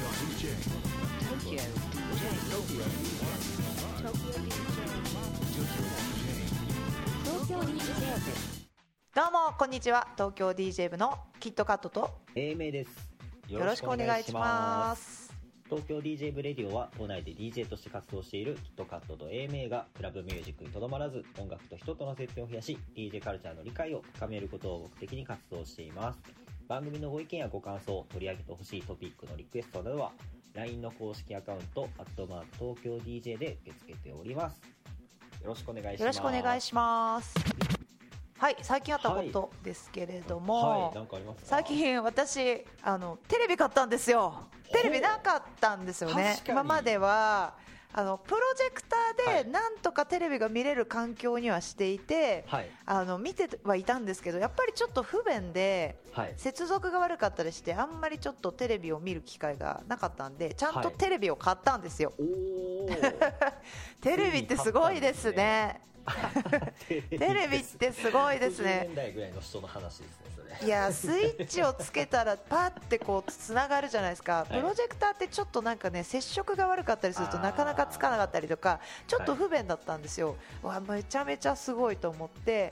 どうもこんにちは。東京 DJ 部のキットカットと英明です。 よろしくお願いします。 東京 DJ 部レディオは都内で DJ として活動しているキットカットと英明がクラブミュージックにとどまらず音楽と人との接点を増やし DJ カルチャーの理解を深めることを目的に活動しています。番組のご意見やご感想、取り上げてほしいトピックのリクエストなどは LINE の公式アカウント東京 DJ で受け付けております。よろしくお願いします。 よろしくお願いします。はい、最近あったことですけれども、 なんかありますか？ 最近私テレビ買ったんですよ。テレビなかったんですよね。今まではプロジェクターでなんとかテレビが見れる環境にはしていて、はい、見てはいたんですけど、やっぱりちょっと不便で、はい、接続が悪かったりしてあんまりちょっとテレビを見る機会がなかったんで、ちゃんとテレビを買ったんですよ。はい、テレビってすごいですね。テレビってすごいですね。 50年代ぐらいの人の話ですね、それ。 いや、スイッチをつけたらパッてこうつながるじゃないですか。プロジェクターってちょっとなんかね、接触が悪かったりするとなかなかつかなかったりとか、ちょっと不便だったんですよ。わ、めちゃめちゃすごいと思って、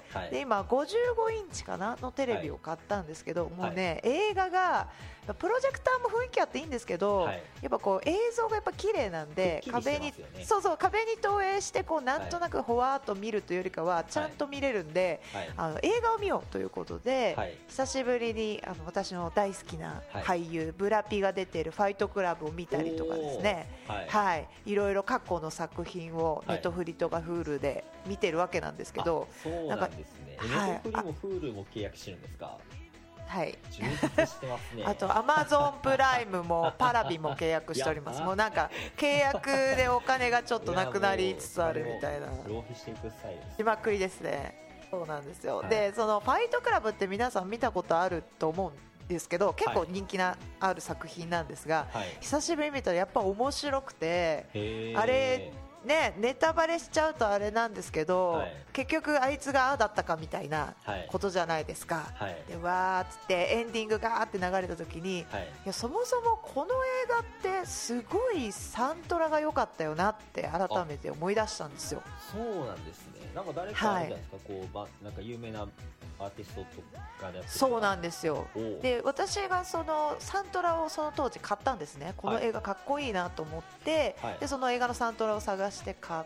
で今55インチかなのテレビを買ったんですけど、もうね、映画がプロジェクターも雰囲気あっていいんですけど、やっぱこう映像がやっぱ綺麗なんで、壁に投影してこうなんとなくほわーっと見るというよりかはちゃんと見れるんで、映画を見ようということで、久しぶりに私の大好きな俳優、ブラピが出ているファイトクラブを見たりとかですね、いろいろ過去の作品をネットフリとか Hulu で見てるわけなんですけど、 そうなんですね。ネットフリも Hulu も契約してるんですか？ はい、 充実してますね。 あとアマゾンプライムもパラビも契約しております。もうなんか契約でお金がちょっとなくなりつつあるみたいな。 浪費していくスタイルです。 しまくりですね。そうなんですよ。で、そのファイトクラブって皆さん見たことあると思うんですけど、結構人気なある作品なんですが、久しぶりに見たらやっぱ面白くて、あれね、ネタバレしちゃうとあれなんですけど、結局あいつがああだったかみたいなことじゃないですか。でわーっつってエンディングがーって流れた時に、いやそもそもこの映画ってすごいサントラが良かったよなって改めて思い出したんですよ。 そうなんですね。なんか誰かあるじゃないですか、こうなんか有名なアーティストとかでやってる。 そうなんですよ。で、私がそのサントラをその当時買ったんですね。この映画かっこいいなと思って、でその映画のサントラを探して買って、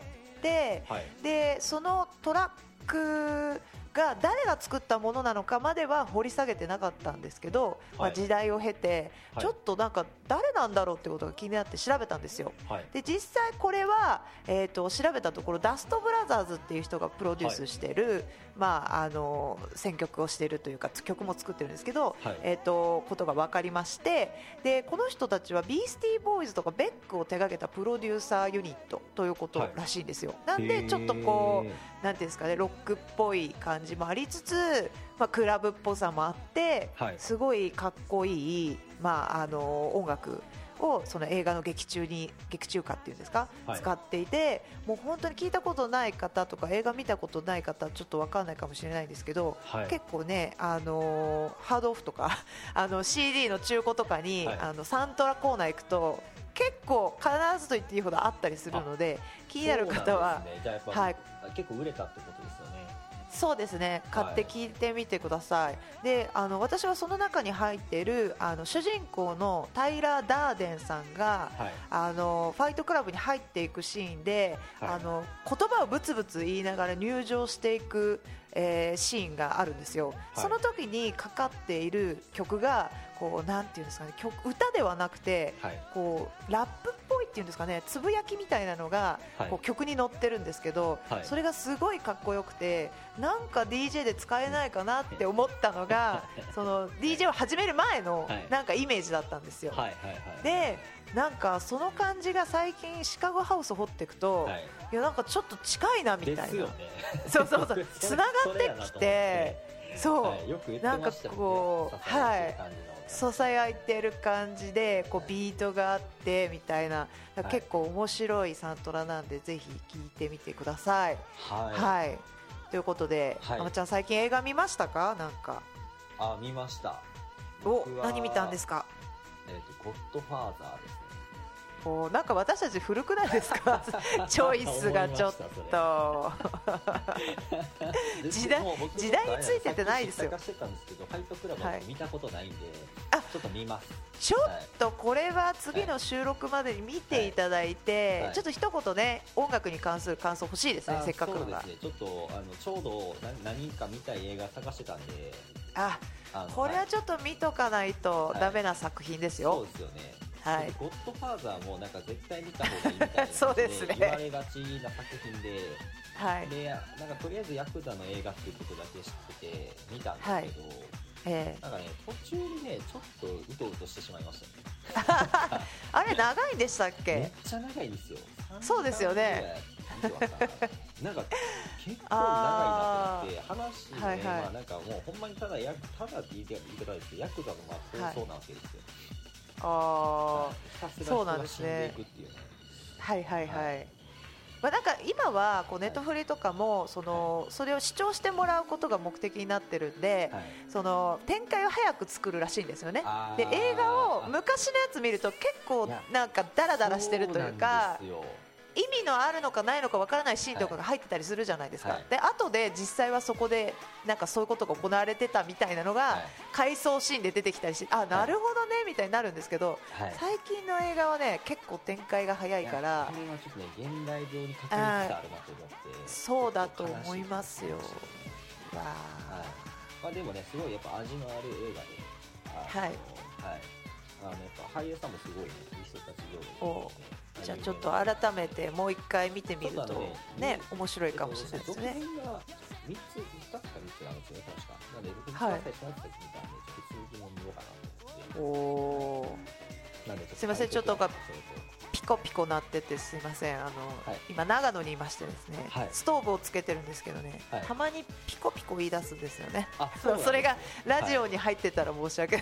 でそのトラックが誰が作ったものなのかまでは掘り下げてなかったんですけど、時代を経てちょっとなんか誰なんだろうってことが気になって調べたんですよ。で実際これは、調べたところダストブラザーズっていう人がプロデュースしている、選曲をしているというか曲も作ってるんですけど、ことが分かりまして、でこの人たちはビースティーボーイズとかベックを手掛けたプロデューサーユニットということらしいんですよ。なんでちょっとこうなんていうんですかね、ロックっぽい感じもありつつ、クラブっぽさもあって、すごいかっこいい、音楽をその映画の劇中歌っていうんですか、使っていて、もう本当に聞いたことない方とか映画見たことない方はちょっと分かんないかもしれないんですけど、結構ね、ハードオフとかCD の中古とかに、サントラコーナー行くと結構必ずと言っていいほどあったりするので、気になる方は結構売れたってことですよね。 そうですね、買って聞いてみてください。で私はその中に入っている主人公のタイラー・ダーデンさんが、ファイトクラブに入っていくシーンで、言葉をブツブツ言いながら入場していく、シーンがあるんですよ。その時にかかっている曲がこうなんていうんですかね、歌ではなくて、こうラップっぽいっていうんですかね、つぶやきみたいなのが、こう曲に乗ってるんですけど、それがすごいかっこよくて、なんか DJ で使えないかなって思ったのがその DJ を始める前のなんかイメージだったんですよ。でなんかその感じが最近シカゴハウス掘っていくと、いやなんかちょっと近いなみたいな、そうそうそうつながってきて、そうなんかこう支え合ってる感じで、こうビートがあってみたいな、結構面白いサントラなんでぜひ聴いてみてください。ということで、あまちゃん最近映画見ましたか？なんか見ました。 何見たんですか？ ゴッドファーザーですね。 なんか私たち古くないですかチョイスがちょっと時代についててないですよ。 してたんですけど、ファイトクラブは見たことないんで、ちょっと見ます。 ちょっとこれは次の収録までに見ていただいて、ちょっと一言ね、音楽に関する感想欲しいですね、せっかくのが。 そうですね、ちょっとちょうど何か見たい映画探してたんで、 これはちょっと見とかないとダメな作品ですよ。 そうですよね。はい、ゴッドファーザーもなんか絶対見た方がいいみたいなそうですね、 言われがちな作品で、 でなんかとりあえずヤクザの映画っていうことだけ知ってて見たんですけど、なんかね、途中にねちょっとうとうとしてしまいましたねあれ長いんでしたっけ？ めっちゃ長いんですよ。 そうですよね。 なんか結構長いなと思って、話もね、なんかもうほんまにただって言い方ですけど、ヤクザの構想なわけですよ。 そうなんですね。はいはいはい。なんか今はこうネットフリとかもそれを視聴してもらうことが目的になってるんで、その展開を早く作るらしいんですよね。で映画を昔のやつ見ると結構なんかダラダラしてるというか、意味のあるのかないのかわからないシーンとかが入ってたりするじゃないですか。で後で実際はそこでなんかそういうことが行われてたみたいなのが回想シーンで出てきたりして、なるほどねみたいになるんですけど、最近の映画はね結構展開が早いから、 これはちょっとね現代上に確認あるなと思って、 そうだと思いますよ。 でもねすごいやっぱ味のある映画で、やっぱ俳優さんもすごいね、いい人たち上手で。 じゃあちょっと改めてもう一回見てみるとね、面白いかもしれないですね。 続編が2つか3つなんですよね、確か。なので僕一番最初のやつだけ見たんで、ちょっと続きも見ようかなと思って。 すいません、ちょっとピコピコなっててすいません。今長野にいましてですね、ストーブをつけてるんですけどね、たまにピコピコ言い出すんですよね。それがラジオに入ってたら申し訳ない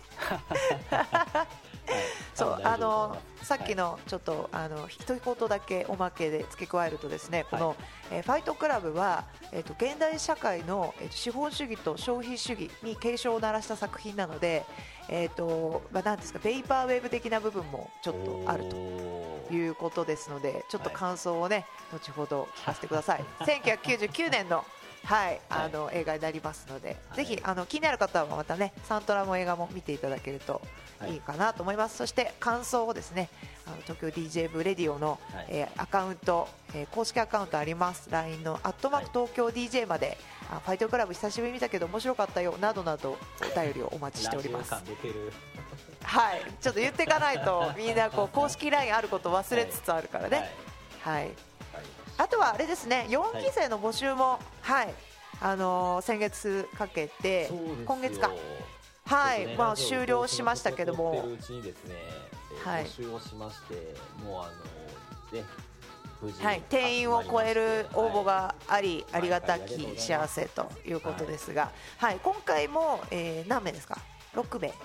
そうさっきのちょっと一言だけおまけで付け加えるとですね、このファイトクラブは現代社会の資本主義と消費主義に警鐘を鳴らした作品なので、なんですか、ペーパーウェーブ的な部分もちょっとあるということですので、ちょっと感想をね後ほど聞かせてください。1999年の映画になりますので、ぜひ気になる方はまたねサントラも映画も見ていただけるといいかなと思います。そして感想をですね、東京 DJ 部レディオの、アカウント、公式アカウントあります。 LINE の@東京 DJ まで、ファイトクラブ久しぶりに見たけど面白かったよなどなどお便りをお待ちしております。はい、ちょっと言っていかないとみんな公式 LINE あること忘れつつあるからね。はい、あとはあれですね、4期生の募集も、先月かけて今月か、終了しましたけども、 募集をしまして、もう無事定員を超える応募があり、ありがたき幸せということですが、今回も何名ですか？6名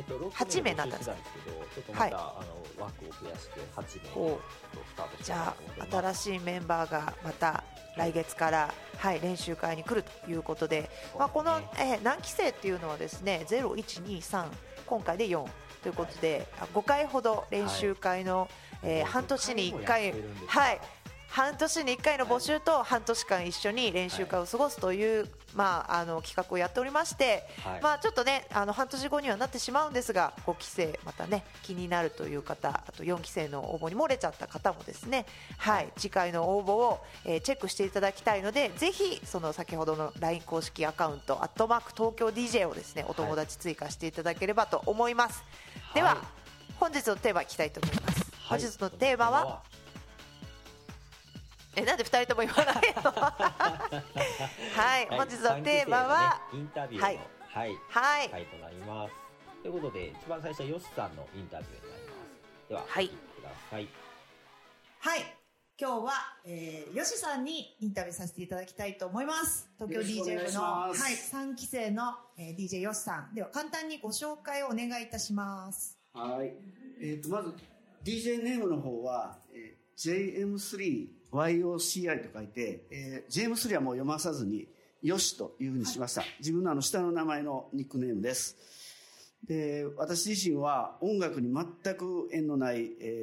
8名になったんですけど、 ちょっとまた枠を増やして8名とスタートしじゃあ新しいメンバーがまた来月から、練習会に来るということで、この、何期生っていうのはですね、0、1、2、3、今回で4ということで5回ほど練習会の、半年に1回、半年に1回の募集と半年間一緒に練習会を過ごすという、企画をやっておりまして、ちょっとね半年後にはなってしまうんですが、5期生またね気になるという方、あと4期生の応募に漏れちゃった方もですね、次回の応募を、チェックしていただきたいので、ぜひその先ほどの LINE 公式アカウント東京 DJ をですねお友達追加していただければと思います。では本日のテーマいきたいと思います。本日のテーマはなんで2人とも言わないの本日のテーマは、 インタビューの回となります。ということで一番最初はヨシさんのインタビューになります。では聞いてください。 今日は、ヨシさんにインタビューさせていただきたいと思います。東京 DJ 部の、3期生の、DJ ヨシさんでは簡単にご紹介をお願いいたします。 まず DJ ネームの方は、JM3YOCI と書いて、JM3 はもう読まさずにヨシというふうにしました。自分の下の名前のニックネームです。 で、私自身は音楽に全く縁のない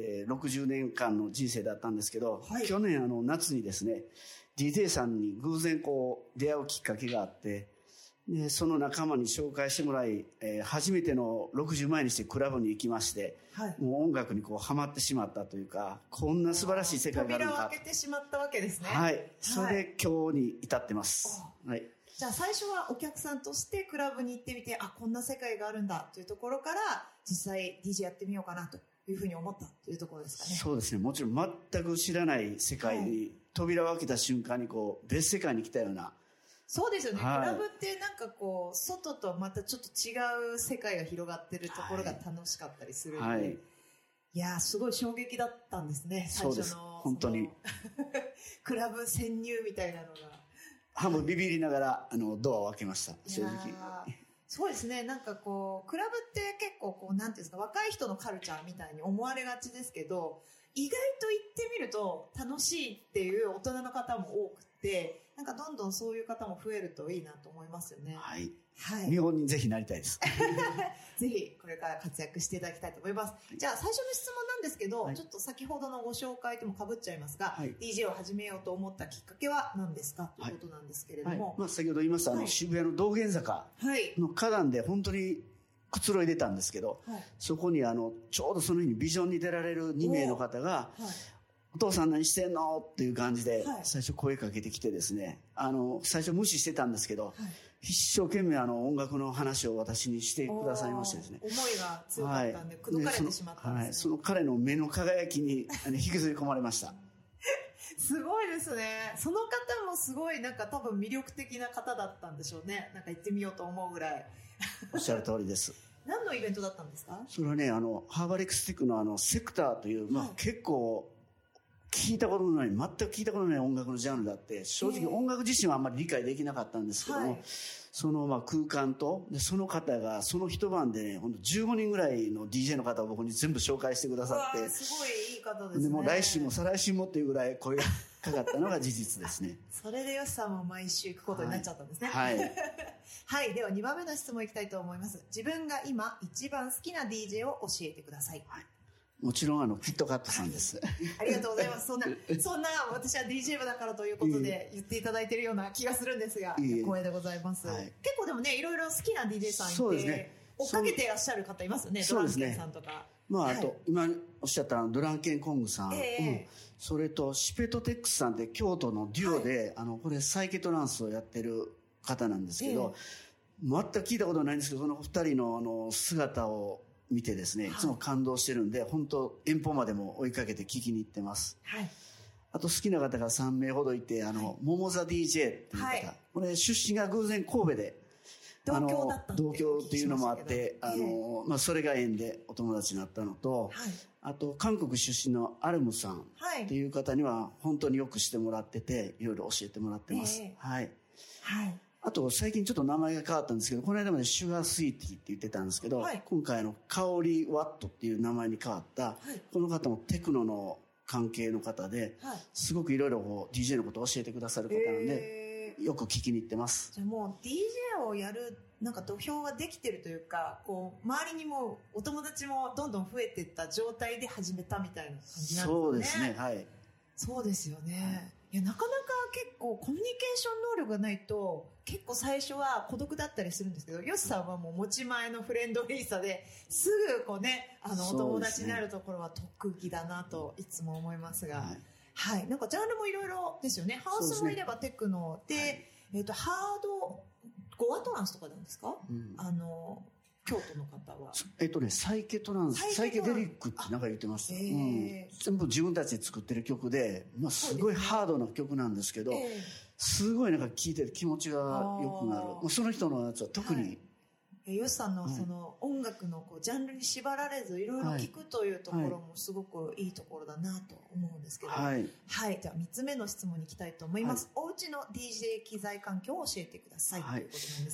、60年間の人生だったんですけど、はい、去年夏にですね、DJ さんに偶然出会うきっかけがあって、でその仲間に紹介してもらい、初めての60万円にしてクラブに行きまして、はい、もう音楽にハマってしまったというか、こんな素晴らしい世界があるのか。 扉を開けてしまったわけですね。 はい。それで今日に至ってます。はい。 じゃあ最初はお客さんとしてクラブに行ってみて、こんな世界があるんだというところから実際 DJ やってみようかなというふうに思ったというところですかね。 そうですね。もちろん全く知らない世界に扉を開けた瞬間に別世界に来たような。 そうですよね。はい、クラブってなんか外とまたちょっと違う世界が広がってるところが楽しかったりするので、はい、いやすごい衝撃だったんですね。最初の本当にクラブ潜入みたいなのが。 もうビビりながらドアを開けました。正直。 そうですね。なんかクラブって結構なんていうんですか、若い人のカルチャーみたいに思われがちですけど、意外と行ってみると楽しいっていう大人の方も多くて、なんかどんどんそういう方も増えるといいなと思いますよね。 はい。はい。見本にぜひなりたいです。 ぜひこれから活躍していただきたいと思います。じゃあ最初の質問なんですけど、はい、ちょっと先ほどのご紹介とも被っちゃいますが、はい、DJ を始めようと思ったきっかけは何ですかということなんですけれども。 はい、先ほど言いました渋谷の道玄坂の花壇で本当にくつろいでたんですけど、そこにちょうどその日にビジョンに出られる2名の方が、お父さん何してんのっていう感じで最初声かけてきてですね、最初無視してたんですけど、一生懸命音楽の話を私にしてくださいましてですね、 思いが強かったんで口説かれてしまったんですね。 その彼の目の輝きに引きずり込まれました。 すごいですね。その方もすごいなんか多分魅力的な方だったんでしょうね。なんか行ってみようと思うぐらい。 おっしゃる通りです。 何のイベントだったんですか？ それはね、ハーバリックスティックのセクターという、結構聞いたことのない、全く聞いたことのない音楽のジャンルだって、正直音楽自身はあんまり理解できなかったんですけども、その空間と、でその方がその一晩でね、ほんと15人ぐらいの DJ の方を僕に全部紹介してくださって、 すごいいい方ですね。 でも来週も再来週もっていうぐらい声がかかったのが事実ですね。 それでヨシさんも毎週行くことになっちゃったんですね。 はい。 はい、では2番目の質問いきたいと思います。自分が今一番好きな DJ を教えてください。はい、 もちろんキットカットさんです。 ありがとうございます。そんな私は DJ 部だからということで言っていただいているような気がするんですが、光栄でございます。結構でもね、いろいろ好きな DJ さんいて、そうですね、追っかけていらっしゃる方いますよね。ドランケンさんとか。 あと今おっしゃったドランケンコングさん、それとシペトテックスさんって京都のデュオで、これサイケトランスをやってる方なんですけど、全く聞いたことないんですけど、その二人の姿を見てですね、いつも感動してるんで、本当遠方までも追いかけて聞きに行ってます。はい。あと好きな方が3名ほどいて、モモザ DJ っていう方、これ出身が偶然神戸で、同郷っていうのもあって、それが縁でお友達になったのと、あと韓国出身のアルムさんっていう方には本当によくしてもらってて、いろいろ教えてもらってます。はい。はい。あと最近ちょっと名前が変わったんですけど、この間までシュガースイーティーって言ってたんですけど、今回香りワットっていう名前に変わった、この方もテクノの関係の方で、すごくいろいろDJ のことを教えてくださる方なんで、よく聞きに行ってます。 じゃあもう DJ をやるなんか土俵ができてるというか、周りにもお友達もどんどん増えていった状態で始めたみたいな感じなんですね。 そうですね、はい。 そうですよね。いや、なかなか結構コミュニケーション能力がないと結構最初は孤独だったりするんですけど、ヨシさんはもう持ち前のフレンドリーさですぐお友達になるところは特技だなといつも思いますが、はい。なんかジャンルもいろいろですよね。ハウスもいればテクノで、ハードゴアトランスとかなんですか？京都の方は。 サイケトランス、サイケデリックってなんか言ってました。全部自分たちで作ってる曲で、すごいハードな曲なんですけど、すごいなんか聴いてて気持ちが良くなる。その人のやつは特に。 ヨシさんのその音楽のジャンルに縛られずいろいろ聴くというところもすごくいいところだなと思うんですけど、はい。じゃあ3つ目の質問に行きたいと思います。お家の DJ 機材環境を教えてくださいということなん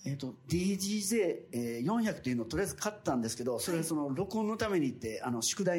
ですが。DJJ400 っていうのをとりあえず買ったんですけど、それはその録音のためにって宿題の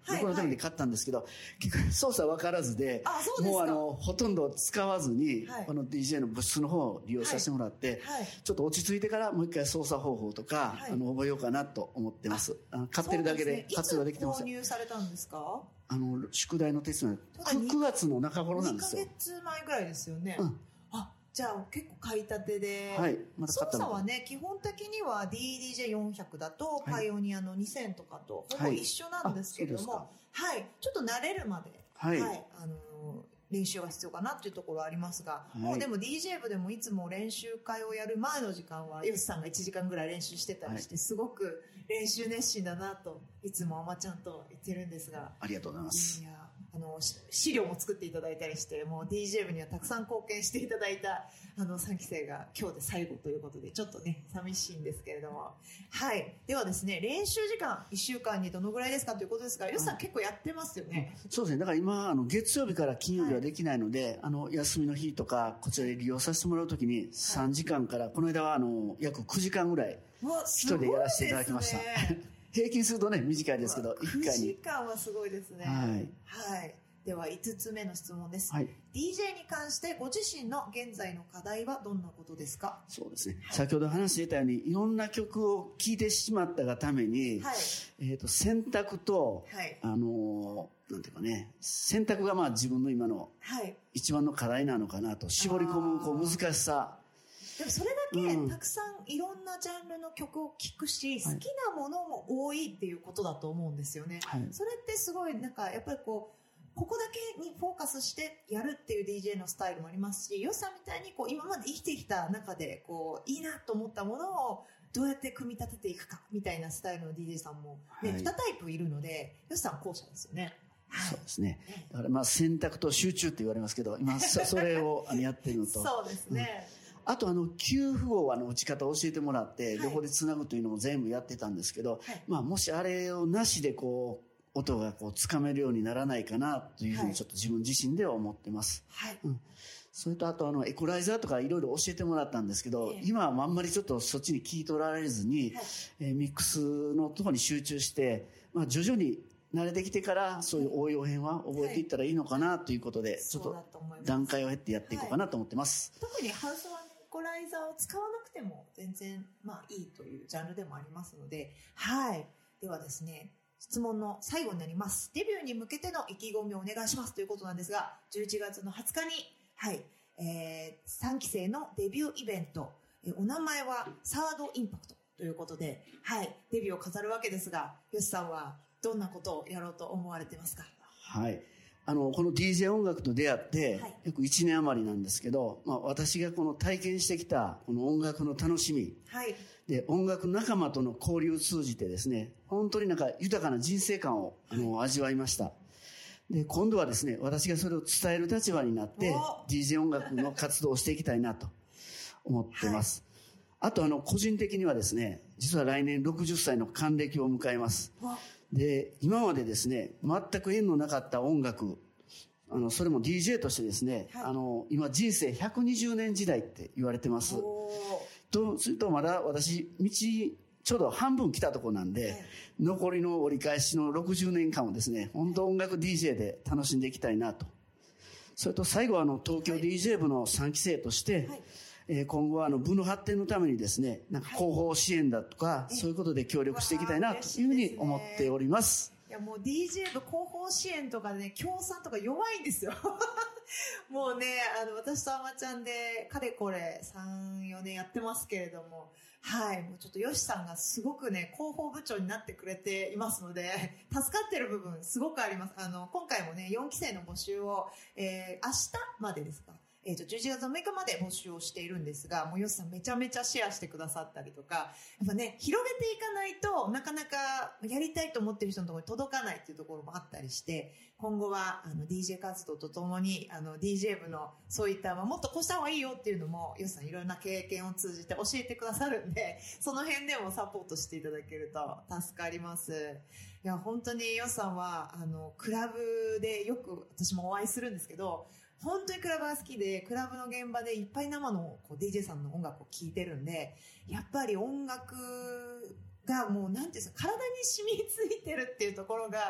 旅行のために買ったんですけど、結局操作分からずで、もうほとんど使わずに、この DJ の物質の方を利用させてもらって、ちょっと落ち着いてからもう一回操作方法とか、覚えようかなと思ってます。買ってるだけで活用できてます。 いつ購入されたんですか？ 宿題のテスト9月の中頃なんですよ。 2ヶ月前ぐらいですよね。じゃあ結構買いたてで、 まだ操作はね、基本的には DDJ400 だとパイオニアの2000とかとほぼ一緒なんですけれども、ちょっと慣れるまで、練習が必要かなっていうところはありますが、もうでも DJ 部でもいつも練習会をやる前の時間は、ヨシさんが1時間ぐらい練習してたりして、すごく練習熱心だなと、いつもあまちゃんと言ってるんですが。 ありがとうございます。 資料も作っていただいたりして、もう DJ 部にはたくさん貢献していただいた3期生が今日で最後ということで、ちょっとね、寂しいんですけれども。ではですね、練習時間1週間にどのぐらいですかということですが、ヨシさん結構やってますよね。 そうですね。だから今、月曜日から金曜日はできないので、休みの日とか、こちらで利用させてもらうときに3時間から、この間は約9時間ぐらい、一人でやらせていただきました。平均するとね、短いですけど、1回に。 9時間はすごいですね。では5つ目の質問です。DJ に関してご自身の現在の課題はどんなことですか？ そうですね。先ほど話していたように、いろんな曲を聴いてしまったがために、選択と、なんていうかね、選択が自分の今の一番の課題なのかなと、絞り込む難しさ。 でもそれだけたくさんいろんなジャンルの曲を聴くし、好きなものも多いっていうことだと思うんですよね。それってすごいやっぱりここだけにフォーカスしてやるっていう DJ のスタイルもありますし、ヨシさんみたいに今まで生きてきた中でいいなと思ったものをどうやって組み立てていくかみたいなスタイルの DJ さんも、2タイプいるので、ヨシさんは後者ですよね。 そうですね。だから選択と集中って言われますけど、今それをやってるのと。 そうですね。 あと給付を打ち方を教えてもらって、どこでつなぐというのも全部やってたんですけど、もしあれをなしで音がつかめるようにならないかなというふうにちょっと自分自身では思ってます。それとあとエコライザーとかいろいろ教えてもらったんですけど、今はあんまりちょっとそっちに聞い取られずに、ミックスのところに集中して、徐々に慣れてきてからそういう応用編は覚えていったらいいのかなということで、ちょっと段階を経てやっていこうかなと思ってます。 特にハウスワンエコライザーを使わなくても全然いいというジャンルでもありますので、ではですね、質問の最後になります。デビューに向けての意気込みをお願いしますということなんですが、11月の20日に、3期生のデビューイベント、お名前はサードインパクトということで、デビューを飾るわけですが、ヨシさんはどんなことをやろうと思われてますか？ この DJ 音楽と出会って約1年余りなんですけど、私がこの体験してきたこの音楽の楽しみ、で音楽仲間との交流を通じてですね、本当に豊かな人生観を味わいました。で今度はですね、私がそれを伝える立場になって DJ 音楽の活動をしていきたいなと思ってます。あと個人的にはですね、実は来年60歳の還暦を迎えます。で今までですね、全く縁のなかった音楽、それも DJ としてですね、今人生120年時代って言われてます。とするとまだ私道ちょうど半分来たとこなんで、残りの折り返しの60年間をですね、本当音楽 DJ で楽しんでいきたいなと。それと最後は東京 DJ 部の3期生として、今後は部の発展のためにですね、広報支援だとか、そういうことで協力していきたいなというふうに思っております。 いやもう DJ 部広報支援とかでね、協賛とか弱いんですよ。もうね、私とあまちゃんでかれこれ3、4年やってますけれども、もうちょっとヨシさんがすごくね、広報部長になってくれていますので、助かってる部分すごくあります。今回もね、4期生の募集を、明日までですか、11月6日まで募集をしているんですが、もうヨシさんめちゃめちゃシェアしてくださったりとか、やっぱね、広げていかないとなかなかやりたいと思ってる人のところに届かないっていうところもあったりして、今後はDJ 活動とともにDJ 部のそういった、もっとこうした方がいいよっていうのもヨシさんいろんな経験を通じて教えてくださるんで、その辺でもサポートしていただけると助かります。いや本当にヨシさんはクラブでよく私もお会いするんですけど、本当にクラブが好きで、クラブの現場でいっぱい生のDJ さんの音楽を聴いてるんで、やっぱり音楽がもうなんていうんですか、体に染みついてるっていうところが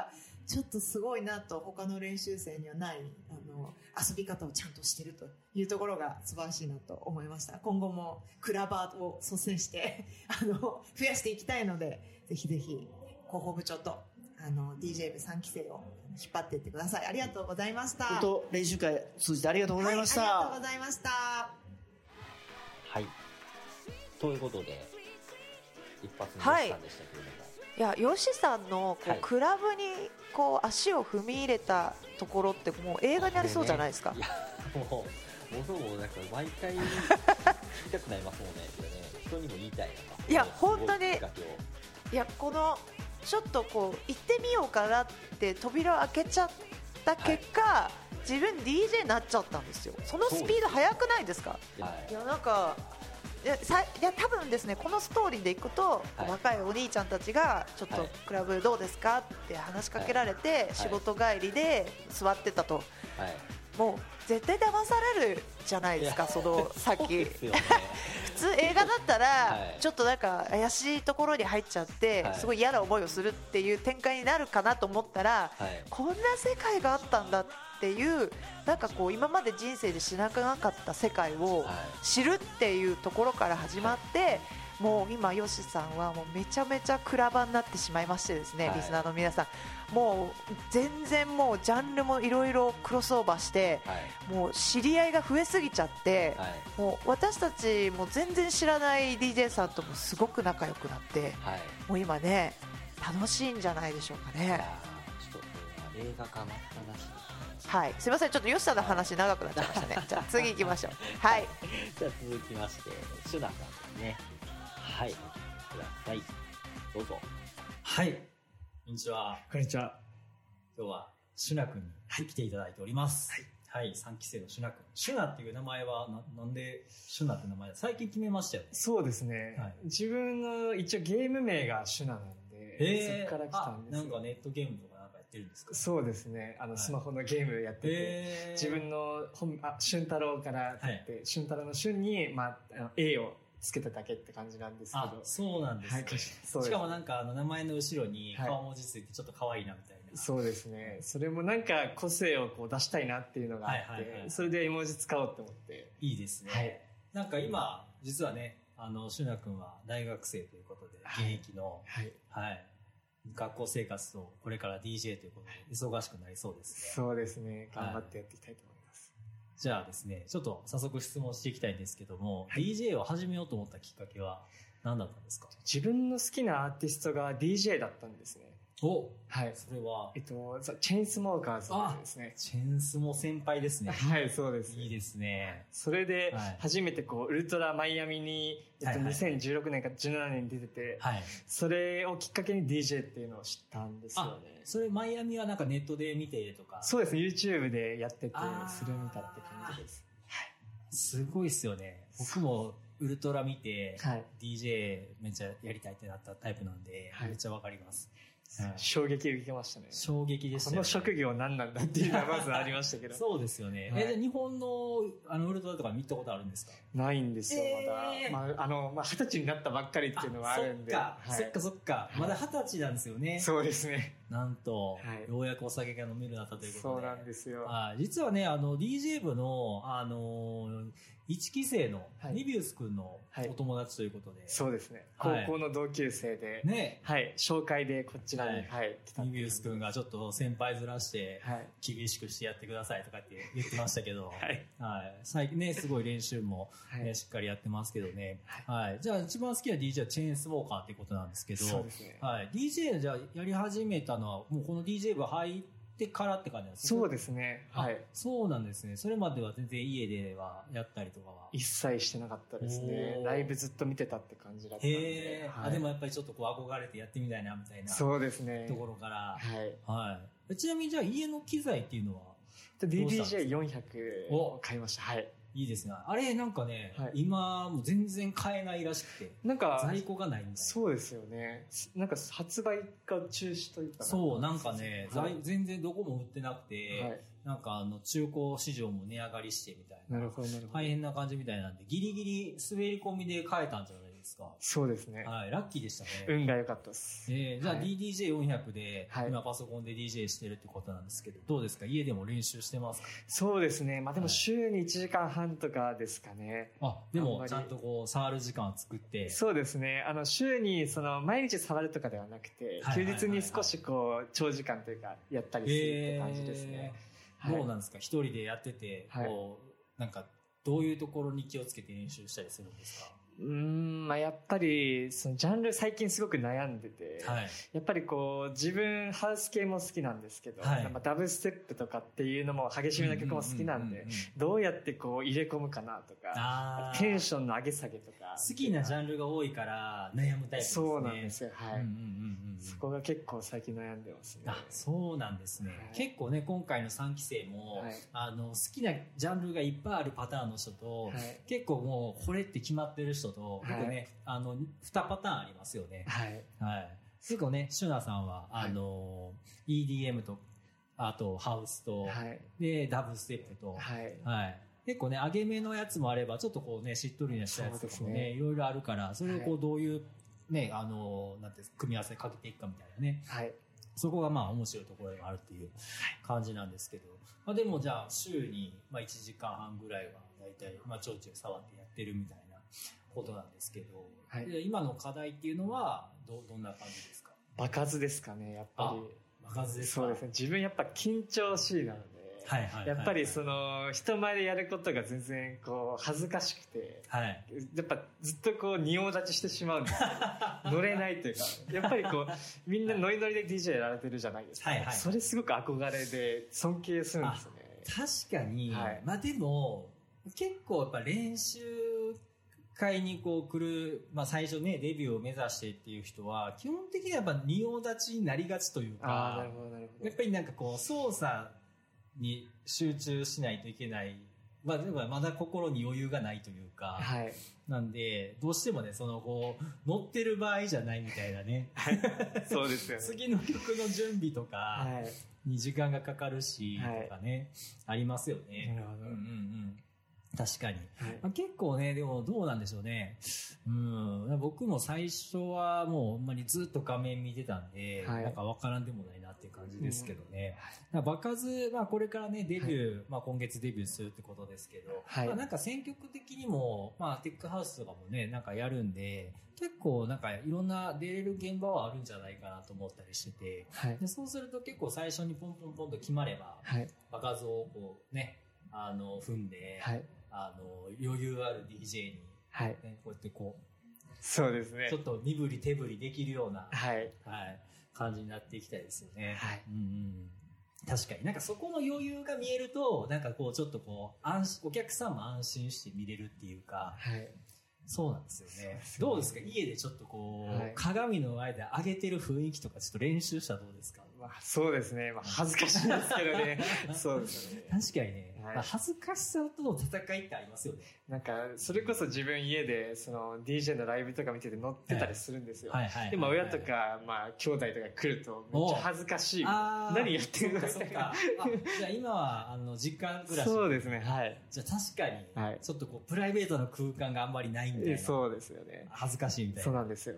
ちょっとすごいなと、他の練習生にはない遊び方をちゃんとしてるというところが素晴らしいなと思いました。今後もクラバーを率先して増やしていきたいので、ぜひぜひ広報部長とDJ 部3期生を引っ張っていってください。ありがとうございました。 本当練習会通じてありがとうございました。 はい、ありがとうございました。 はい。ということで一発目でしたけれども、 いや、ヨシさんのクラブに足を踏み入れたところってもう映画にありそうじゃないですか。 いや、もうなんか毎回聞きたくなりますもんね。人にも言いたい。 いや本当に、いやこのちょっと行ってみようかなって扉を開けちゃった結果、自分 DJ になっちゃったんですよ。そのスピード速くないですか？いやなんか。いや多分ですね、このストーリーでいくと、若いお兄ちゃんたちがちょっとクラブどうですかって話しかけられて、仕事帰りで座ってたと、もう絶対騙されるじゃないですか、その先普通映画だったらちょっとなんか怪しいところに入っちゃってすごい嫌な思いをするっていう展開になるかなと思ったら、こんな世界があったんだっていう、なんか今まで人生で知らなかった世界を知るっていうところから始まって、もう今ヨシさんはもうめちゃめちゃクラバになってしまいましてですね、リスナーの皆さんもう全然もうジャンルもいろいろクロスオーバーして、もう知り合いが増えすぎちゃって、もう私たちも全然知らない DJ さんともすごく仲良くなって、もう今ね楽しいんじゃないでしょうかね。 ちょっと映画化待ったなし。 はい、すみません、ちょっとヨシさんの話長くなっちゃいましたね。じゃあ次行きましょう。はい。 じゃあ続きまして、シュナさんですね。はい、ください。どうぞ。 はい。こんにちは。 こんにちは。 今日はシュナ君に来ていただいております。はい。3期生のシュナ君。シュナっていう名前はなんでシュナって名前最近決めましたよね。 そうですね。自分の一応ゲーム名がシュナなんで、そこから来たんですよ。 なんかネットゲームとかなんかやってるんですか？ そうですね。スマホのゲームやってて、自分の俊太郎から取って、俊太郎の俊に、A をつけただけって感じなんですけど。 そうなんですね。しかもなんか名前の後ろに顔文字ついてちょっと可愛いなみたいな。 そうですね。それもなんか個性を出したいなっていうのがあって、それで絵文字使おうと思って。 いいですね。なんか今、実はね、シュナ君は大学生ということで、現役の、学校生活とこれから DJ ということで忙しくなりそうですね。 そうですね。頑張ってやっていきたいと思います。 じゃあですね、ちょっと早速質問していきたいんですけども、DJ を始めようと思ったきっかけは何だったんですか？ 自分の好きなアーティストが DJ だったんですね。はい。 それはチェーンスモーカーズですね。 チェーンスモ先輩ですね。 はい、そうです。 いいですね。 それで、初めてウルトラマイアミに、2016年か17年に出てて、それをきっかけに DJ っていうのを知ったんですよね。 それマイアミはなんかネットで見てとか？ そうですね、YouTube でやってて、それを見たって感じです。 すごいっすよね。僕もウルトラ見て、DJ めっちゃやりたいってなったタイプなんで、めっちゃわかります。 衝撃受けましたね。 衝撃でしたね。 この職業何なんだっていうのはまずありましたけど。 そうですよね。じゃあ日本のウルトラとか見たことあるんですか？ ないんですよ、まだ。20歳になったばっかりっていうのはあるんで。 そっか。まだ20歳なんですよね。 そうですね。 なんと、ようやくお酒が飲めるようになったということで。 そうなんですよ。 実はね、DJ 部の、1期生のニビウス君のお友達ということで。 そうですね。高校の同級生で。ね。はい。紹介でこちらに、 来た。ニビウス君がちょっと先輩ずらして、厳しくしてやってくださいとかって言ってましたけど、最近ね、すごい練習もしっかりやってますけどね。じゃあ一番好きな DJ はチェーンスモーカーっていうことなんですけど、 そうですね。 DJ じゃあやり始めたのは、もうこの DJ 部入ってからって感じなんですか？ そうですね。はい。 そうなんですね。それまでは全然家ではやったりとかは一切してなかったですね。ライブずっと見てたって感じだったんで。 でもやっぱりちょっと憧れてやってみたいなみたいな。 そうですね。 ところから。ちなみにじゃあ家の機材っていうのは DDJ400 を買いました。はい。 いいですね。あれなんかね、今もう全然買えないらしくて。 なんか、 在庫がないみたいな。 そうですよね。なんか発売が中止というか。 そう、なんかね、全然どこも売ってなくて、なんか中古市場も値上がりしてみたいな。 なるほど、なるほど。 大変な感じみたいなんで、ギリギリ滑り込みで買えたんじゃないですか。 ですか？ そうですね。 はい、ラッキーでしたね。 運が良かったです。 じゃあ DDJ400 で、今パソコンで DJ してるってことなんですけど、どうですか？家でも練習してますか？ そうですね。まあでも週に1時間半とかですかね。 でもちゃんとこう触る時間を作って。 そうですね。週に毎日触るとかではなくて、休日に少しこう長時間というかやったりするって感じですね。 どうなんですか？一人でやってて、こうなんかどういうところに気をつけて練習したりするんですか？ まあやっぱりそのジャンル最近すごく悩んでて、やっぱりこう自分ハウス系も好きなんですけど、ダブステップとかっていうのも激しめな曲も好きなんで、どうやってこう入れ込むかなとか、テンションの上げ下げとか、 好きなジャンルが多いから悩むタイプですね。 そうなんですよ。はい。そこが結構最近悩んでますね。 そうなんですね。結構ね、今回の3期生も、好きなジャンルがいっぱいあるパターンの人と、結構もうこれって決まってる人と、結構ね、2パターンありますよね。結構ね、シュナさんは、EDM と、あとハウスと、で、ダブステップと、結構ね、上げ目のやつもあれば、ちょっとこうね、しっとりなしたやつとかもね、いろいろあるから、それをこうどういう、ね、なんて組み合わせかけていくかみたいなね。そこがまあ面白いところでもあるっていう感じなんですけど。まあでもじゃあ週に1時間半ぐらいはだいたいちょいちょい触ってやってるみたいなことなんですけど、今の課題っていうのはどんな感じですか？ 場数ですかね、やっぱり。 場数ですか？ そうですね。自分やっぱ緊張しいなので。やっぱりその人前でやることが全然こう恥ずかしくて、やっぱずっとこう仁王立ちしてしまうんですよ。乗れないというか、やっぱりこうみんなノリノリで DJ やられてるじゃないですか。それすごく憧れで尊敬するんですよね。 確かに、まあでも結構やっぱ練習会にこう来る、最初ねデビューを目指してっていう人は基本的にはやっぱ仁王立ちになりがちというか、やっぱりなんかこう操作に集中しないといけない。でもまだ心に余裕がないというか。なんで、どうしてもね、そのこう、乗ってる場合じゃないみたいなね。 そうですよね。 次の曲の準備とか、に時間がかかるし、とかね、ありますよね。 なるほど。 確かに。結構ね、でもどうなんでしょうね。僕も最初はもうほんまにずっと画面見てたんで、なんかわからんでもないなっていう感じですけどね。場数、これからね、デビュー、今月デビューするってことですけど、なんか選曲的にも、テックハウスとかもね、なんかやるんで、結構なんかいろんな出れる現場はあるんじゃないかなと思ったりしてて、でそうすると結構最初にポンポンポンと決まれば、場数をこうね、踏んで、余裕ある DJ に、こうやってこう、 そうですね。 ちょっと身振り手振りできるような、感じになっていきたいですよね。確かになんかそこの余裕が見えると、なんかこうちょっとこうお客さんも安心して見れるっていうか、そうなんですよね。どうですか？家でちょっとこう、鏡の前で上げてる雰囲気とかちょっと練習したらどうですか？ そうですね。恥ずかしいですけどね。そうですね。 確かにね。恥ずかしさとの戦いってありますよね。 なんか、それこそ自分家で、DJ のライブとか見てて乗ってたりするんですよ。で、親とか、兄弟とか来ると、めっちゃ恥ずかしい。何やってるのみたいな。 じゃあ今は、実家暮らし。 そうですね、 じゃあ確かに、ちょっとこう、プライベートの空間があんまりないみたいな。 そうですよね。 恥ずかしいみたいな。 そうなんですよ。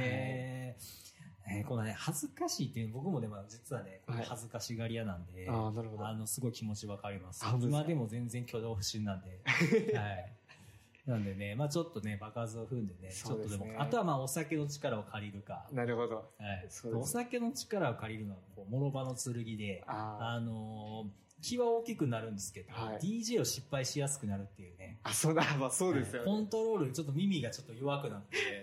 このね、恥ずかしいっていう僕もね、実はね、恥ずかしがり屋なんで、 なるほど。 すごい気持ちわかります。今でも全然挙動不審なんで。なんでね、ちょっとね、場数を踏んでね、ちょっとでも、あとはお酒の力を借りるか。 なるほど。 お酒の力を借りるのは、諸刃の剣で、気は大きくなるんですけど、DJ を失敗しやすくなるっていうね。 そうですよね。 コントロール、ちょっと耳がちょっと弱くなって、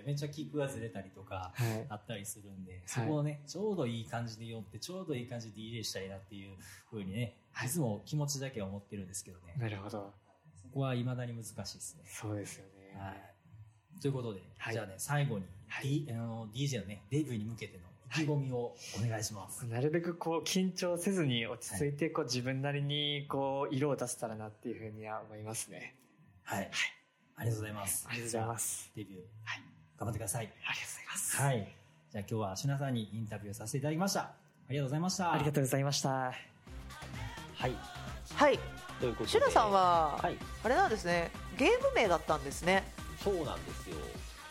めっちゃキックがずれたりとか、あったりするんで、そこをね、ちょうどいい感じで寄って、ちょうどいい感じで DJ したいなっていう風にね、いつも気持ちだけは思ってるんですけどね。 なるほど。 そこは未だに難しいですね。 そうですよね。 ということで、じゃあね、最後に、DJ のね、デビューに向けての意気込みをお願いします。 なるべくこう緊張せずに落ち着いてこう自分なりにこう色を出せたらなっていうふうには思いますね。 ありがとうございます。 ありがとうございます。 デビュー、頑張ってください。 ありがとうございます。 じゃあ今日はシュナさんにインタビューさせていただきました。ありがとうございました。 ありがとうございました。 ということで、 シュナさんは、あれなんですね、ゲーム名だったんですね。 そうなんですよ。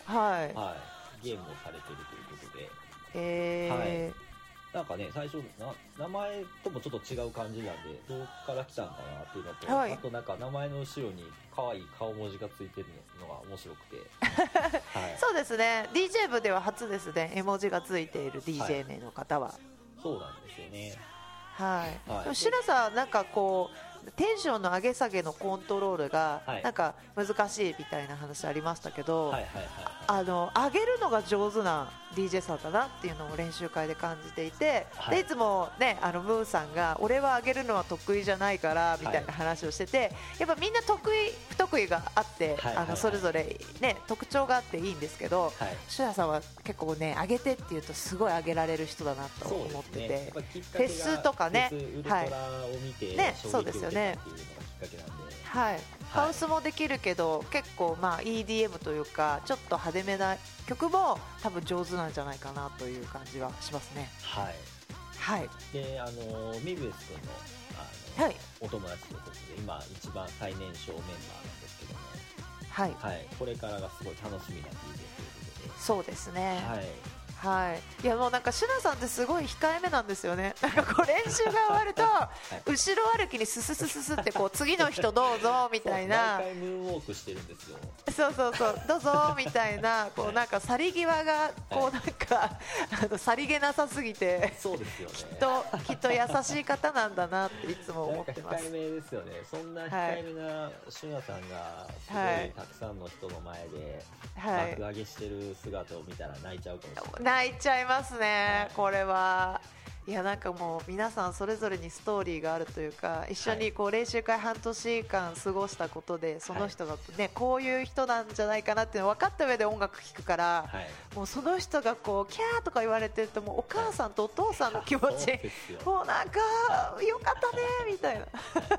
はい。 はい。ゲームをされてるということで。はい。なんかね、最初名前ともちょっと違う感じなんで、どっから来たんかなっていうのと、はい、あとなんか名前の後ろに可愛い顔文字がついてるのが面白くて、 はい、そうですね。DJ 部では初ですね。絵文字がついている DJ 名の方は、はい、 そうなんですよね。 はい。はい、でもシラさんなんかこうテンションの上げ下げのコントロールがなんか難しいみたいな話ありましたけど、上げるのが上手な DJ さんだなっていうのを練習会で感じていて、はい、でいつもねムーさんが俺は上げるのは得意じゃないからみたいな話をしてて、やっぱみんな得意不得意があって、それぞれね特徴があっていいんですけど、シュラさんは結構ね上げてっていうとすごい上げられる人だなと思ってて、フェスとかね、 ね、 そうですよね。はい、ハウスもできるけど結構まあ EDM というかちょっと派手めな曲も多分上手なんじゃないかなという感じはしますね。 はい。 はい。 でミブエス君のはい、お友達ということで今一番最年少メンバーなんですけども、はい、はい、これからがすごい楽しみな DJ ということで。 そうですね。 はい。 はい、いやもうなんかシュナさんってすごい控えめなんですよね。なんかこう練習が終わると、後ろ歩きにスススススってこう次の人どうぞみたいな。 毎回ムーンウォークしてるんですよ。 そうそうそうどうぞみたいなこうなんか去り際がこうなんかさりげなさすぎて、 そうですよね。 きっと優しい方なんだなっていつも思ってます。 控えめですよね。そんな控えめなシュナさんがすごいたくさんの人の前で爆上げしてる姿を見たら泣いちゃうかもしれない。 泣いちゃいますね、これは。いやなんかもう皆さんそれぞれにストーリーがあるというか、一緒にこう練習会半年間過ごしたことでその人がねこういう人なんじゃないかなっていうの分かった上で音楽聴くから、もうその人がこうキャーとか言われてるともうお母さんとお父さんの気持ちもうなんかよかったねみたいな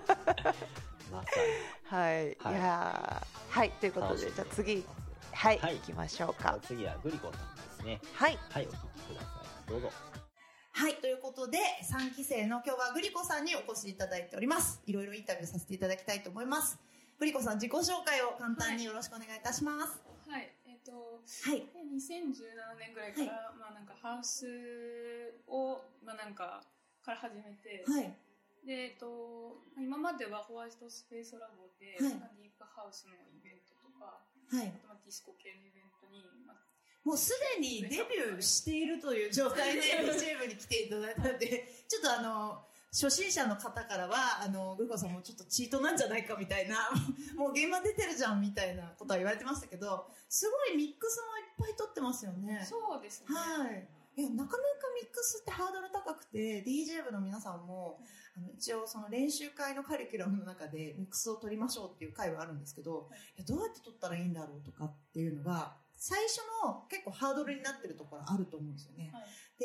はい、いやはいということでじゃあ次はい、行きましょうか。 次はグリコさんですね。 はい、 はい、お聞きください。どうぞ。 はい、ということで3期生の今日はグリコさんにお越しいただいております。いろいろインタビューさせていただきたいと思います。グリコさん自己紹介を簡単によろしくお願いいたします。 はい、はい、2017年ぐらいから、まあなんかハウスをまあなんかから始めて、はい、で今まではホワイトスペースラボで、ディープハウスのイベントとか、はい、あとディスコ系のイベントに、 もうすでにデビューしているという状態で YouTube に来ていただいたので、ちょっと初心者の方からはグリコさんもちょっとチートなんじゃないかみたいなもう現場出てるじゃんみたいなことは言われてましたけど、すごいミックスもいっぱい撮ってますよね。 そうですね。 はい。いやなかなかミックスってハードル高くて DJ 部の皆さんも一応その練習会のカリキュラムの中でミックスを取りましょうっていう会はあるんですけど、いやどうやって取ったらいいんだろうとかっていうのが最初の結構ハードルになってるところあると思うんですよね。はい、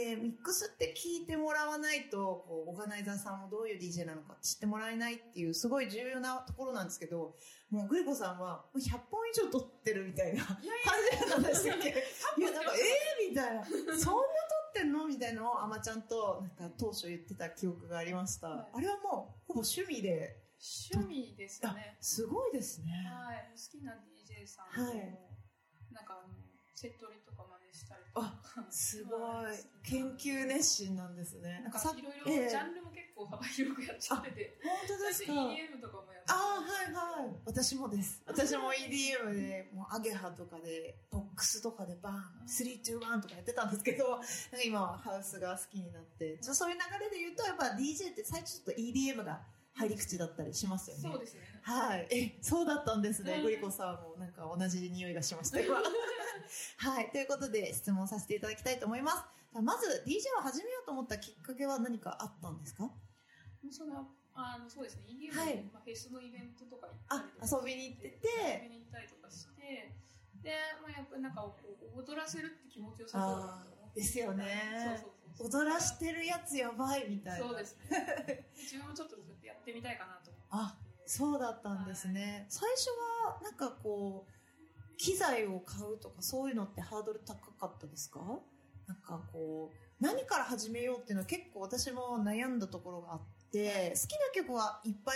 でミックスって聞いてもらわないとこうオーガナイザーさんもどういう DJ なのか知ってもらえないっていうすごい重要なところなんですけど、もうグリコさんは100本以上取ってるみたいな感じなんでしたっけ？いやなんかみたいなそんな取ってんのみたいなのをあまちゃんとなんか当初言ってた記憶がありました。はい、あれはもうほぼ趣味で。 趣味ですね。 すごいですね。 はい、好きな DJ さんも、はい、なんかセットリとかまでしたりとか。 すごい研究熱心なんですね。 なんかいろいろジャンルも結構幅広くやっちゃってて。 本当ですか。 EDM とかもやって。 はいはい。私もです。私も EDM でもうアゲハとかでボックスとかでバン3、2、1とかやってたんですけど、なんか今はハウスが好きになって、そういう流れで言うとやっぱ DJ って最初ちょっと EDM が入り口だったりしますよね。 そうですね。 はい。そうだったんですね。グリコさんもなんか同じ匂いがしました今。はい。ということで質問させていただきたいと思います。まず DJ を始めようと思ったきっかけは何かあったんですか？ そうですね。EDM の、はい、フェスのイベントとか行ったりとか遊びに行ってて、 遊びに行ったりとかして、で、やっぱりなんか踊らせるって気持ちよさそうだなと思って。 ですよね。そう踊らしてるやつやばいみたいな。 そうですね。自分もちょっとやってみたいかなと思って。 そうだったんですね。最初はなんかこう機材を買うとかそういうのってハードル高かったですか？なんかこう何から始めようっていうのは結構私も悩んだところがあって、好きな曲はいっぱい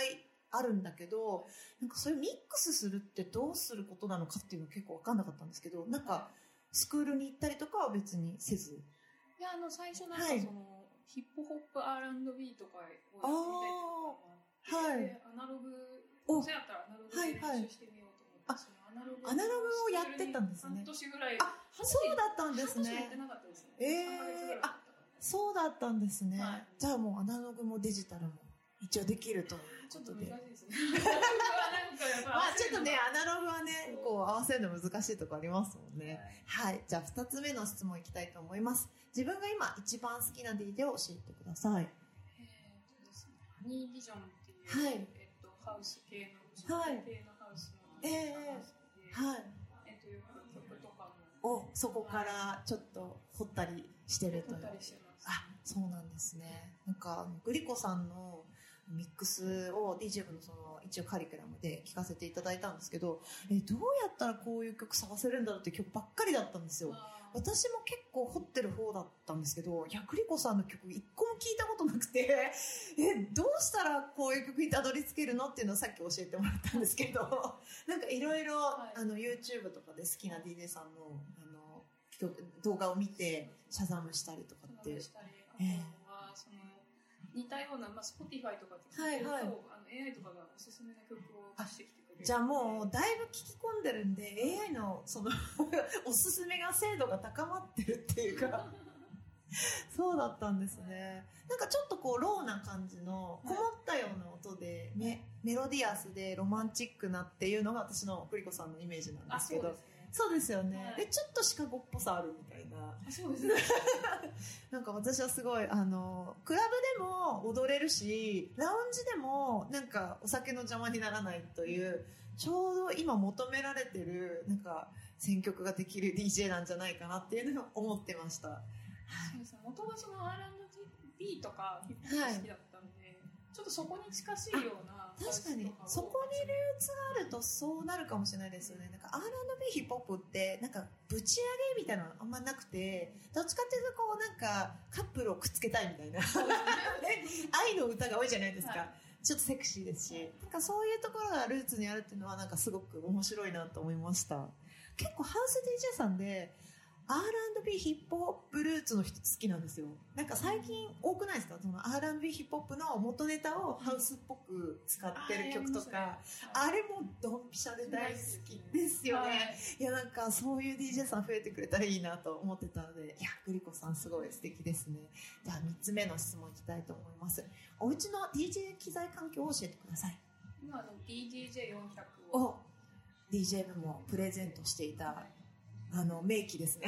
あるんだけど、なんかそれミックスするってどうすることなのかっていうの結構分かんなかったんですけど、なんかスクールに行ったりとかは別にせず。 いや、最初なんかヒップホップ R&B とかをやってみたいとかもあって、アナログ、そうやったらアナログで練習してみようと思って、 アナログをやってたんですね。 半年ぐらい。 そうだったんですね。 半年やってなかったですね。 そうだったんですね。じゃあもうアナログもデジタルも一応できるということで。 ちょっと難しいですね。 ちょっとね、アナログはね、こう合わせるの難しいところありますもんね。はい。じゃあ2つ目の質問いきたいと思います。自分が今一番好きな DJ を教えてください。 ですね、ハニービジョンっていう、ハウス系の、ハウスの、はい。よく曲とかも。 そこからちょっと掘ったりしてるという。そうなんですね。なんか、グリコさんのミックスを DJ 部の一応カリキュラムで聴かせていただいたんですけど、どうやったらこういう曲探せるんだろうって曲ばっかりだったんですよ。私も結構掘ってる方だったんですけど、グリコさんの曲一個も聴いたことなくて、どうしたらこういう曲にたどり着けるのっていうのをさっき教えてもらったんですけど、なんかいろいろ YouTube とかで好きな DJ さんの動画を見てシャザムしたりとかって。 似たような、Spotify とかって聞いてると、AI とかがおすすめの曲を出してきてくれる。 じゃあもうだいぶ聞き込んでるんで AI のおすすめが精度が高まってるっていうかそうだったんですね。なんかちょっとこうローな感じのこもったような音で、メロディアスでロマンチックなっていうのが私のグリコさんのイメージなんですけど。そうですよね。で、ちょっとシカゴっぽさあるみたいな。 そうですね。 なんか私はすごい、クラブでも踊れるし、ラウンジでもなんかお酒の邪魔にならないという、ちょうど今求められてる、なんか選曲ができる DJ なんじゃないかなっていうのを思ってました。 そうですね。元はR&B とかヒップホップ好きだったので、ちょっとそこに近しいような。 確かにそこにルーツがあるとそうなるかもしれないですよね。なんか R&B ヒップホップってなんかぶち上げみたいなのあんまなくて、どっちかっていうとこうなんかカップルをくっつけたいみたいな愛の歌が多いじゃないですか。ちょっとセクシーですし、なんかそういうところがルーツにあるっていうのはなんかすごく面白いなと思いました。結構ハウス DJ さんでR&B ヒップホップルーツの人好きなんですよ。なんか最近多くないですか？その R&B ヒップホップの元ネタをハウスっぽく使ってる曲とか、あれもドンピシャで大好きですよね。いやなんかそういう DJ さん増えてくれたらいいなと思ってたので、いやグリコさんすごい素敵ですね。じゃあ3つ目の質問いきたいと思います。お家の DJ 機材環境を教えてください。 今DJJ400 を DJ 部もプレゼントしていた名機ですね。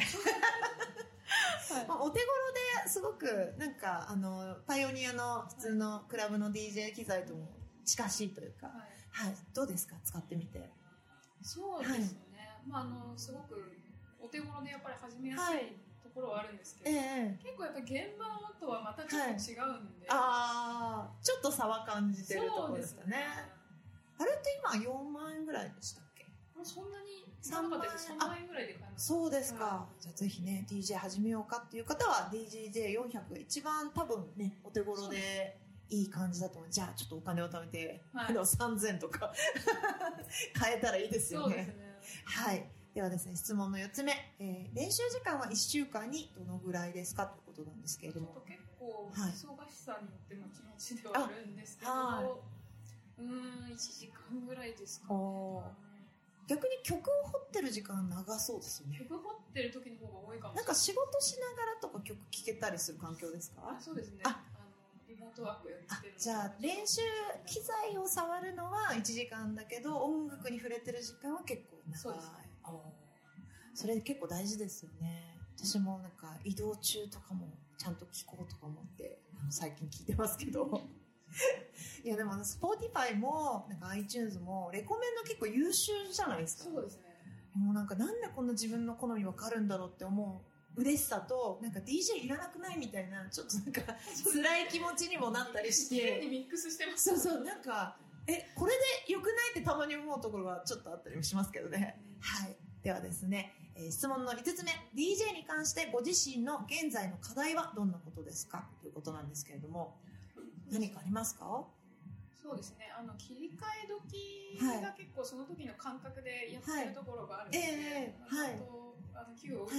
お手頃ですごくなんかパイオニアの普通のクラブの DJ 機材とも近しいというか、はい、どうですか使ってみて。 そうですね。すごくお手頃でやっぱり始めやすいところはあるんですけど、結構やっぱ現場とはまたちょっと違うんで、 ちょっと差は感じてるところですかね。あれって今4万円ぐらいでしたっけ？ そんなに3万円ぐらいで買います。 そうですか。じゃあぜひね DJ 始めようかっていう方は DJJ400 一番多分ねお手頃でいい感じだと思う。じゃあちょっとお金を貯めて、3000とか買えたらいいですよね。そうですね。はい。ではですね、質問の4つ目、練習時間は1週間にどのぐらいですかということなんですけれども。 結構忙しさによっても気持ちではあるんですけど、1時間ぐらいですかね。 逆に曲を掘ってる時間長そうですよね。 曲掘ってる時の方が多いかもしれない。 なんか仕事しながらとか曲聴けたりする環境ですか？ そうですね。リモートワークやってる。 じゃあ練習機材を触るのは1時間だけど音楽に触れてる時間は結構長い。そうですね。それ結構大事ですよね。私もなんか移動中とかもちゃんと聴こうとか思って最近聴いてますけどいやでもSpotify もなんか iTunes もレコメンド結構優秀じゃないですか。 そうですね。 もうなんでこんな自分の好み分かるんだろうって思う嬉しさと、なんか DJ いらなくないみたいなちょっとなんか辛い気持ちにもなったりして綺麗にミックスしてます。 そうなんかこれで良くないってたまに思うところはちょっとあったりもしますけどね。はい。ではですね、質問の5つ目、DJ に関してご自身の現在の課題はどんなことですかということなんですけれども、何かありますか？ そうですね。切り替え時が結構その時の感覚でやってるところがあるので、Q を打って、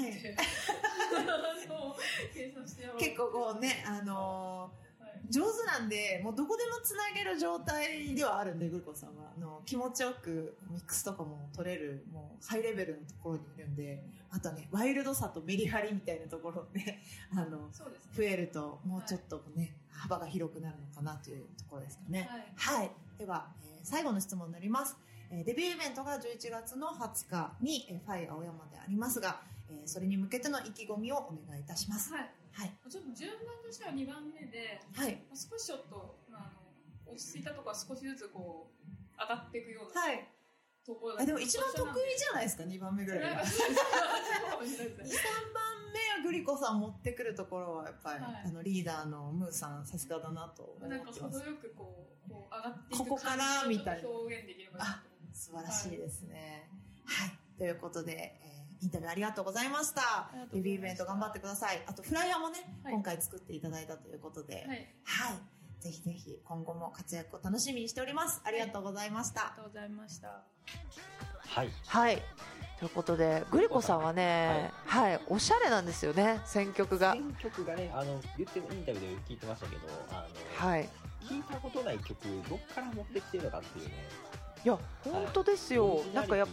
計算してやろう。 結構こうね、上手なんで、もうどこでもつなげる状態ではあるんで、グルコさんは。気持ちよくミックスとかも取れる、もうハイレベルのところにいるんで、あとはね、ワイルドさとメリハリみたいなところで、増えると、もうちょっとね、幅が広くなるのかなというところですかね。はい。では、最後の質問になります。デビューイベントが11月の20日に、ファイ青山でありますが、それに向けての意気込みをお願いいたします。 はい。ちょっと順番としては2番目で、少しちょっと、落ち着いたところは少しずつこう、上がっていくようなところだ。 でも一番得意じゃないですか、2番目ぐらいが。2、3番目はグリコさん持ってくるところは、やっぱり、リーダーのムーさん、さすがだなと思ってます。 なんか程よくこう上がっていくここからみたいな。 表現できればいいと思います。 素晴らしいですね。はい。ということで、インタビューありがとうございました。デビューイベント頑張ってください。あとフライヤーもね、今回作っていただいたということで、はい。ぜひぜひ今後も活躍を楽しみにしております。ありがとうございました。 ありがとうございました。 はい。 はい。ということで、グリコさんはね、おしゃれなんですよね、選曲が。 選曲がね、言ってインタビューで聞いてましたけど、聞いたことない曲、どっから持ってきてるのかっていうね。 いや、本当ですよ。なんかやっ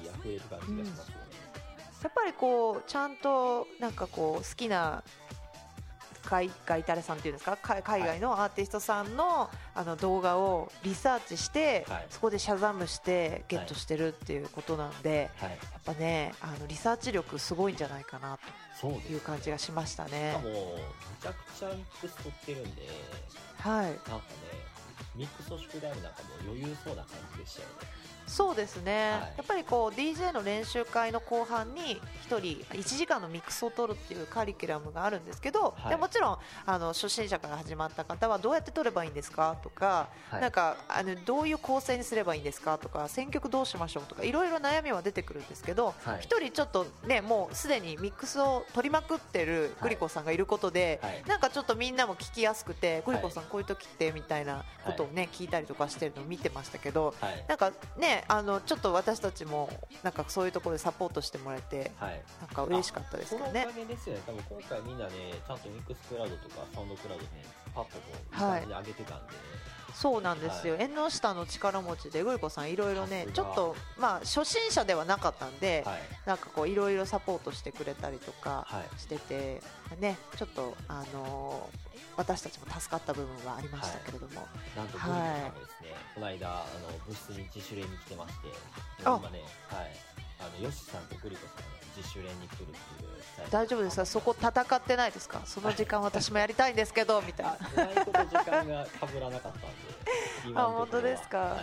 ぱりこうちゃんとなんかこう好きなガイタレさんっていうんですか、海外のアーティストさんの動画をリサーチして、そこでシャザムしてゲットしてるっていうことなんで、やっぱねリサーチ力すごいんじゃないかなという感じがしましたね。 もうめちゃくちゃミックス取ってるんで、なんかねミックスを宿題なんかも余裕そうな感じでしたよね。 そうですね、やっぱりこう DJ の練習会の後半に1人1時間のミックスを取るっていうカリキュラムがあるんですけど、でもちろん初心者から始まった方はどうやって取ればいいんですかとか、なんかどういう構成にすればいいんですかとか、選曲どうしましょうとかいろいろ悩みは出てくるんですけど、1人ちょっとねもうすでにミックスを取りまくってるグリコさんがいることで、なんかちょっとみんなも聞きやすくて、グリコさんこういう時ってみたいなことをね聞いたりとかしてるのを見てましたけど、なんかねちょっと私たちもなんかそういうところでサポートしてもらえて、なんか嬉しかったですけどね。 そのおかげですよね。多分今回みんなねちゃんとミックスクラウドとかサウンドクラウドねパッとこういい感じで上げてたんで、 そうなんですよ。縁の下の力持ちでグリコさんいろいろねちょっと初心者ではなかったんで、なんかこういろいろサポートしてくれたりとかしててね、ちょっと私たちも助かった部分はありましたけれども、 なんとグリコさんもですね、この間部室に自主練に来てまして、今ねヨシさんとグリコさんが自主練に来るっていう。 大丈夫ですか、そこ戦ってないですか、その時間私もやりたいんですけどみたいな。 うまいこと時間が被らなかったんで。 本当ですか。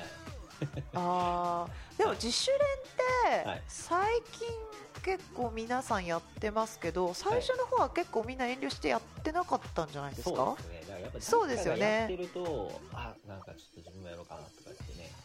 でも自主練って最近結構皆さんやってますけど、最初の方は結構みんな遠慮してやってなかったんじゃないですか。そうですよね。 やってるとなんかちょっと自分もやろうかなとか言ってね、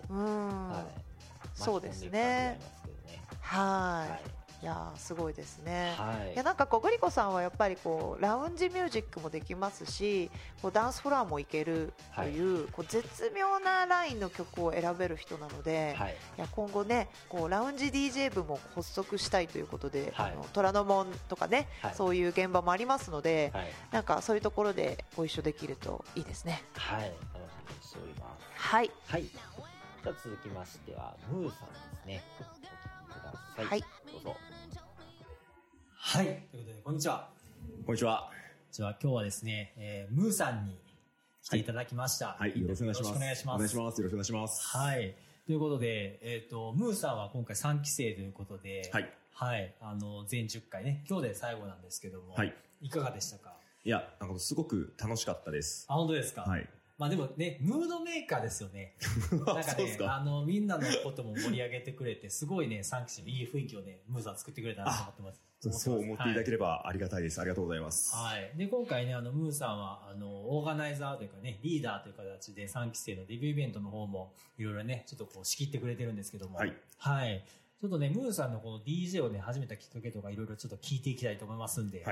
そうですね。いやすごいですね。いやなんかこうグリコさんはやっぱりこうラウンジミュージックもできますし、こうダンスフロアも行けるという、こう絶妙なラインの曲を選べる人なので、いや今後ねこうラウンジ DJ 部も発足したいということで、虎ノ門とかね、そういう現場もありますので、なんかそういうところでご一緒できるといいですね。 楽しみにしております。じゃあ続きましてはムーさんですね。どうぞ。 はい。ということで、こんにちは。 こんにちは。 今日はですね、ムーさんに来ていただきました。 はい。よろしくお願いします。 よろしくお願いします。 お願いします。よろしくお願いします。 はい。ということで、ムーさんは今回3期生ということで、 はい。 はい。全10回ね、今日で最後なんですけども、はい。いかがでしたか？ いや、すごく楽しかったです。 本当ですか？ はい。 でもね、ムードメーカーですよね。なんかね、みんなのことも盛り上げてくれて、すごいね、3期生のいい雰囲気をね、ムーさん作ってくれたなと思ってます。 そう思っていただければありがたいです。ありがとうございます。 はい。で、今回ね、ムーさんは、オーガナイザーというかね、リーダーという形で3期生のデビューイベントの方も、いろいろね、ちょっとこう仕切ってくれてるんですけども、はい。はい。ちょっとね、ムーさんのこの DJ をね、始めたきっかけとかいろいろちょっと聞いていきたいと思いますんで、はい。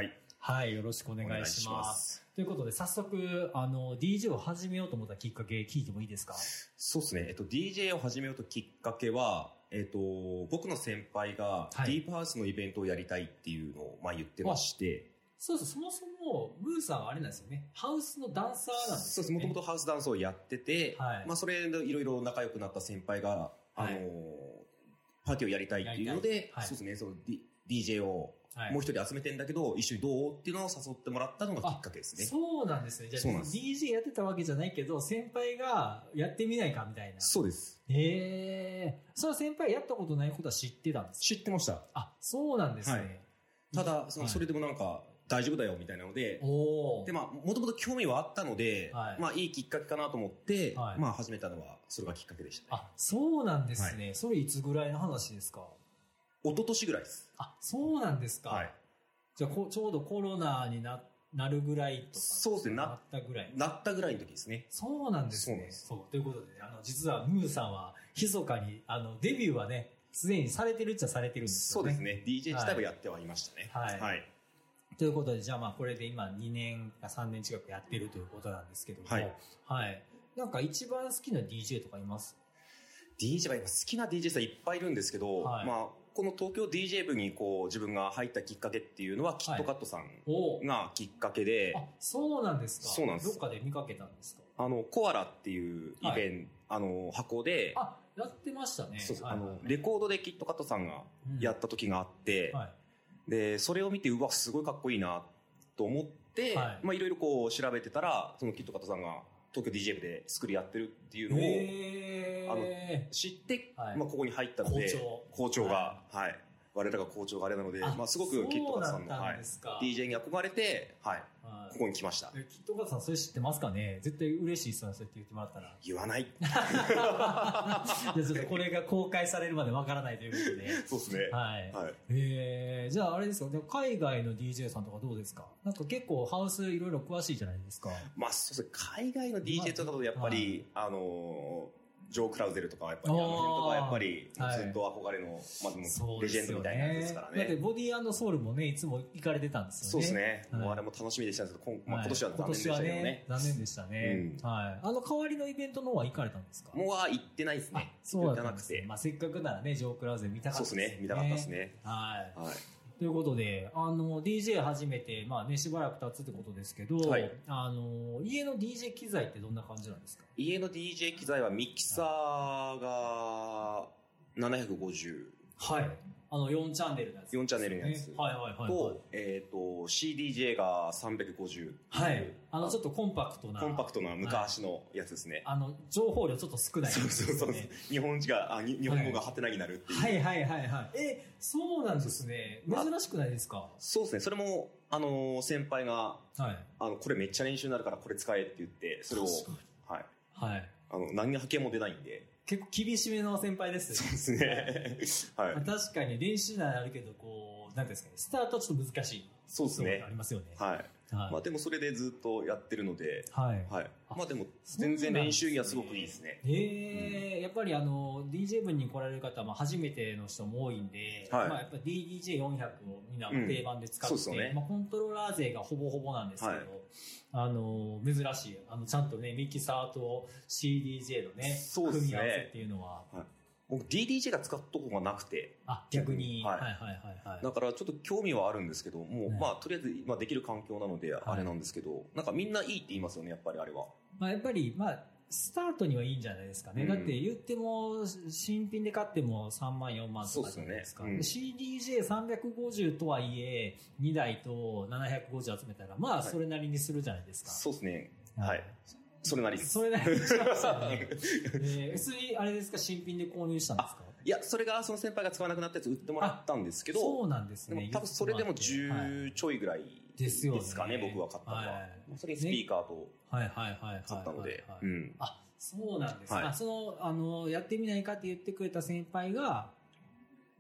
はい、よろしくお願いします。ということで、早速、DJ を始めようと思ったきっかけ聞いてもいいですか？ そうですね。DJ を始めようときっかけは、僕の先輩がディープハウスのイベントをやりたいっていうのを言ってまして、 そうそう、そもそも、ムーさんはあれなんですよね。ハウスのダンサーなんですよね。 そうです。もともとハウスダンスをやってて、それでいろいろ仲良くなった先輩が、パーティーをやりたいっていうので、そうですね、その DJ をもう一人集めてんだけど、一緒にどうっていうのを誘ってもらったのがきっかけですね。 そうなんですね。じゃあ DJ やってたわけじゃないけど、先輩がやってみないかみたいな。 そうです。 その先輩やったことないことは知ってたんですか？ 知ってました。 あ、そうなんですね。 ただ、それでもなんか、大丈夫だよみたいなので、で、もともと興味はあったので、いいきっかけかなと思って、始めたのは、それがきっかけでしたね。 あ、そうなんですね。それいつぐらいの話ですか？ 一昨年ぐらいです。 あ、そうなんですか。じゃあ、ちょうどコロナになるぐらいとか。 そうですね。なったぐらいの時ですね。 そうなんですね。そう。ということで、実はムーさんは、密かに、デビューはね、すでにされてるっちゃされてるんですよね。 そうですね。DJ 自体はやってはいましたね。はい。 ということで、じゃあこれで今2年か3年近くやってるということなんですけども、なんか一番好きな DJ とかいます？ DJ は今好きな DJ さんいっぱいいるんですけど、この東京 DJ 部に自分が入ったきっかけっていうのはキットカットさんがきっかけで、 そうなんですか。 そうなんです。 どっかで見かけたんですか？ コアラっていうイベント、箱で、 やってましたね。 そうレコードでキットカットさんがやった時があって、で、それを見て、うわ、すごいかっこいいな、と思って、いろいろ調べてたら、そのキットカットさんが東京 DJ 部で作りやってるっていうのを、知って、ここに入ったので、校長が、我らが校長があれなので、すごくキットカットさんの、DJ に憧れて、ここに来ました。 キットカットさんそれ知ってますかね？絶対嬉しいですよね、そうやって言ってもらったら。 言わない。 じゃあちょっとこれが公開されるまでわからないということで。 そうですね。 じゃああれですよ、海外の DJ さんとかどうですか？なんか結構ハウスいろいろ詳しいじゃないですか。 そうですね。海外の DJ とかだとやっぱり、ジョー・クラウゼルとかはやっぱり、辺とかはやっぱり、ずっと憧れの、レジェンドみたいなやつですからね。 だってボディ&ソウルもね、いつも行かれてたんですよね。 そうですね。もうあれも楽しみでしたけど、今年は残念でしたけどね。 残念でしたね。代わりのイベントの方は行かれたんですか？ もう行ってないですね。 そうじゃなくて。せっかくならね、ジョー・クラウゼル見たかったですね。 そうですね。見たかったですね。 ということで、DJ 始めて、しばらく経つってことですけど、家の DJ 機材ってどんな感じなんですか？ 家の DJ 機材はミキサーが750。 4チャンネルのやつ。 4チャンネルのやつ。と、CDJ が350。 ちょっとコンパクトな昔のやつですね。 情報量ちょっと少ないですね。 そう。日本語がハテナになるっていう。 そうなんですね。珍しくないですか？ そうですね。それも、先輩が、これめっちゃ練習になるからこれ使えって言って、それを、何の波形も出ないんで。 結構厳しめの先輩ですね。そうですね。 確かに練習ならあるけど、なんですかね、スタートはちょっと難しい。 そうですね。 ありますよね。 でもそれでずっとやってるので、でも全然練習にはすごくいいですね。 やっぱりDJ 部に来られる方は初めての人も多いんで、やっぱ DDJ400 をみんな定番で使って、コントローラー勢がほぼほぼなんですけど、珍しい、ちゃんとね、ミキサーと CDJ のね、組み合わせっていうのは、 僕 DDJ が使ったとこがなくて。 逆に。 だからちょっと興味はあるんですけど、もう、とりあえず、できる環境なので、あれなんですけど、なんかみんないいって言いますよね、やっぱりあれは。 やっぱり、スタートにはいいんじゃないですかね。だって言っても、新品で買っても3万、4万とかじゃないですか。CDJ350 とはいえ、2台と750集めたら、それなりにするじゃないですか。 そうですね。それなりです。 それなりにしますよね。普通に、あれですか、新品で購入したんですか？ いや、それがその先輩が使わなくなったやつ売ってもらったんですけど、 そうなんですね。 多分それでも10ちょいぐらいですかね、僕は買ったのは。それにスピーカーと買ったので。 そうなんですか。やってみないかって言ってくれた先輩が、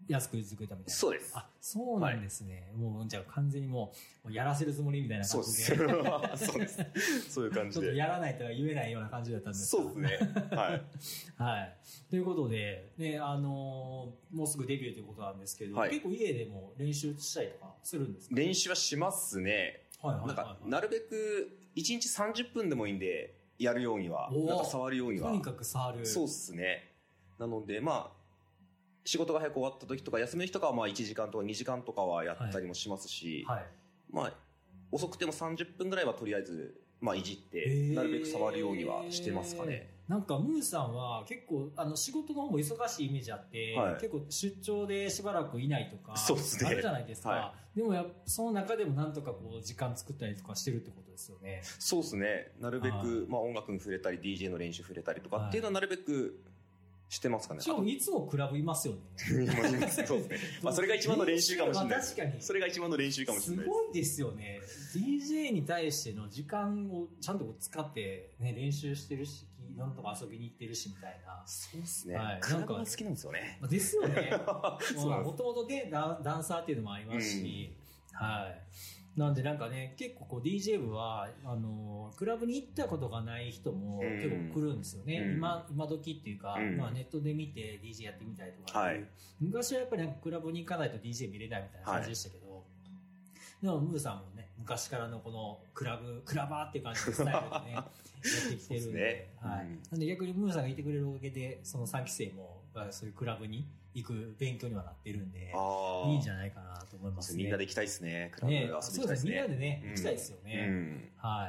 安く作るために。 そうです。 あ、そうなんですね。もう、じゃあ完全にもう、やらせるつもりみたいな感じで。 そうです。そういう感じで。 ちょっとやらないとは言えないような感じだったんですか？ そうですね。はい。 はい。ということで、ね、もうすぐデビューということなんですけど、結構家でも練習したりとかするんですか？ 練習はしますね。なんか、なるべく1日30分でもいいんで、やるようには、なんか触るようには。 とにかく触る。 そうですね。なので、まあ、仕事が早く終わった時とか、休みの日とかはまあ1時間とか2時間とかはやったりもしますし、まあ、遅くても30分ぐらいはとりあえず、まあいじって、なるべく触るようにはしてますかね。 なんか、ムーさんは結構、仕事の方も忙しいイメージあって、結構出張でしばらくいないとか、あるじゃないですか。でもその中でもなんとかこう、時間作ったりとかしてるってことですよね。 そうですね。なるべく、まあ音楽に触れたり、DJ の練習触れたりとかっていうのはなるべく、してますかね。 しかもいつもクラブいますよね。 そうですね。まあそれが一番の練習かもしれない。確かに。それが一番の練習かもしれない。 すごいですよね。DJ に対しての時間をちゃんと使ってね、練習してるし、なんとか遊びに行ってるしみたいな。 そうですね。クラブが好きなんですよね。 ですよね。もともとでダンサーっていうのもありますし、はい。なんでなんかね、結構こう DJ 部は、クラブに行ったことがない人も結構来るんですよね。今時っていうか、まあネットで見て DJ やってみたりとか、昔はやっぱりなんかクラブに行かないと DJ 見れないみたいな感じでしたけど、でもムーさんもね、昔からのこのクラバーっていう感じのスタイルでね、やってきてるんで、なんで逆にムーさんがいてくれるおかげで、その3期生もそういうクラブに行く勉強にはなってるんで、いいんじゃないかなと思いますね。 みんなで行きたいですね。クラブ遊びに行きたいですね。そうですね。みんなでね、行きたいですよね。はい。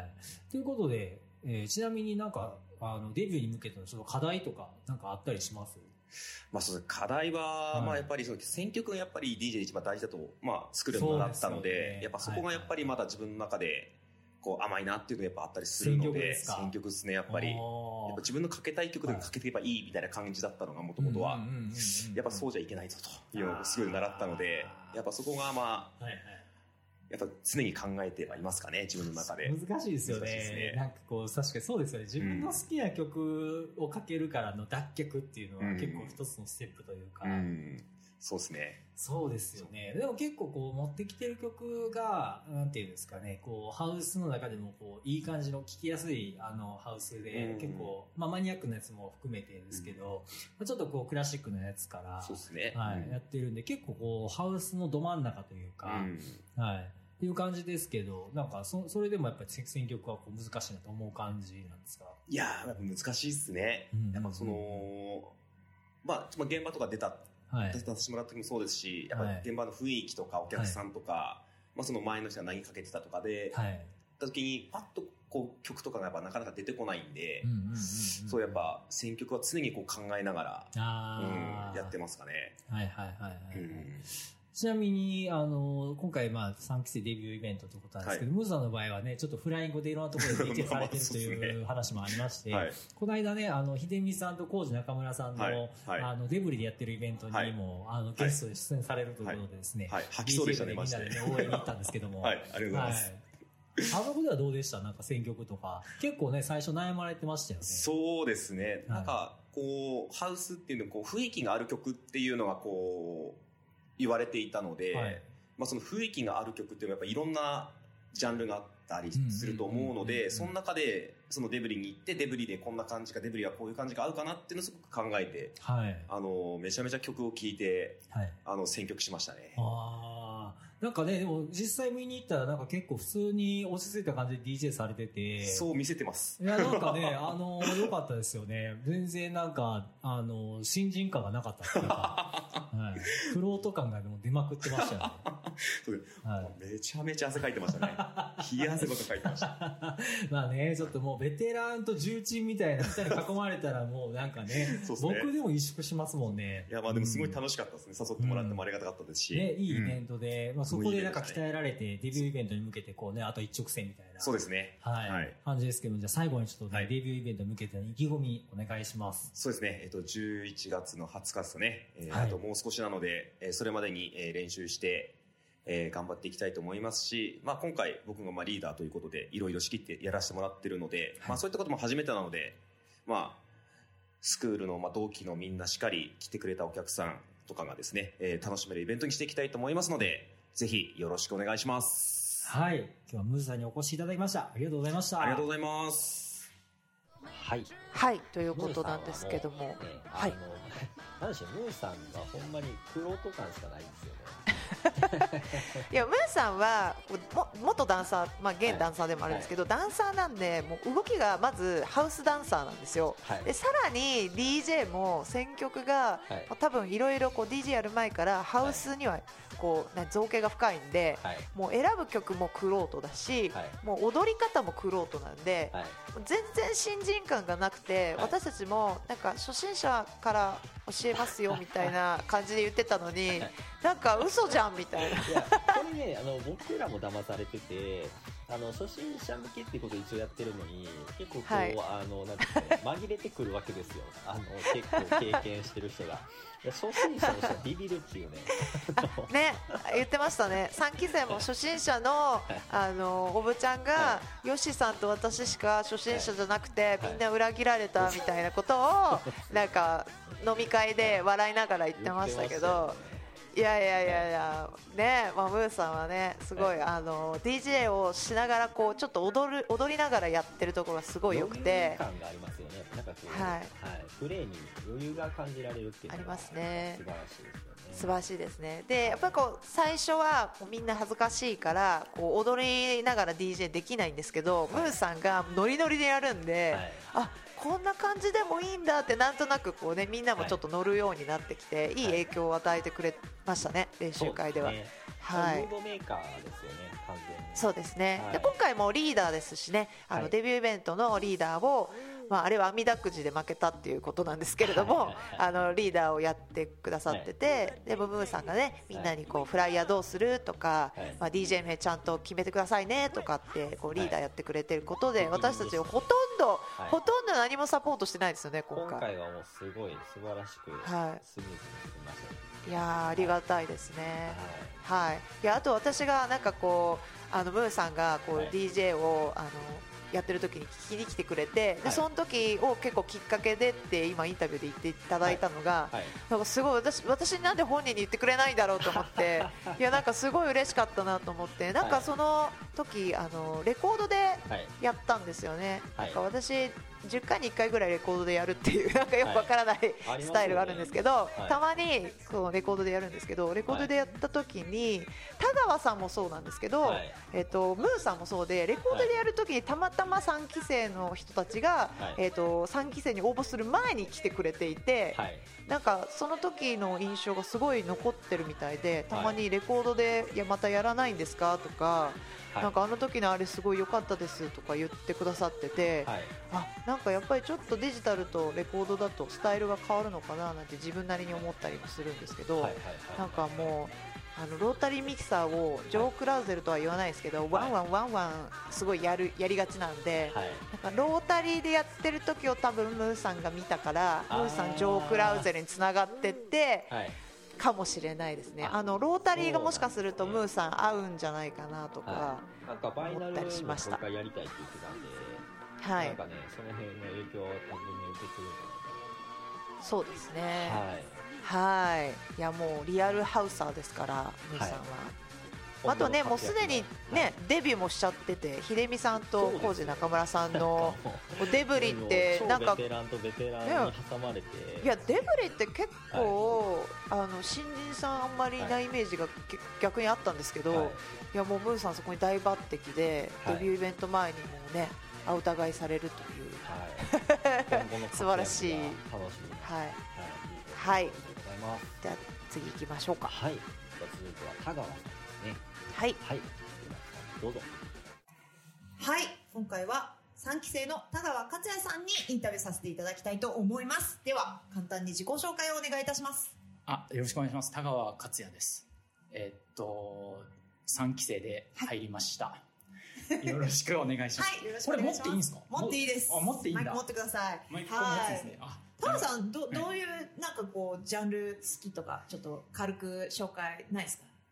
ということで、ちなみになんか、デビューに向けてのその課題とか、なんかあったりします？ まあそうです。課題は、まあやっぱり選曲がやっぱり DJ で一番大事だと、まあ作るようになったので、やっぱそこがやっぱりまだ自分の中で、こう甘いなっていうのがやっぱあったりするので、選曲ですね、やっぱり。やっぱ自分のかけたい曲でかけていけばいいみたいな感じだったのがもともとは、やっぱそうじゃいけないぞというのをすごい習ったので、やっぱそこがまあ、やっぱ常に考えてはいますかね、自分の中で。 難しいですよね。なんかこう、確かにそうですよね。自分の好きな曲をかけるからの脱却っていうのは結構一つのステップというか。 そうですね。 そうですよね。でも結構こう持ってきてる曲が、なんていうんですかね、こうハウスの中でもこういい感じの聴きやすいハウスで、結構、まあマニアックなやつも含めてですけど、ちょっとこうクラシックなやつから、 そうですね。 やってるんで、結構こうハウスのど真ん中というか、っていう感じですけど、なんかそれでもやっぱり選曲はこう難しいなと思う感じなんですか？ いやー、やっぱ難しいっすね。やっぱまあ現場とか出させてもらった時もそうですし、やっぱり現場の雰囲気とかお客さんとか、まあその前の人が何かけてたとかで、った時にパッとこう曲とかがやっぱなかなか出てこないんで、そうやっぱ選曲は常にこう考えながら、やってますかね。 ちなみに、今回、まあ、3期生デビューイベントということなんですけど、ムーさんの場合はね、ちょっとフライングでいろんなところで認定されてるという話もありまして、この間ね、秀美さんと浩二中村さんの、デブリでやってるイベントにも、ゲストで出演されるということでですね、 吐きそうでしたね、 みんなでね、応援に行ったんですけども。 ありがとうございます。 あの子ではどうでした？なんか選曲とか。結構ね、最初悩まれてましたよね。 そうですね。なんか、こう、ハウスっていうの、こう、雰囲気がある曲っていうのが、こう、言われていたので、まあその雰囲気がある曲っていうのはやっぱいろんなジャンルがあったりすると思うので、その中でそのデブリに行って、デブリでこんな感じか、デブリはこういう感じが合うかなっていうのをすごく考えて、めちゃめちゃ曲を聴いて、選曲しましたね。 なんかね、でも実際見に行ったらなんか結構普通に落ち着いた感じで DJ されてて。 そう見せてます。 いや、なんかね、良かったですよね。全然なんか、新人感がなかったっていうか、フロート感がでも出まくってましたよね。 めちゃめちゃ汗かいてましたね。冷や汗ばっかかいてました。 まあね、ちょっともうベテランと重鎮みたいな二人囲まれたらもうなんかね、僕でも萎縮しますもんね。 いや、まあでもすごい楽しかったですね。誘ってもらってもありがたかったですし。 ね、いいイベントで、そこでなんか鍛えられて、デビューイベントに向けてこうね、あと一直線みたいな。 そうですね。 感じですけど、じゃあ最後にちょっとね、デビューイベントに向けての意気込みお願いします。 そうですね。11月の20日ですね。あともう少しなので、それまでに練習して、頑張っていきたいと思いますし、まあ今回僕がリーダーということでいろいろ仕切ってやらせてもらってるので、まあそういったことも初めてなので、まあ、スクールの同期のみんなしっかり来てくれたお客さん、 とかがですね、楽しめるイベントにしていきたいと思いますので、ぜひよろしくお願いします。 はい。今日はムーさんにお越しいただきました。ありがとうございました。 ありがとうございます。 はい。 はい、ということなんですけども。はい。 何しろムーさんがほんまに玄人感しかないんですよね。 いやムーさんは元ダンサー、現ダンサーでもあるんですけど、ダンサーなんでもう動きがまずハウスダンサーなんですよ、でさらに DJ も選曲が、多分いろいろ DJ やる前からハウスにはこう造形が深いんで、もう選ぶ曲も玄人だし、もう踊り方も玄人なんで、全然新人感がなくて、私たちもなんか初心者から教えますよみたいな感じで言ってたのに、なんか嘘じゃんみたいな。 いやこれね、僕らも騙されてて、初心者向けっていうことを一応やってるのに、結構こう、なんていうか紛れてくるわけですよ。結構経験してる人が。初心者の人はビビるっていうね。 ね、言ってましたね。3期生も初心者の、おぶちゃんが、ヨッシーさんと私しか初心者じゃなくて、みんな裏切られたみたいなことを、なんか、飲み会で笑いながら言ってましたけど、いやね、ムーさんはねすごい、DJ をしながらこうちょっと踊りながらやってるところがすごい良くて、 余裕感がありますよね。なんかこう、プレーに余裕が感じられるっていうのがありますね。素晴らしいですよね。 素晴らしいですね。でやっぱりこう最初はみんな恥ずかしいからこう踊りながら DJ できないんですけど、ムーさんがノリノリでやるんで、こんな感じでもいいんだってなんとなくこうねみんなもちょっと乗るようになってきて、いい影響を与えてくれましたね、練習会では。 はい。ムードメーカーですよね、完全に。 そうですね。で今回もリーダーですしね、デビューイベントのリーダーを、あれは網だくじで負けたっていうことなんですけれども、リーダーをやってくださってて、でムーさんがねみんなにこうフライヤーどうするとか、DJ 名ちゃんと決めてくださいねとかってこうリーダーやってくれてることで、私たちをほとんど何もサポートしてないですよね。今回はもうすごい素晴らしくスムーズに進みましたね。 いやありがたいですね。はい。いやあと私がなんかこうムーさんがこう DJ をやってる時に聞きに来てくれて、でその時を結構きっかけでって今インタビューで言っていただいたのが、なんかすごい私になんで本人に言ってくれないんだろうと思っていやなんかすごい嬉しかったなと思って、なんかその時レコードでやったんですよね。なんか私10回に1回ぐらいレコードでやるっていうなんかよくわからないスタイルがあるんですけど、たまにこのレコードでやるんですけど、レコードでやった時に田川さんもそうなんですけど、ムーさんもそうで、レコードでやる時にたまたま3期生の人たちが3期生に応募する前に来てくれていて、なんかその時の印象がすごい残ってるみたいで、たまにレコードでまたやらないんですかとか、なんかあの時のあれすごい良かったですとか言ってくださってて、なんかやっぱりちょっとデジタルとレコードだとスタイルが変わるのかななんて自分なりに思ったりもするんですけど、なんかもうロータリーミキサーをジョー・クラウゼルとは言わないですけど、ワンワンワンワンすごいやりがちなんで、なんかロータリーでやってる時を多分ムーさんが見たから、ムーさんジョー・クラウゼルにつながってってかもしれないですね。ロータリーがもしかするとムーさん合うんじゃないかなとか思ったりしました。 なんかバイナルのやりたいって言ってたんで、なんかねその辺の影響を単純に受けてるんじゃないかな。 そうですね。いやもうリアルハウサーですからムーさんは。あとねもうすでにねデビューもしちゃってて、秀美さんと浩二中村さんのデブリってなんかベテランとベテランに挟まれて、 いやデブリって結構新人さんあんまりいないイメージが逆にあったんですけど、いやもうムーさんそこに大抜擢でデビューイベント前にもねお疑いされるという素晴らしい。はい。じゃあ次行きましょうか。 はい。じゃあ続いては田川さんですね。 はい。 どうぞ。 はい。今回は3期生の田川克也さんにインタビューさせていただきたいと思います。では簡単に自己紹介をお願いいたします。 よろしくお願いします。田川克也です。3期生で入りました。よろしくお願いします。 はい。よろしくお願いします。 これ持っていいんですか？ 持っていいです。 持っていいんだ。 マイク持ってください。 マイク持つですね。 田川さんどういうなんかこうジャンル好きとかちょっと軽く紹介ないですか？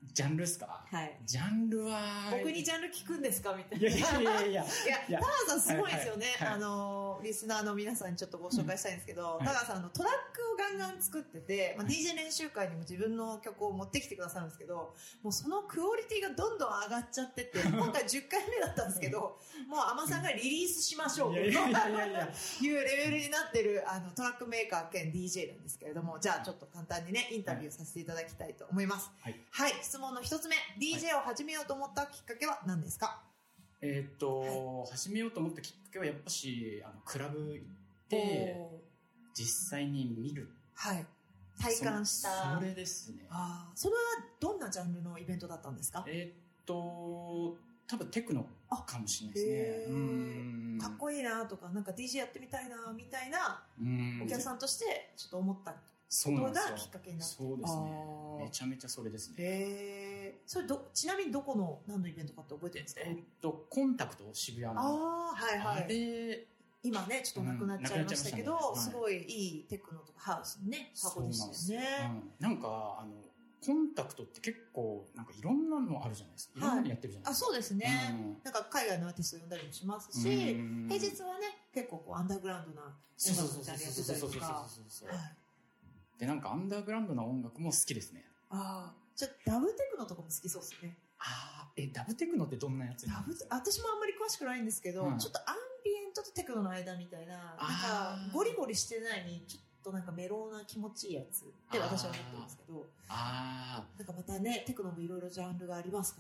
ジャンルですか？ はい。 ジャンルは。 僕にジャンル聞くんですかみたいな。いや、田川さんすごいですよね。リスナーの皆さんにちょっとご紹介したいんですけど、田川さんトラックをガンガン作ってて、DJ 練習会にも自分の曲を持ってきてくださるんですけど、もうそのクオリティがどんどん上がっちゃってて、今回10回目だったんですけど、もうアマさんがリリースしましょうというレベルになってるトラックメーカー兼 DJ なんですけれども、じゃあちょっと簡単にね、インタビューさせていただきたいと思います。はい、質問の一つ目、DJ を始めようと思ったきっかけは何ですか？ 始めようと思ったきっかけはやっぱしクラブ行って実際に見る、 はい、体感したそれですね。 それはどんなジャンルのイベントだったんですか？ 多分テクノかもしれないですね。 かっこいいなとか、なんか DJ やってみたいなみたいなお客さんとしてちょっと思ったことがきっかけになった。 そうですね。めちゃめちゃそれですね。 それちなみにどこの何のイベントかって覚えてるんですか？ コンタクト渋谷の。 はいはい。 あれ今ねちょっとなくなっちゃいましたけど、すごいいいテクノとかハウスのね箱でしたよね。 なんかコンタクトって結構なんかいろんなのあるじゃないですか。いろんなのやってるじゃないですか。 そうですね。なんか海外のアーティスト呼んだりもしますし、平日はね結構アンダーグラウンドな音楽みたいなやってたりとか。 でなんかアンダーグラウンドな音楽も好きですね。 じゃあダブテクノとかも好きそうですね。 ダブテクノってどんなやつ？ 私もあんまり詳しくないんですけど、ちょっとアンビエントとテクノの間みたいな、なんかゴリゴリしてないにちょっとなんかメローな気持ちいいやつって私は思ってるんですけど、なんかまたねテクノもいろいろジャンルがありますから、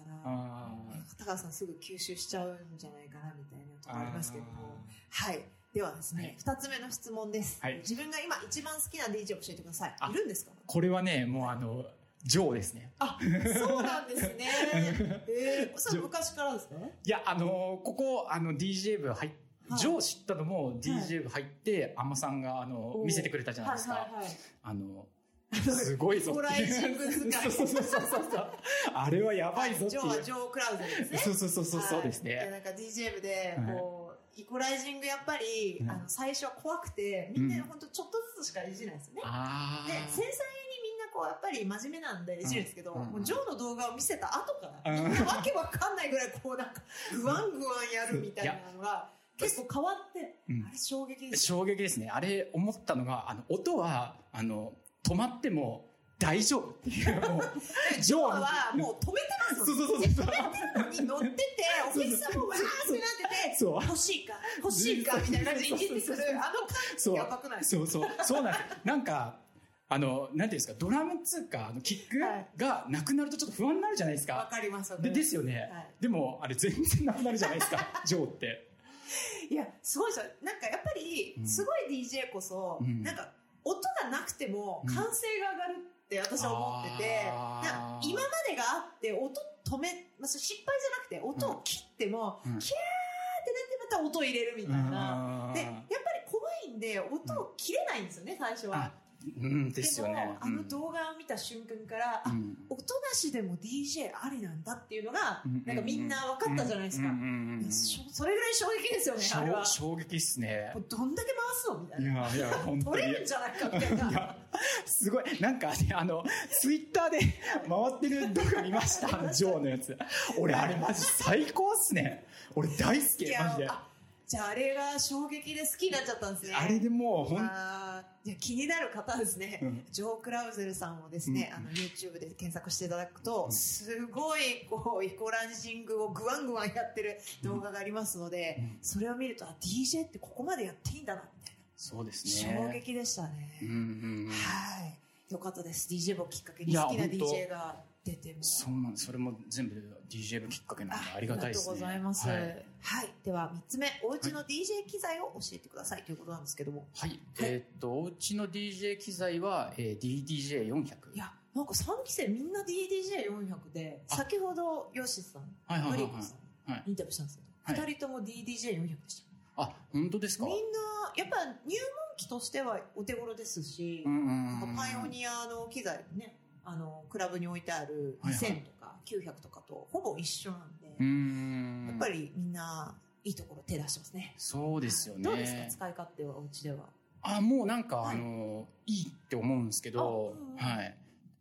高橋さんすぐ吸収しちゃうんじゃないかなみたいなところありますけども、はい。ではですね、2つ目の質問です。自分が今一番好きな DJ を教えてください。いるんですか？ これはね、もうジョーですね。 そうなんですね。それ昔からですか？ いや、ここ、DJ 部入って、ジョー知ったのも DJ 部入って、アマさんが、見せてくれたじゃないですか。すごいぞ。 ホライジング使い。 そう。あれはやばいぞっていう。 ジョークラウゼですね。 そうですね。 なんか DJ 部で、イコライジングやっぱり、最初は怖くて、みんな本当ちょっとずつしかいじないですよね。で、繊細にみんなやっぱり真面目なんでいじるんですけど、もうジョーの動画を見せた後から、みんなわけわかんないぐらいなんか、グワンやるみたいなのが、結構変わって、あれ衝撃です。 衝撃ですね。あれ思ったのが、音は、止まっても大丈夫っていう。 ジョーはもう止めてますもん。止めてるのに乗ってて、お客さんもわーってなってて、欲しいかみたいな感じでいじってくる、感じやばくないですか？ そうなんです。なんか、なんていうんですか、ドラムつうか、キックがなくなるとちょっと不安になるじゃないですか。 わかります。 ですよね。でも、あれ全然なくなるじゃないですか、ジョーって。 いや、すごいですよ。なんかやっぱり、すごい DJ こそ、なんか、音がなくても歓声が上がるって私は思ってて、今までがあって音止め、失敗じゃなくて音を切っても、キャーってなってまた音を入れるみたいな。で、やっぱり怖いんで音を切れないんですよね、最初は。 ですよね。 でも動画を見た瞬間から、音なしでも DJ ありなんだっていうのが、なんかみんな分かったじゃないですか。それぐらい衝撃ですよね、あれは。 衝撃っすね。 どんだけ回すのみたいな。 いや、本当に。 取れるんじゃないかみたいな。 すごい、なんかね、ツイッターで回ってる動画見ました、ジョーのやつ。俺、あれマジ最高っすね。俺大好き、マジで。 じゃああれが衝撃で好きになっちゃったんですね。 あれでもう気になる方はですね、ジョー・クラウゼルさんをですね、YouTube で検索していただくと、すごいイコライジングをグワングワンやってる動画がありますので、それを見ると、DJ ってここまでやっていいんだなみたいな。 そうですね。 衝撃でしたね。はい。よかったです。DJ 部きっかけに好きな DJ が出ても。 そうなんです。それも全部 DJ 部きっかけなんでありがたいですね。 ありがとうございます。はい。では3つ目、お家の DJ 機材を教えてくださいということなんですけども。 はい。お家の DJ 機材は DDJ400。 いや、なんか3期生みんな DDJ400 で、先ほどヨシさん、マリコさん、インタビューしたんですけど、2人とも DDJ400 でした。 本当ですか？ みんな、やっぱ入門機としてはお手頃ですし、パイオニアの機材ね、クラブに置いてある2000とか900とかとほぼ一緒なんで、やっぱりみんないいところ手出してますね。 そうですよね。 どうですか、使い勝手はお家では？ もうなんか、いいって思うんですけど、はい。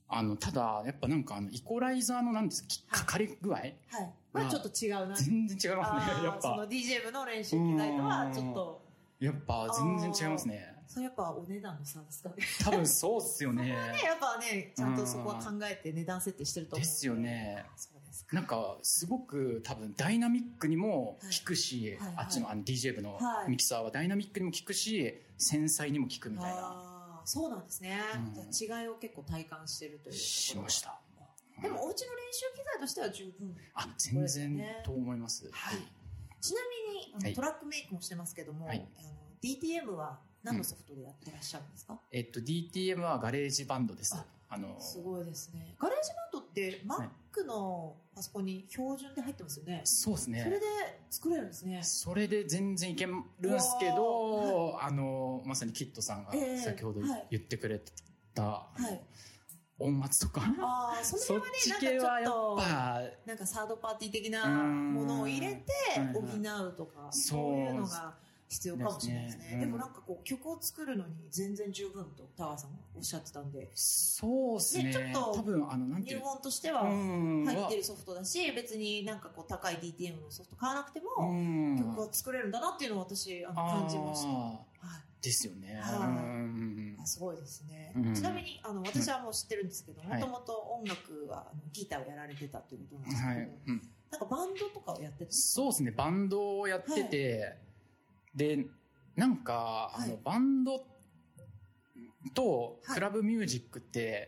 ただ、やっぱなんかイコライザーのなんですか、かかり具合、はい。 まあちょっと違うな。 全然違いますね、やっぱ。 その DJ 部の練習機材とはちょっと。 やっぱ全然違いますね。 それやっぱお値段の差ですかね。 多分そうっすよね。 そこはね、やっぱね、ちゃんとそこは考えて値段設定してると思う。 ですよね。そうですか。なんか、すごく多分ダイナミックにも効くし、あっちのDJ 部のミキサーはダイナミックにも効くし、繊細にも効くみたいな。 そうなんですね。じゃあ違いを結構体感してるという。 しました。 でもお家の練習機材としては十分。 全然と思います。 はい。ちなみにトラックメイクもしてますけども、DTM は何のソフトでやってらっしゃるんですか ？DTM はガレージバンドです。 すごいですね。ガレージバンドって Mac のパソコンに標準で入ってますよね。 そうですね。 それで作れるんですね。 それで全然いけるんですけど、まさにキッドさんが先ほど言ってくれた、音圧とか、 そっち系はやっぱなんかサードパーティー的なものを入れて補うとか、そういうのが必要かもしれないですね。でもなんかこう曲を作るのに全然十分と田川さんがおっしゃってたんで、 そうですね。 ちょっと多分入門としては入ってるソフトだし、別になんかこう高い DTM のソフト買わなくても曲は作れるんだなっていうのを私感じました。 ですよね。 すごいですね。ちなみに私はもう知ってるんですけど、もともと音楽はギターをやられてたということなんですけど、なんかバンドとかをやってた？ そうですね。バンドをやってて、で、なんか、バンドとクラブミュージックって、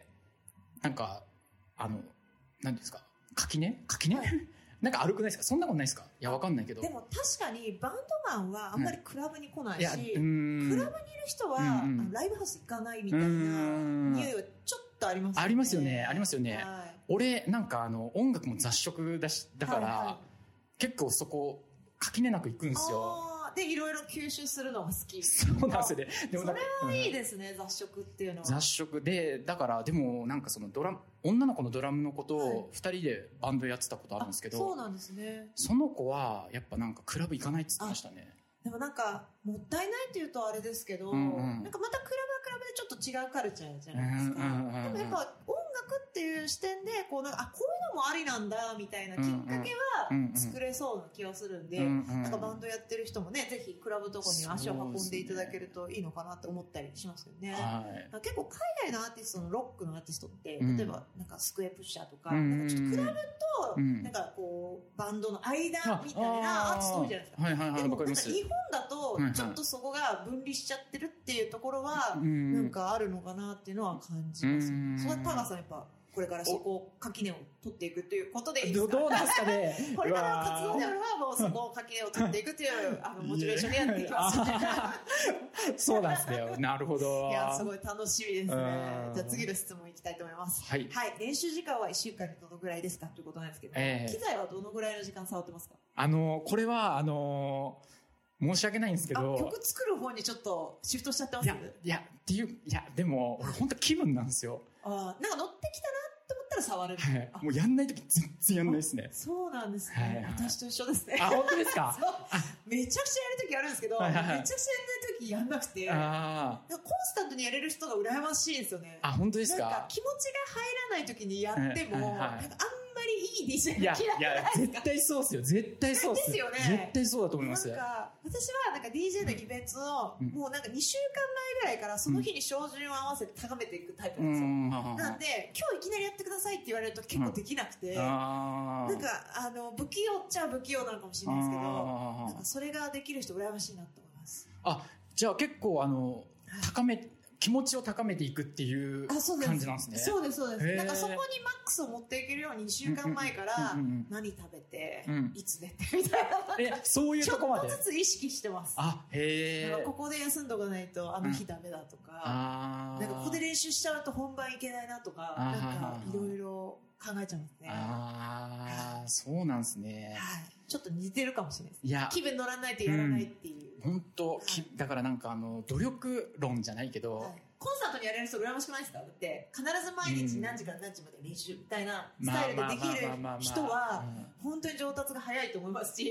なんか、何ですか、垣根なんか悪くないですか？そんなことないですか？いや、わかんないけど。 でも確かにバンドマンはあんまりクラブに来ないし、クラブにいる人はライブハウス行かないみたいな匂いはちょっとありますよね。 ありますよね。ありますよね。俺、なんか音楽も雑食だから、結構そこ、垣根なく行くんですよ。 で、いろいろ吸収するのが好き。 そうなんですよね。 でもそれはいいですね、雑食っていうのは。 雑食で、だから、でもなんかその女の子のドラムのことを2人でバンドやってたことあるんですけど、 そうなんですね。 その子は、やっぱなんかクラブ行かないって言ってましたね。 でもなんか、もったいないって言うとあれですけど、なんかまたクラブはクラブでちょっと違うカルチャーじゃないですか。でもやっぱ音楽っていう視点で、こうなんか、こういうのもありなんだ、みたいなきっかけは作れそうな気がするんで、なんかバンドやってる人もね、ぜひクラブとかに足を運んでいただけるといいのかなって思ったりしますよね。結構海外のアーティストのロックのアーティストって、例えばなんかスクエプッシャーとか、なんかちょっとクラブと、なんかこう、バンドの間みたいなアーティスト多いじゃないですか。でもなんか日本だと、ちょっとそこが分離しちゃってるっていうところは、なんかあるのかなっていうのは感じます。それは田川さんやっぱ、これからそこを垣根を取っていくということでいいですか？ どうなんですかね。 これからの活動ではもうそこを垣根を取っていくというモチベーションでやっていきます。 そうなんですね。なるほど。 いや、すごい楽しみですね。じゃあ次の質問いきたいと思います。はい。練習時間は1週間にどのぐらいですかということなんですけど、機材はどのぐらいの時間触ってますか？ これは、申し訳ないんですけど。 曲作る方にちょっとシフトしちゃってます？ でも、俺本当気分なんですよ。 なんか乗ってきたなって思ったら触れる。 もうやんないとき全然やんないですね。 そうなんですね。私と一緒ですね。 本当ですか？ めちゃくちゃやるときあるんですけど、めちゃくちゃやんないときやんなくて、コンスタントにやれる人が羨ましいですよね。 本当ですか？ なんか気持ちが入らないときにやっても、なんかあんまりいい DJ が嫌いじゃないですか。 絶対そうですよ。絶対そうです。 ですよね。 絶対そうだと思います。 なんか、私はなんか DJ のイベントを、もうなんか2週間前ぐらいからその日に照準を合わせて高めていくタイプなんですよ。なんで、今日いきなりやってくださいって言われると結構できなくて、なんか、不器用っちゃ不器用なのかもしれないですけど、なんかそれができる人羨ましいなと思います。 じゃあ結構気持ちを高めていくっていう感じなんですね。 そうです、そうです。なんかそこにマックスを持っていけるように2週間前から何食べて、いつ寝てみたいな。 そういうとこまで。 ちょっとずつ意識してます。ここで休んどかないとあの日ダメだとか、なんかここで練習しちゃうと本番いけないなとか、なんかいろいろ考えちゃうんですね。 そうなんですね。 ちょっと似てるかもしれないです。気分乗らないとやらないっていう。 本当、だからなんか努力論じゃないけど、 コンサートにやれる人羨ましくないですか？だって必ず毎日何時から何時まで練習みたいなスタイルでできる人は本当に上達が早いと思いますし、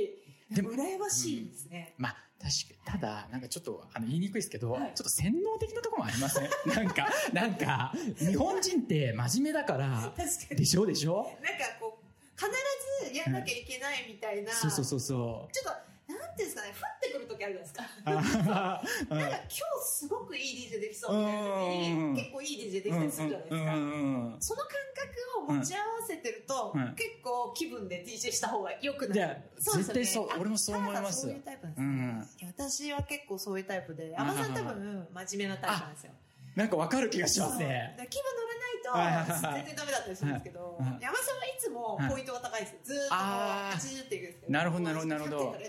でも羨ましいですね。 まあ確かに。ただなんかちょっと言いにくいですけど、ちょっと洗脳的なところもありません？なんか日本人って真面目だからでしょなんかこう必ずやんなきゃいけないみたいな、 そうちょっとなんていうんですかね、降ってくる時あるじゃないですか。なんか今日すごくいい DJ できそうみたいな時に結構いい DJ できたりするじゃないですか。その感覚を持ち合わせてると、結構気分で DJ した方が良くなる。 いや絶対そう、俺もそう思います。 そういうタイプなんですね。私は結構そういうタイプで、山さん多分真面目なタイプなんですよ。 なんかわかる気がしますね。 気分乗らないと全然ダメだったりするんですけど、山さんはいつもポイントが高いですよ。ずーっと80っていくんですけど。 なるほど。だから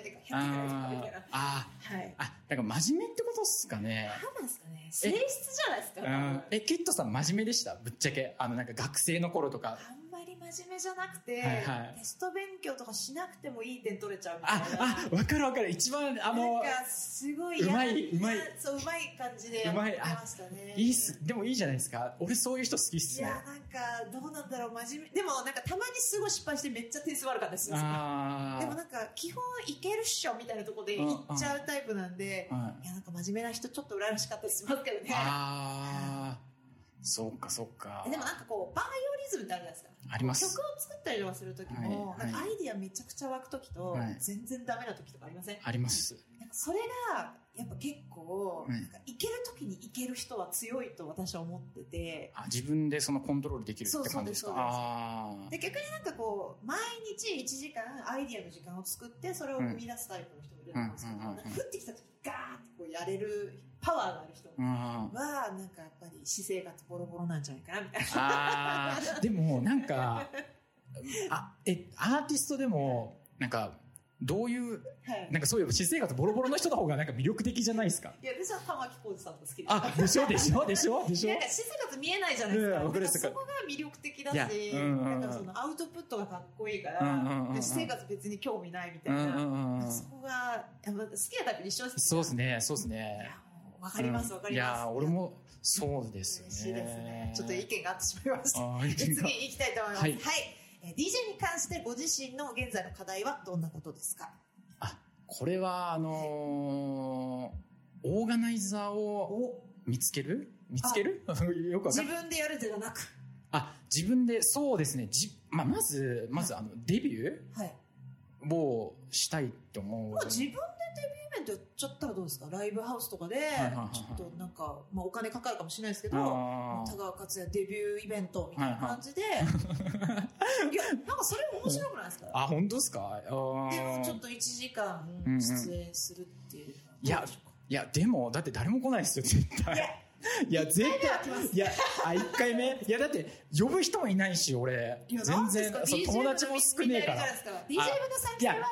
真面目ってことっすかね。 何なんですかね。性質じゃないですか。 キッドさん真面目でした？ぶっちゃけなんか学生の頃とか。 あんまり真面目じゃなくて、テスト勉強とかしなくてもいい点取れちゃうみたいな。わかる。一番なんかすごいそううまい感じでやってましたね。 いいっす。でもいいじゃないですか。俺そういう人好きっすね。 いやなんかどうなんだろう、真面目でもなんかたまにすごい失敗してめっちゃ点数悪かったりするんですよ。でもなんか基本いけるっしょみたいなところでいっちゃうタイプなんで、いやなんか真面目な人ちょっと羨ましかったりしますけどね。 そうか。 でもなんかこうバイオリズムってあるじゃないですか。 あります。 曲を作ったりとかする時も、なんかアイディアめちゃくちゃ湧く時と、全然ダメな時とかありません？ あります。 なんかそれがやっぱ結構、なんかいける時にいける人は強いと私は思ってて。 自分でそのコントロールできるって感じですか？ で逆になんかこう毎日1時間アイディアの時間を作ってそれを生み出すタイプの人もいると思うんですけど、なんか降ってきた時ガーッてこうやれるパワーがある人はなんかやっぱり私生活ボロボロなんじゃないかなみたいな。 でもなんかアーティストでもなんかどういう、なんかそういう私生活ボロボロの人の方がなんか魅力的じゃないですか？ いや私は玉置浩二さんが好きです。 でしょなんか私生活見えないじゃないですか。なんかそこが魅力的だし、なんかそのアウトプットがかっこいいから、私生活別に興味ないみたいな、そこが好きなタイプに一緒ですね。 そうですね。 わかります。 いや俺もそうですね。 嬉しいですね。ちょっと意見が合ってしまいました。次行きたいと思います。はい。DJ に関してご自身の現在の課題はどんなことですか？ これはオーガナイザーを見つけるよくわかんない。 自分でやるではなく。 自分で、そうですね。まずデビューをしたいと思う。 自分でデビューイベントやっちゃったらどうですか？ライブハウスとかでちょっとなんかお金かかるかもしれないですけど、田川克也デビューイベントみたいな感じで、いやなんかそれ面白くないですか？ 本当ですか？ でもちょっと1時間出演するっていう。 いやでもだって誰も来ないですよ絶対。いや絶対、いや1回目、いやだって呼ぶ人もいないし俺全然友達も少ねえから。 DJ 部の3回は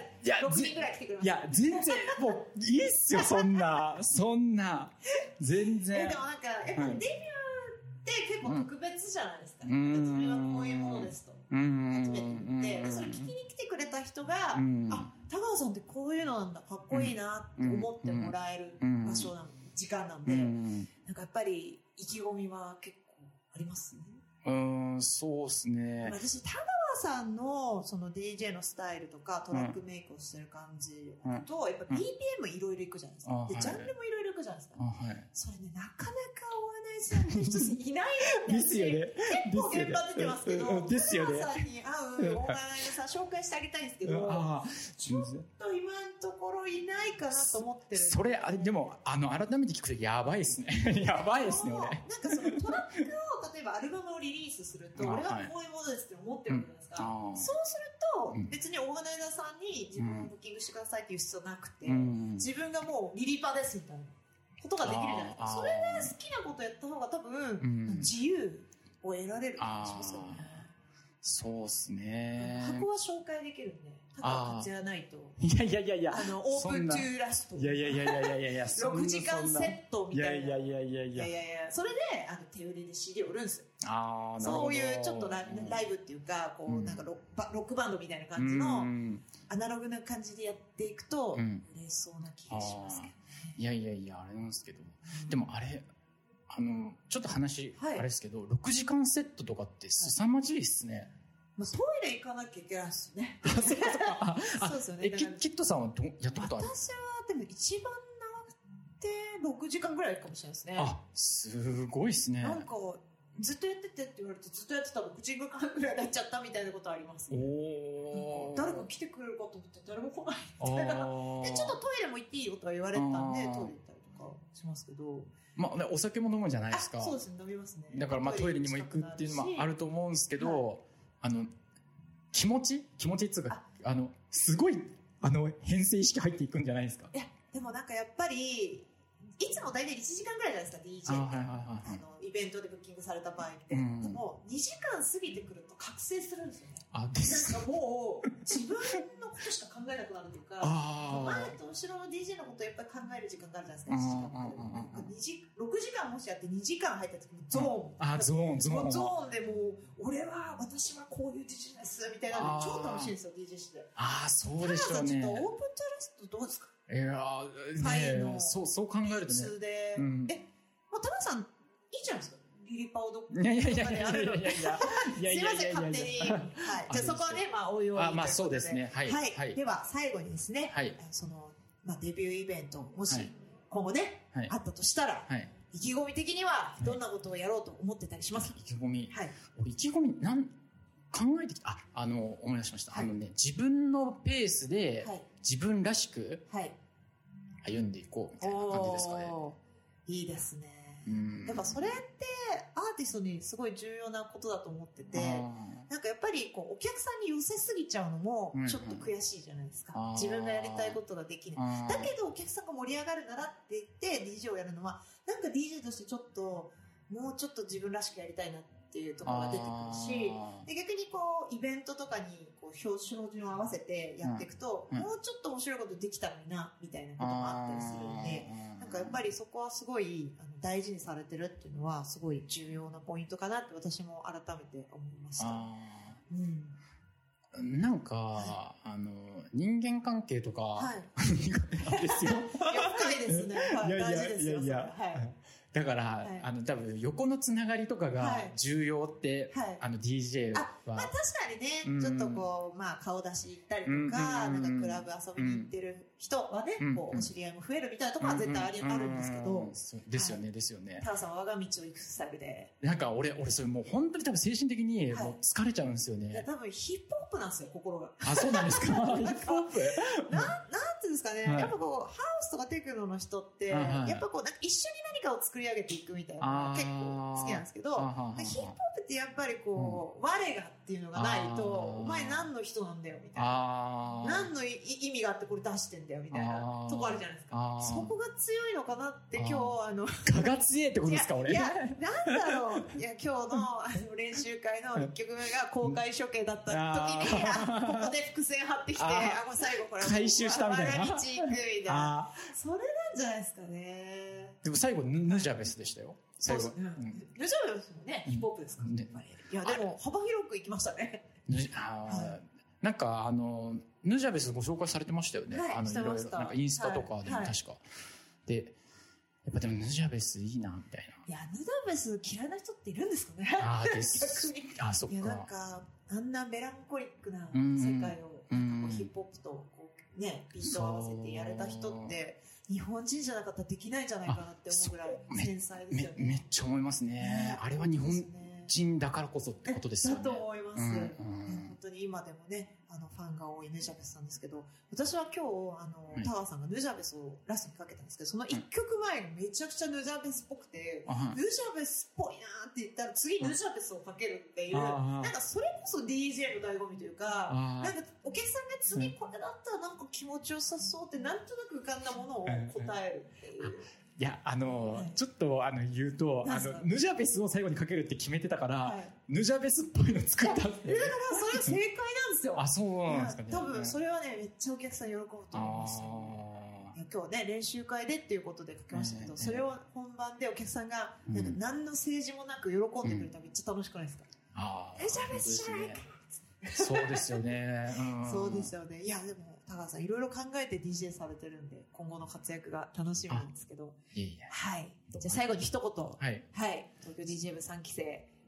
6人ぐらい来てくれます。 いや全然もういいっすよそんな全然。 でもなんかやっぱデビューって結構特別じゃないですか。自分はこういうものですと初めて言って、それ聞きに来てくれた人が田川さんってこういうのなんだ、かっこいいなって思ってもらえる場所なんで、時間なんで、なんかやっぱり意気込みは結構ありますね。 そうですね。 私田川さんのその DJ のスタイルとかトラックメイクをしてる感じと、やっぱ BPM いろいろいくじゃないですか。でジャンルもいろいろいくじゃないですか。それねなかなかオーガナイザーの人いないんですよね。結構現場出てますけど、田川さんに合うオーガナイザー紹介してあげたいんですけど、ちょっと今のところいないかなと思ってる。 それでも改めて聞くとやばいですね。やばいですね俺。 なんかそのトラックを例えばアルバムをリリースすると、俺はこういうものですって思ってるじゃないですか。そうすると別にオーガナイザーさんに自分をブッキングしてくださいっていう必要なくて、自分がもうリリパですみたいなことができるじゃないですか。それで好きなことやった方が多分自由を得られる気がしますよね。 そうっすね。 箱は紹介できるんで、ただ立ち会わないと。 いやオープントゥーラスト。 いや 6時間セットみたいな。 いやそれで手売りで CD を売るんですよ。そういうちょっとライブっていうか、こうなんかロックバンドみたいな感じのアナログな感じでやっていくと売れそうな気がしますけどね。 いやあれなんですけど、でもあれちょっと話あれですけど、6時間セットとかって凄まじいっすね。 まあ、トイレ行かなきゃいけないですね。 そうですよね。キットさんはやったことある？ 私はでも一番長くて6時間ぐらいかもしれないですね。 すごいですね。 なんかずっとやっててって言われてずっとやってたら6時間ぐらいになっちゃったみたいなことあります。誰か来てくれるかと思って誰も来ないみたいな。でちょっとトイレも行っていいよとは言われたんでトイレ行ったりとかしますけど。 まあ、お酒も飲むじゃないですか。 そうですね、飲みますね。 だからまあトイレにも行くっていうのもあると思うんですけど、気持ちっていうか、すごい、編成意識入っていくんじゃないですか。 いや、でもなんかやっぱり、いつも大体1時間ぐらいじゃないですか、DJ って。イベントでブッキングされた場合って。でも、2時間過ぎてくると覚醒するんですよね。なんかもう、自分のことしか考えなくなるというか、前と後ろの DJ のことをやっぱり考える時間があるじゃないですか、6時間もしやって2時間入った時にゾーン。ゾーンでもう、私はこういう DJ です、みたいなの超楽しいんですよ、DJ して。 そうでしょうね。 ちょっとオープントラストどうですか？ いやね、そう考えるとね。 タナさん、いいじゃないですか。リリパオドいやすいません、勝手に。はい。じゃあそこはね、まあ、おいおい。 まあ、そうですね。はい。 では、最後にですね、デビューイベント、もし、今後ね、あったとしたら、意気込み的には、どんなことをやろうと思ってたりしますか？ 意気込み。俺、意気込み、考えてきた。思い出しました。自分のペースで、自分らしく、歩んでいこう、みたいな感じですかね。 いいですね。やっぱそれってアーティストにすごい重要なことだと思ってて、なんかやっぱりお客さんに寄せすぎちゃうのもちょっと悔しいじゃないですか。自分がやりたいことができない。だけどお客さんが盛り上がるならって言って DJ をやるのは、なんか DJ としてちょっともうちょっと自分らしくやりたいなっていうところが出てくるし、で逆にイベントとかに標準を合わせてやっていくと、もうちょっと面白いことできたのになみたいなこともあったりするんで、なんかやっぱりそこはすごい大事にされてるっていうのはすごい重要なポイントかなって私も改めて思いました。 なんか、人間関係とか、苦手なんですよ。 深いですね。大事ですよ。 だから、多分横のつながりとかが重要って、DJ は。 まあ確かにね、ちょっと顔出し行ったりとか、なんかクラブ遊びに行ってる人はね、お知り合いも増えるみたいなところは絶対あるんですけど。 ですよね。 タラさんは我が道を行くスタイルで。 なんか俺それもう本当に多分精神的にもう疲れちゃうんですよね。 いや多分ヒップホップなんですよ、心が。 そうなんですか？ヒップホップなんていうんですかね、やっぱハウスとかテクノの人って、やっぱなんか一緒に何かを作り上げていくみたいなのが結構好きなんですけど、ヒップホップってやっぱり我がっていうのがないと、お前何の人なんだよみたいな。何の意味があってこれ出してんだよみたいなとこあるじゃないですか。そこが強いのかなって今日我が強いってことですか、俺。 いや、なんだろう。いや、今日の練習会の1曲目が公開処刑だった時に、ここで伏線張ってきて、最後これ回収したみたいな。 我が道行くみたいな。それなんじゃないですかね。 でも最後、ヌジャベスでしたよ。最後。 ヌジャベスもね、ヒップホップですからね。いや、でも幅広くいきましたね。 なんかヌジャベスご紹介されてましたよね。いろいろなんかインスタとかでも確か。で、やっぱでもヌジャベスいいなみたいな。 いや、ヌジャベス嫌いな人っているんですかね。 逆に。そっか。 いや、なんかあんなメランコリックな世界をヒップホップとねビート合わせてやれた人って日本人じゃなかったらできないんじゃないかなって思うぐらい繊細ですよね。 めっちゃ思いますね。あれは日本人だからこそってことですよね。 だと思います。本当に今でもね、ファンが多いヌジャベスなんですけど、私は今日、タワーさんがヌジャベスをラストにかけたんですけど、その1曲前がめちゃくちゃヌジャベスっぽくて、ヌジャベスっぽいなって言ったら次ヌジャベスをかけるっていう、なんかそれこそ DJ の醍醐味というか、なんかお客さんが次これだったらなんか気持ちよさそうってなんとなく浮かんだものを答えるっていう。 いや、ちょっと言うと、ヌジャベスを最後にかけるって決めてたから、ヌジャベスっぽいの作ったって。だからそれは正解なんですよ。 そうなんですかね。 多分それはね、めっちゃお客さん喜ぶと思います。今日ね、練習会でっていうことで書きましたけど、それを本番でお客さんが、なんか何の政治もなく喜んでくれたらめっちゃ楽しくないですか？ヌジャベスじゃないか。 そうですよね。 そうですよね。いや、でも、高橋さんいろいろ考えて DJ されてるんで、今後の活躍が楽しみなんですけど。はい。じゃあ最後に一言。はい。東京 DJ 部3期生。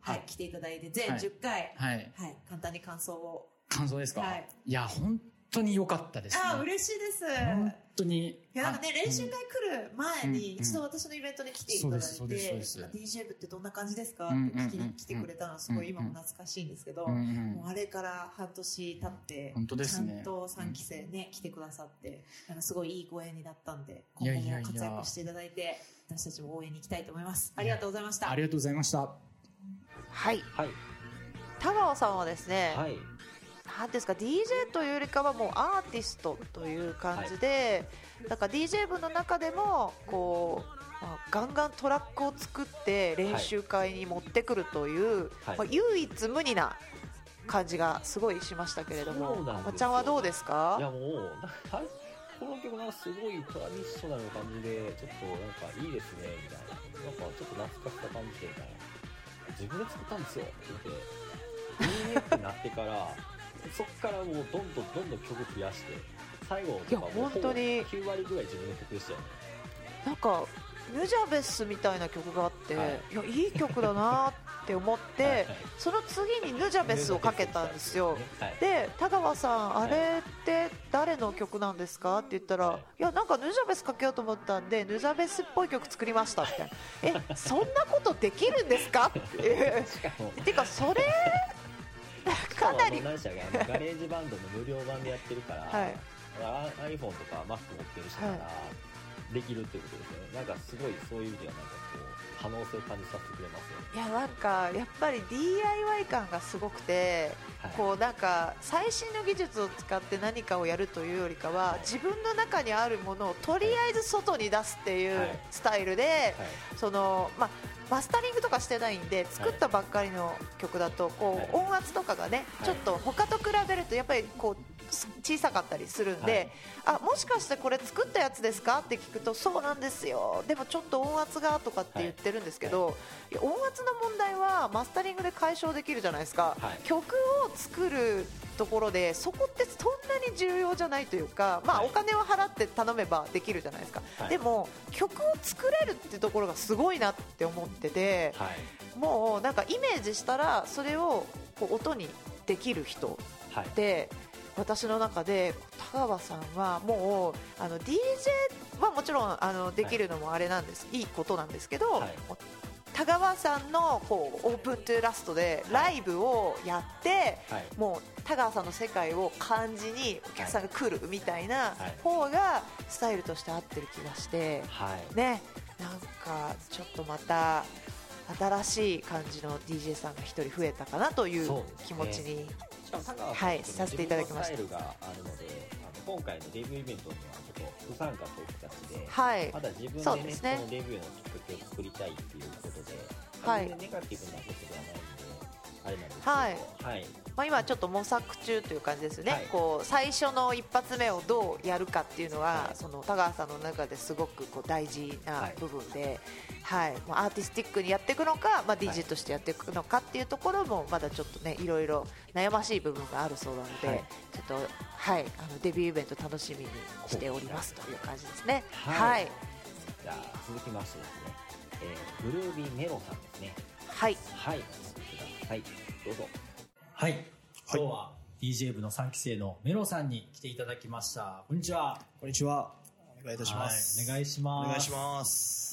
はい、来ていただいて、全10回、はい、簡単に感想を。 感想ですか？はい。いや、本当に良かったですね。 嬉しいです。 本当に。 いや、なんかね、練習会来る前に、一度私のイベントに来ていただいて、DJ 部ってどんな感じですかって聞きに来てくれたのはすごい今も懐かしいんですけど、もうあれから半年経って、 本当ですね。 ちゃんと3期生ね、来てくださって、なんかすごいいいご縁になったんで、今後も活躍していただいて、私たちも応援に行きたいと思います。ありがとうございました。 ありがとうございました。 はい。田川さんはですね、なんですか DJ というよりかはもうアーティストという感じで、だから DJ 部の中でもこう、ガンガントラックを作って練習会に持ってくるという、唯一無二な感じがすごいしましたけれども、まっちゃんはどうですか？ いやもうこの曲がすごいトラディショナルな感じでちょっとなんかいいですねみたいな、なんかちょっと懐かしさ感じてみたいな、自分で作ったんですよって言っていいねってなってからそっからもうどんどん曲増やして最後とかもう9割ぐらい自分の曲でしたよね。 なんかヌジャベスみたいな曲があって、いやいい曲だなって思ってその次にヌジャベスをかけたんですよ。で田川さん、あれって誰の曲なんですかって言ったら、いやなんかヌジャベスかけようと思ったんでヌジャベスっぽい曲作りましたみたいな。そんなことできるんですかっててかそれかなりガレージバンドの無料版でやってるから、iPhone とか Mac 持ってる人ならできるってことですよね。なんかすごいそういう意味ではなんかこう可能性を感じさせてくれますよね。 いやなんかやっぱり DIY 感がすごくて、こうなんか最新の技術を使って何かをやるというよりかは、自分の中にあるものをとりあえず外に出すっていうスタイルで、そのマスタリングとかしてないんで作ったばっかりの曲だとこう音圧とかがねちょっと他と比べるとやっぱりこう小さかったりするんで、もしかしてこれ作ったやつですかって聞くとそうなんですよ、でもちょっと音圧がとかって言ってるんですけど、音圧の問題はマスタリングで解消できるじゃないですか。曲を作るところでそこってそんなに重要じゃないというか、お金を払って頼めばできるじゃないですか。でも曲を作れるっていうところがすごいなって思ってて、もうなんかイメージしたらそれをこう音にできる人で、私の中で田川さんはもうDJ はもちろんできるのもあれなんです、いいことなんですけど、田川さんのこうオープントゥラストでライブをやって、もう田川さんの世界を感じにお客さんが来るみたいな方がスタイルとして合ってる気がして、ね、なんかちょっとまた新しい感じの DJ さんが一人増えたかなという気持ちに、させていただきました。 スタイルがあるので、今回のデビューイベントにはちょっと不参加という形で、まだ自分でね、このデビューのきっかけを作りたいっていうことで、全然ネガティブなことではないので、あれなんですけど、 今ちょっと模索中という感じですね。こう最初の一発目をどうやるかっていうのは、その田川さんの中ですごくこう大事な部分で、アーティスティックにやっていくのか、DJ としてやっていくのかっていうところもまだちょっとねいろいろ悩ましい部分があるそうなので、ちょっとデビューイベント楽しみにしておりますという感じですね。 じゃあ続きましてですね、グルービーメロさんですね。どうぞ。 今日は DJ 部の3期生のメロさんに来ていただきました。こんにちは。 こんにちは。お願いいたします。 お願いします。 お願いします。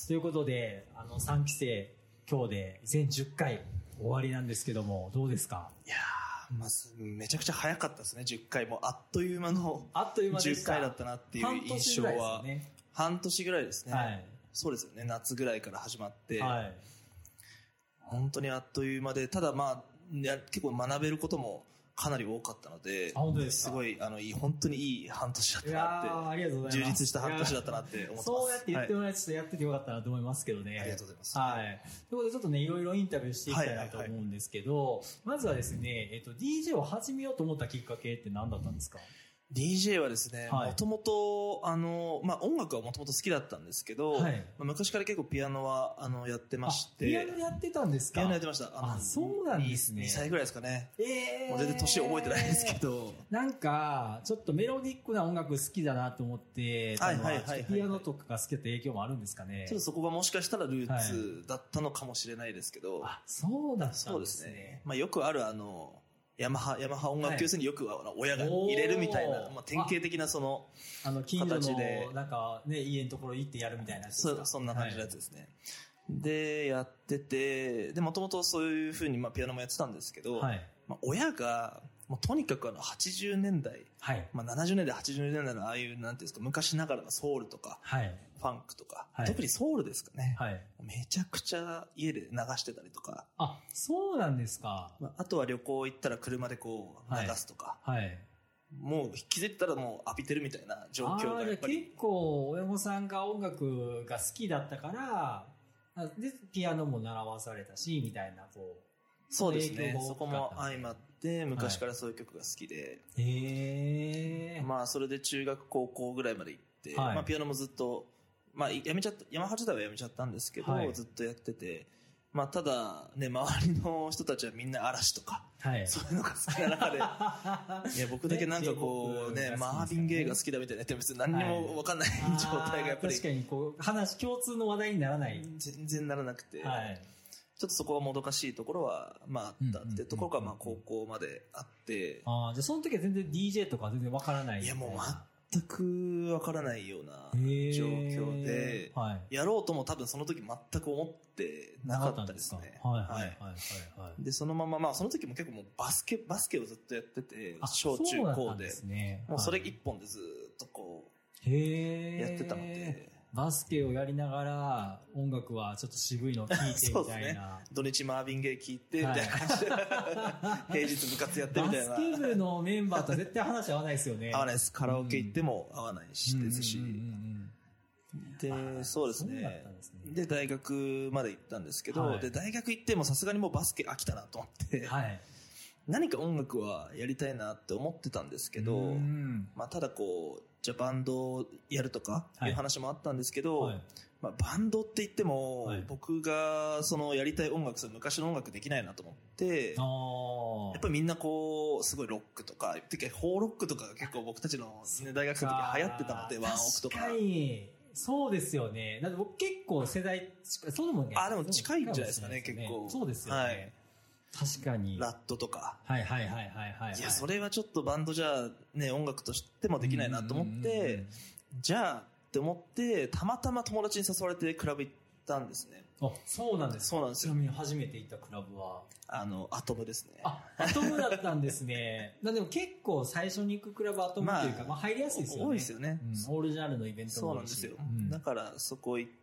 ということで、3期生、今日で全10回終わりなんですけども、どうですか？ いやー、まず、めちゃくちゃ早かったですね、10回も。あっという間の10回だったなっていう印象は。半年ぐらいですね。そうですよね、夏ぐらいから始まって。本当にあっという間で、ただ結構学べることもかなり多かったので、すごい本当にいい半年だったなって、充実した半年だったなって思ってます。 そうやって言ってもらえて、ちょっとやっててよかったなと思いますけどね。 ありがとうございます。 ということでちょっとね、いろいろインタビューしていきたいなと思うんですけど、まずはですね、DJ を始めようと思ったきっかけって何だったんですか？ DJ はですね、もともと、音楽はもともと好きだったんですけど、昔から結構ピアノは、やってまして。 ピアノやってたんですか？ ピアノやってました。 そうなんですね。 2歳ぐらいですかね。もう全然年覚えてないですけど。 なんか、ちょっとメロディックな音楽好きだなと思って、ピアノとかが好きだった影響もあるんですかね。 ちょっとそこがもしかしたらルーツだったのかもしれないですけど。 そうだったんですね。 そうですね。よくあるヤマハ音楽教室によく親が入れるみたいな、典型的なその形で。 なんかね、家のところ行ってやるみたいなやつですか？ そんな感じのやつですね。で、やってて、で、もともとそういう風にピアノもやってたんですけど、親が、もうとにかく80年代、70年代、80年代のああいう、なんていうんですか、昔ながらのソウルとか、ファンクとか、特にソウルですかね。めちゃくちゃ家で流してたりとか。 そうなんですか。 あとは旅行行ったら車でこう流すとか。もう気づいたらもう浴びてるみたいな状況がやっぱり。 結構親御さんが音楽が好きだったから、で、ピアノも習わされたし、みたいな、 そうですね。そこも相まって、昔からそういう曲が好きで。それで中学高校ぐらいまで行って、ピアノもずっと、やめちゃった、ヤマハ時代はやめちゃったんですけど、ずっとやってて、ただね、周りの人たちはみんな嵐とか、そういうのが好きな中で、いや、僕だけなんかこうね、マーヴィン・ゲイが好きだみたいなやって別に何にも分かんない状態がやっぱり。 確かに共通の話題にならない。 全然ならなくて、ちょっとそこはもどかしいところは、あったってところが、高校まであって。 じゃあその時は全然 DJ とか全然分からない？ いや、もう全く分からないような状況で、やろうとも多分その時全く思ってなかったですね。で、そのまま、その時も結構もうバスケをずっとやってて、小中高で。もうそれ一本でずっとこう、やってたので。 バスケをやりながら音楽はちょっと渋いのを聴いてみたいな。 土日マーヴィン・ゲイ聴いてみたいな感じで、平日部活やってみたいな。 バスケ部のメンバーと絶対話合わないですよね。 合わないです。カラオケ行っても合わないしですし。で、そうですね。で、大学まで行ったんですけど、で、大学行ってもさすがにもうバスケ飽きたなと思って、何か音楽はやりたいなって思ってたんですけど、ただこう、じゃあバンドをやるとかいう話もあったんですけど、バンドって言っても、僕がそのやりたい音楽、昔の音楽できないなと思って、やっぱりみんなこう、すごいロックとか、てかホーロックとかが結構僕たちの大学生の時流行ってたので、ワンオクとか。 確かに。そうですよね。だって僕結構世代、そうでもね。 でも近いんじゃないですかね、結構。 そうですよね。確かに。 ラットとか。 いや、 それはちょっとバンドじゃね、音楽としてもできないなと思って、じゃあって思って、たまたま友達に誘われてクラブ行ったんですね。 そうなんです。 そうなんですよ。 ちなみに初めて行ったクラブはアトムですね。 アトムだったんですね。でも結構最初に行くクラブアトムというか、入りやすいですよね。 多いですよね。 オールジャンルのイベントも多いし。そうなんですよ。だからそこ行って、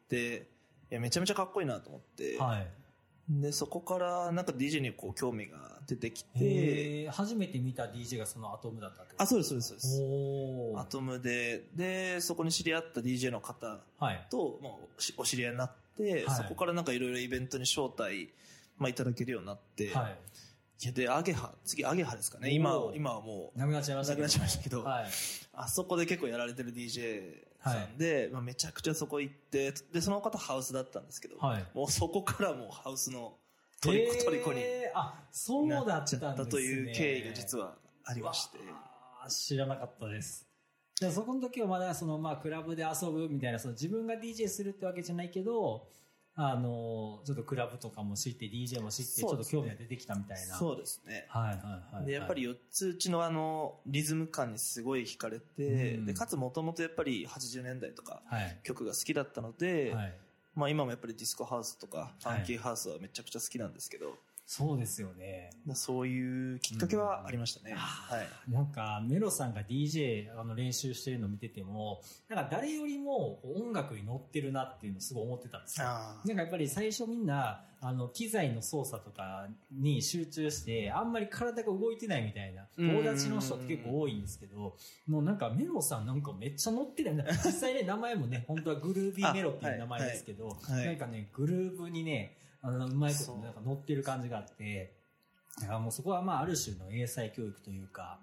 いや、めちゃめちゃかっこいいなと思って、で、そこからなんか DJ にこう興味が出てきて。 初めて見た DJ がそのアトムだったってことですか？そうです。アトムで、そこに知り合った DJ の方と、お知り合いになって、そこからなんかいろいろイベントに招待、いただけるようになって、で、次アゲハですかね。今はもう、 なくなっちゃいましたけど、あそこで結構やられてる DJ さんで、めちゃくちゃそこ行って、で、その方ハウスだったんですけど、もうそこからもうハウスのトリコになっちゃったという経緯が実はありまして。 知らなかったです。そこの時はまだクラブで遊ぶみたいな、自分が DJ するってわけじゃないけど、ちょっとクラブとかも知って DJ も知ってちょっと興味が出てきたみたいな。 そうですね。で、やっぱり4つ打ちのリズム感にすごい惹かれて、で、かつもともとやっぱり80年代とか曲が好きだったので、今もやっぱりディスコハウスとかファンキーハウスはめちゃくちゃ好きなんですけど、 そうですよね。 そういうきっかけはありましたね。 なんかメロさんが DJ 練習してるの見てても、なんか誰よりも音楽に乗ってるなっていうのをすごい思ってたんですよ。なんかやっぱり最初みんな機材の操作とかに集中してあんまり体が動いてないみたいな友達の人って結構多いんですけど、もうなんかメロさんなんかめっちゃ乗ってる。実際ね、名前もね、本当はグルービーメロっていう名前ですけど、なんかね、グルーブにね、うまいことなんか乗ってる感じがあって、だからもうそこはある種の英才教育というか、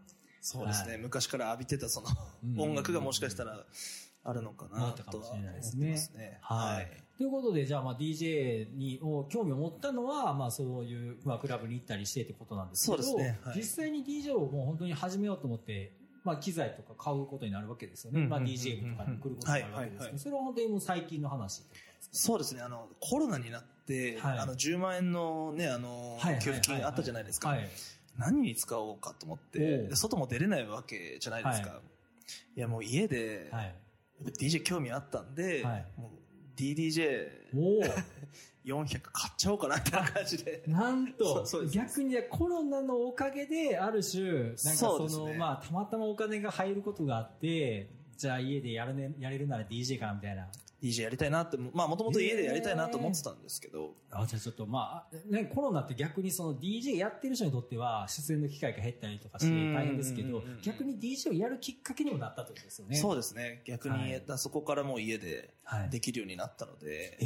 そうですね。昔から浴びてたその音楽がもしかしたらあるのかなとは思ってますね。 はい。ということで、じゃあ、まあ、DJ を興味を持ったのは、まあ、そういう、まあ、クラブに行ったりしてってことなんですけど、そうですね。実際に DJ をもう本当に始めようと思って、まあ、機材とか買うことになるわけですよね。まあ、DJ とかに来ることになるわけですけど、それは本当にもう最近の話ですか？ そうですね。コロナになって、10万円のね、給付金あったじゃないですか。何に使おうかと思って、外も出れないわけじゃないですか。いや、もう家で、DJ 興味あったんで、もうDDJ400 買っちゃおうかなって感じで。 なんと、逆にコロナのおかげで、ある種、なんかまあ、たまたまお金が入ることがあって、じゃあ家でやれるなら DJ かなみたいな。 DJ やりたいなって、まあもともと家でやりたいなと思ってたんですけど。 じゃあちょっとまあ、ね、コロナって逆にその DJ やってる人にとっては出演の機会が減ったりとかして大変ですけど、逆に DJ をやるきっかけにもなったってことですよね。 そうですね。逆に、そこからもう家でできるようになったので。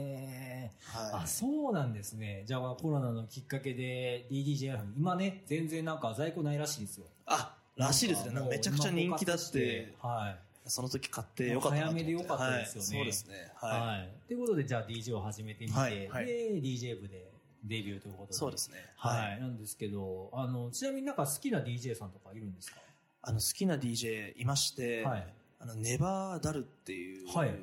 そうなんですね。じゃあコロナのきっかけで DJ 今ね、全然なんか在庫ないらしいですよ。 らしいですね。めちゃくちゃ人気だって。その時買ってよかったなと思って。 早めでよかったですよね。 そうですね。はい。 ということで、じゃあ DJ を始めてみて、で、DJ 部でデビューということで。 そうですね。 はい。なんですけど、ちなみになんか好きな DJ さんとかいるんですか？ 好きな DJ いまして、ネバーダルっていう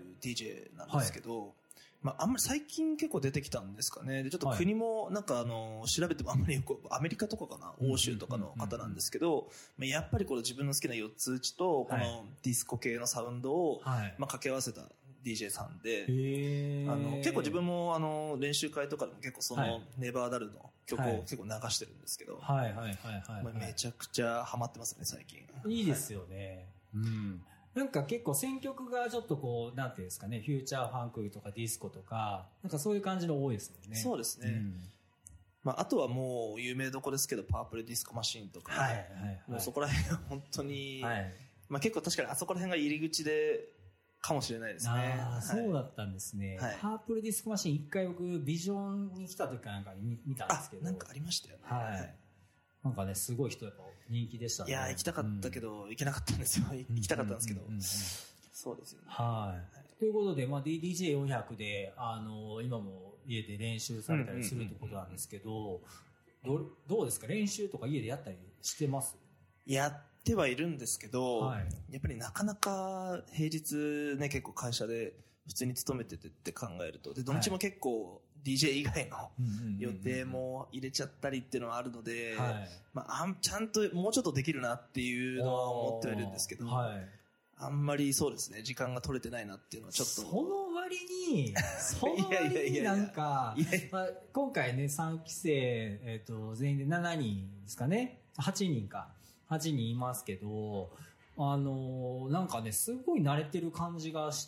DJ なんですけど、まあ、あんまり最近結構出てきたんですかね。で、ちょっと国もなんか調べてもあんまりよく、アメリカとかかな、欧州とかの方なんですけど、やっぱりこの自分の好きな4つ打ちと、このディスコ系のサウンドを、まあ、掛け合わせた DJ さんで、結構自分も練習会とかでも結構そのネバーダルの曲を結構流してるんですけど、めちゃくちゃハマってますね、最近。 いいですよね。なんか結構選曲がちょっとこう、なんていうんですかね、フューチャーファンクとかディスコとか、なんかそういう感じの多いですよね。 そうですね。まあ、あとはもう有名どこですけど、パープルディスコマシーンとか、もうそこら辺は本当に、まあ結構確かにあそこら辺が入り口で、かもしれないですね。 そうだったんですね。パープルディスコマシーン一回僕、ビジョンに来た時かなんかに見たんですけど。 なんかありましたよね。 なんかね、すごい人やっぱ人気でしたね。 いや、行きたかったけど、行けなかったんですよ。行きたかったんですけど。そうですよね。 ということで、まあ、DJ400 で、今も家で練習されたりするってことなんですけど、どうですか？練習とか家でやったりしてます？ やってはいるんですけど、やっぱりなかなか平日ね、結構会社で普通に勤めててって考えると、で、土日も結構、DJ 以外の予定も入れちゃったりっていうのはあるので、まあ、ちゃんともうちょっとできるなっていうのは思ってはいるんですけど、あんまりそうですね、時間が取れてないなっていうのはちょっと。 その割になんか、まあ、今回ね、3期生、全員で7人ですかね、8人いますけど、なんかね、すごい慣れてる感じがして、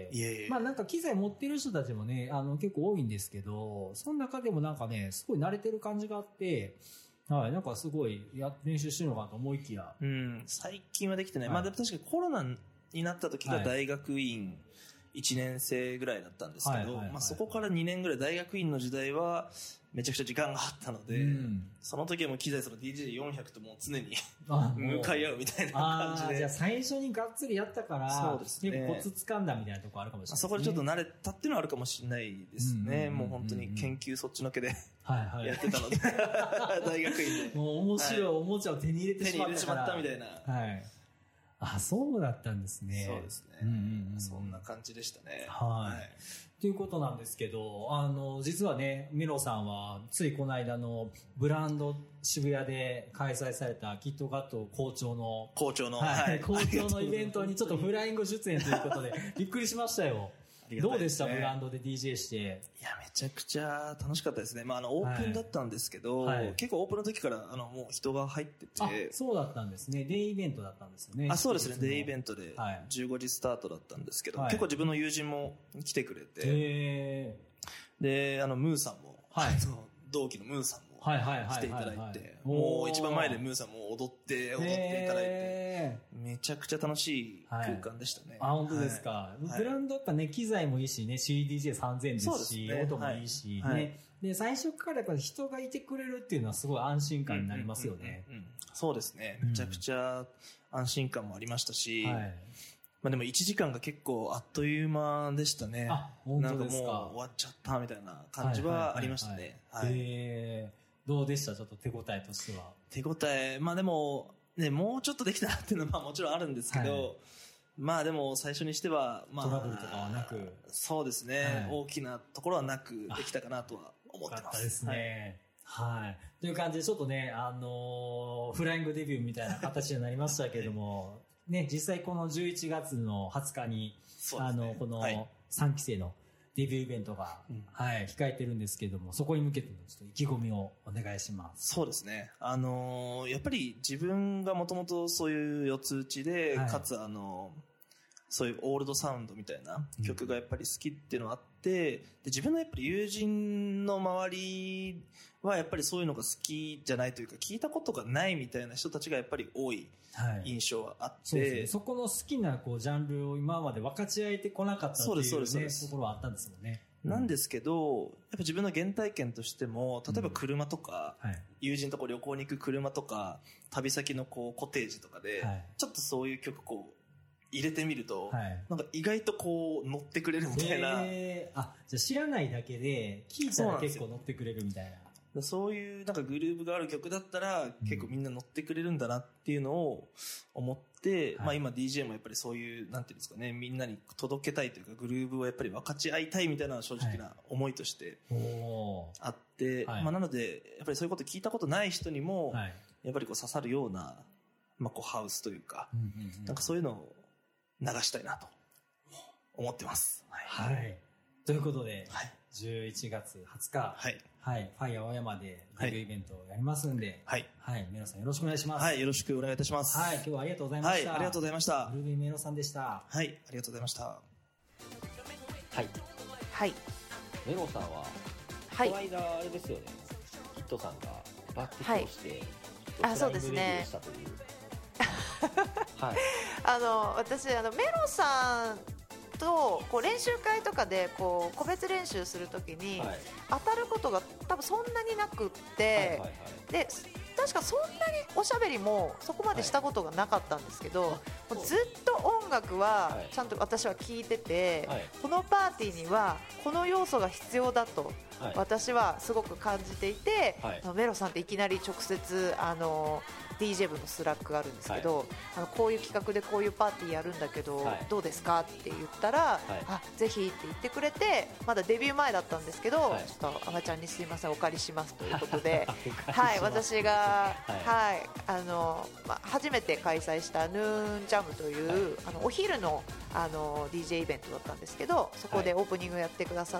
まあなんか機材持ってる人たちもね、結構多いんですけど、その中でもなんかね、すごい慣れてる感じがあって、なんかすごい練習してるのかなと思いきや。 最近はできてない。まあでも確かにコロナになった時が大学院1年生ぐらいだったんですけど、まあそこから2年ぐらい大学院の時代は、めちゃくちゃ時間があったので、その時はもう機材その DJ400 ともう常に向かい合うみたいな感じで。 じゃあ最初にがっつりやったから、そうですね。コツ掴んだみたいなとこあるかもしれない、 そこでちょっと慣れたっていうのはあるかもしれないですね。もう本当に研究そっちのけでやってたので、大学院で。 もう面白いおもちゃを手に入れてしまった。 手に入れてしまったみたいな。 そうだったんですね。 そうですね。そんな感じでしたね。 ということなんですけど、実はね、ミロさんは、ついこの間のブランド渋谷で開催されたキットカット校長のイベントにちょっとフライング出演ということで、びっくりしましたよ。どうでしたブランドで DJ して。いや、めちゃくちゃ楽しかったですね。まあ、オープンだったんですけど、結構オープンの時から、もう人が入ってて。 そうだったんですね。デイイベントだったんですよね。 そうですね。デイイベントで、15時スタートだったんですけど、結構自分の友人も来てくれて、で、ムーさんも、同期のムーさんもしていただいて、もう一番前でムーさんも踊っていただいて、めちゃくちゃ楽しい空間でしたね。 本当ですか。ブランドやっぱね、機材もいいしね、CDJ3000 ですし、音もいいしね。で、最初からやっぱ人がいてくれるっていうのはすごい安心感になりますよね。 そうですね。めちゃくちゃ安心感もありましたし、まあでも1時間が結構あっという間でしたね。なんかもう終わっちゃったみたいな感じはありましたね。 どうでした？ちょっと手応えとしては。 手応え、まあでも、ね、もうちょっとできたなっていうのはもちろんあるんですけど、まあでも最初にしては、まあ、 トラブルとかはなく。 そうですね、大きなところはなくできたかなとは思ってます。 よかったですね。という感じでちょっとね、フライングデビューみたいな形になりましたけれども、ね、実際この11月の20日に、この3期生のデビューイベントが、控えてるんですけれども、そこに向けてのちょっと意気込みをお願いします。 そうですね。やっぱり自分がもともとそういう四つ打ちで、かつそういうオールドサウンドみたいな曲がやっぱり好きっていうのがあって、で自分のやっぱり友人の周りはやっぱりそういうのが好きじゃないというか、聞いたことがないみたいな人たちがやっぱり多い印象はあって、 そうですね、そこの好きなジャンルを今まで分かち合えてこなかったっていうね、ところはあったんですもんね。 なんですけど、やっぱ自分の原体験としても、例えば車とか、友人と旅行に行く車とか、旅先のコテージとかで、ちょっとそういう曲入れてみると、なんか意外と乗ってくれるみたいな。 じゃあ知らないだけで、聴いたら結構乗ってくれるみたいな。 そういうなんかグルーヴがある曲だったら、結構みんな乗ってくれるんだなっていうのを思って、まあ今 DJ もやっぱりそういう、なんていうんですかね、みんなに届けたいというか、グルーヴをやっぱり分かち合いたいみたいな正直な思いとしてあって、まあなので、やっぱりそういうこと聞いたことない人にも、やっぱり刺さるような、まあハウスというか、なんかそういうのを流したいなと思ってます。 ということで、11月20日、ファイヤー青山でデビューイベントをやりますんで、メロさんよろしくお願いします。 よろしくお願いいたします。 今日はありがとうございました。 ありがとうございました。 グルービーメロさんでした。 ありがとうございました。 メロさんは、この間あれですよね、キットさんがバッティングして、 そうですね。私メロさんと練習会とかで個別練習するときに当たることが多分そんなになくって、で確かそんなにおしゃべりもそこまでしたことがなかったんですけど、ずっと音楽はちゃんと私は聴いてて、このパーティーにはこの要素が必要だと私はすごく感じていて、メロさんっていきなり直接DJ 部のスラックがあるんですけど、こういう企画でこういうパーティーやるんだけどどうですかって言ったら、ぜひって言ってくれて、まだデビュー前だったんですけど、ちょっとあまちゃんにすいませんお借りしますということで私が、初めて開催したヌーンジャムというお昼のDJ イベントだったんですけど、そこでオープニングやってくださって、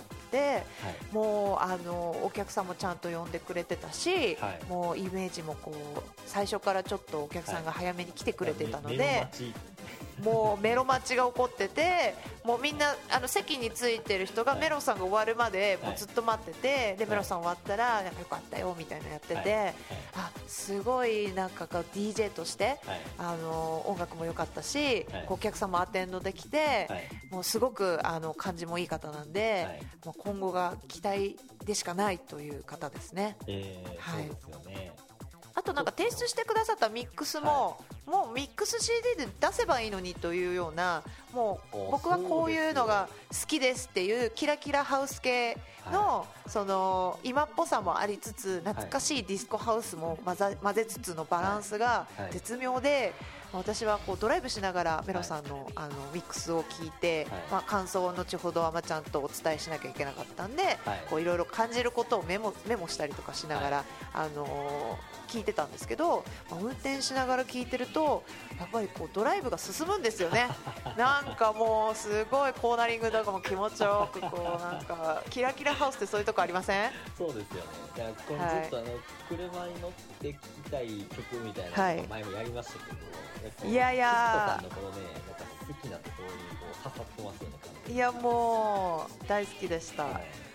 もうお客さんもちゃんと呼んでくれてたし、もうイメージも最初からちょっとお客さんが早めに来てくれてたので、もうメロ待ちが起こってて、もうみんな席についてる人がメロさんが終わるまでもうずっと待ってて、でメロさん終わったらなんかよかったよみたいなのやってて、すごいなんかDJ として音楽も良かったし、お客さんもアテンドできて、もうすごく感じもいい方なんで、もう今後が期待でしかないという方ですね。 そうですよね。 あとなんか提出してくださったミックスも、もうミックス CD で出せばいいのにというような、もう僕はこういうのが好きですっていうキラキラハウス系のその今っぽさもありつつ、懐かしいディスコハウスも混ぜつつのバランスが絶妙で、私はドライブしながらメロさんのミックスを聞いて、感想を後ほどあまちゃんとお伝えしなきゃいけなかったんで、いろいろ感じることをメモしたりとかしながら聞いてたんですけど、運転しながら聞いてるとやっぱりドライブが進むんですよね。なんかもうすごいコーナリングとかも気持ちよくなんかキラキラハウスってそういうとこありません？ そうですよね。だからずっと車に乗って聴きたい曲みたいなの前もやりましたけど、 いやいやキットさんのなんか好きなところに刺さってますよね。 いやもう大好きでした。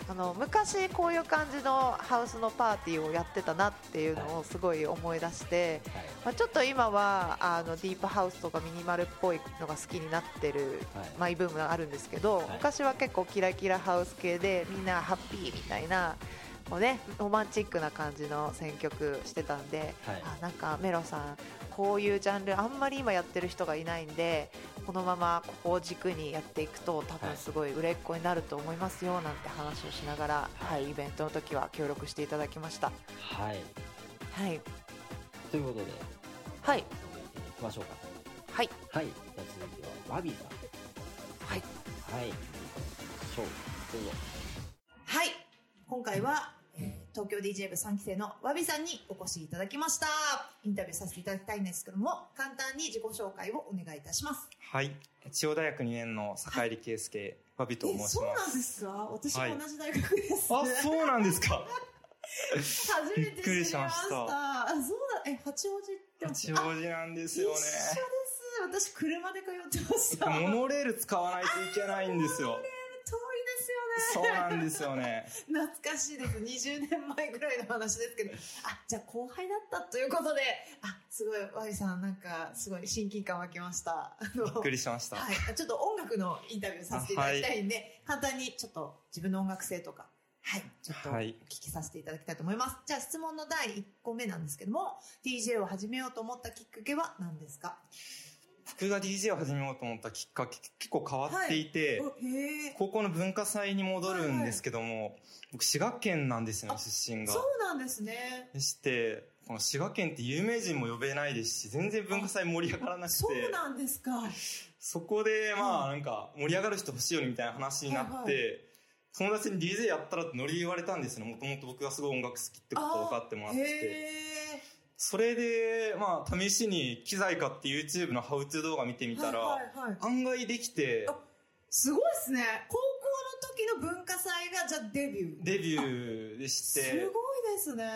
昔こういう感じのハウスのパーティーをやってたなっていうのをすごい思い出して、ちょっと今はディープハウスとかミニマルっぽいのが好きになってる、マイブームがあるんですけど、昔は結構キラキラハウス系でみんなハッピーみたいなこうね、ロマンチックな感じの選曲してたんで、なんかメロさんこういうジャンルあんまり今やってる人がいないんで、このままここを軸にやっていくと多分すごい売れっ子になると思いますよなんて話をしながら、イベントの時は協力していただきました。 はい、 はい、 ということで、 はい、 いきましょうか。 はい、 はい、じゃあ続いてはワビーさん。 はい、 はい、どうぞ。 はい、今回は東京 DJ 部3期生のワビさんにお越しいただきました。インタビューさせていただきたいんですけども、簡単に自己紹介をお願いいたします。 はい、千代大学2年の坂入圭介、ワビと申します。 そうなんですか？私も同じ大学です、 あ、そうなんですか？ 初めて知りました。あ、そうだ。八王子って八王子なんですよね。 一緒です。私車で通ってました。 モノレール使わないといけないんですよ。 遠いですよね。 そうなんですよね。 懐かしいです。20年前ぐらいの話ですけど。じゃあ後輩だったということで、すごい、ワビさんなんかすごい親近感湧きました。 びっくりしました。 はい。ちょっと音楽のインタビューさせていただきたいんで、簡単にちょっと自分の音楽性とか、ちょっとお聞きさせていただきたいと思います。じゃあ質問の第1個目なんですけども、DJ を始めようと思ったきっかけは何ですか？ 僕が DJ を始めようと思ったきっかけ結構変わっていて、高校の文化祭に戻るんですけども、僕滋賀県なんですよね、出身が。 そうなんですね。 でして、この滋賀県って有名人も呼べないですし、全然文化祭盛り上がらなくて。 そうなんですか。 そこでなんか盛り上がる人欲しいよねみたいな話になって、友達に DJ やったらってノリで言われたんですよ。もともと僕がすごい音楽好きってことを分かってもらってて。それで、試しに機材買って YouTube のハウツー動画見てみたら、案外できて。 すごいですね。高校の時の文化祭がじゃあデビュー。 デビューでして。 すごいですね。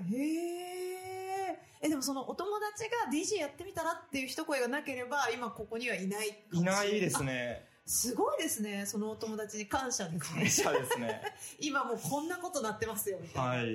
でもそのお友達が DJ やってみたらっていう一声がなければ、今ここにはいない。 いないですね。 すごいですね。そのお友達に感謝ですね。 感謝ですね。 今もうこんなことなってますよみたいな。はい。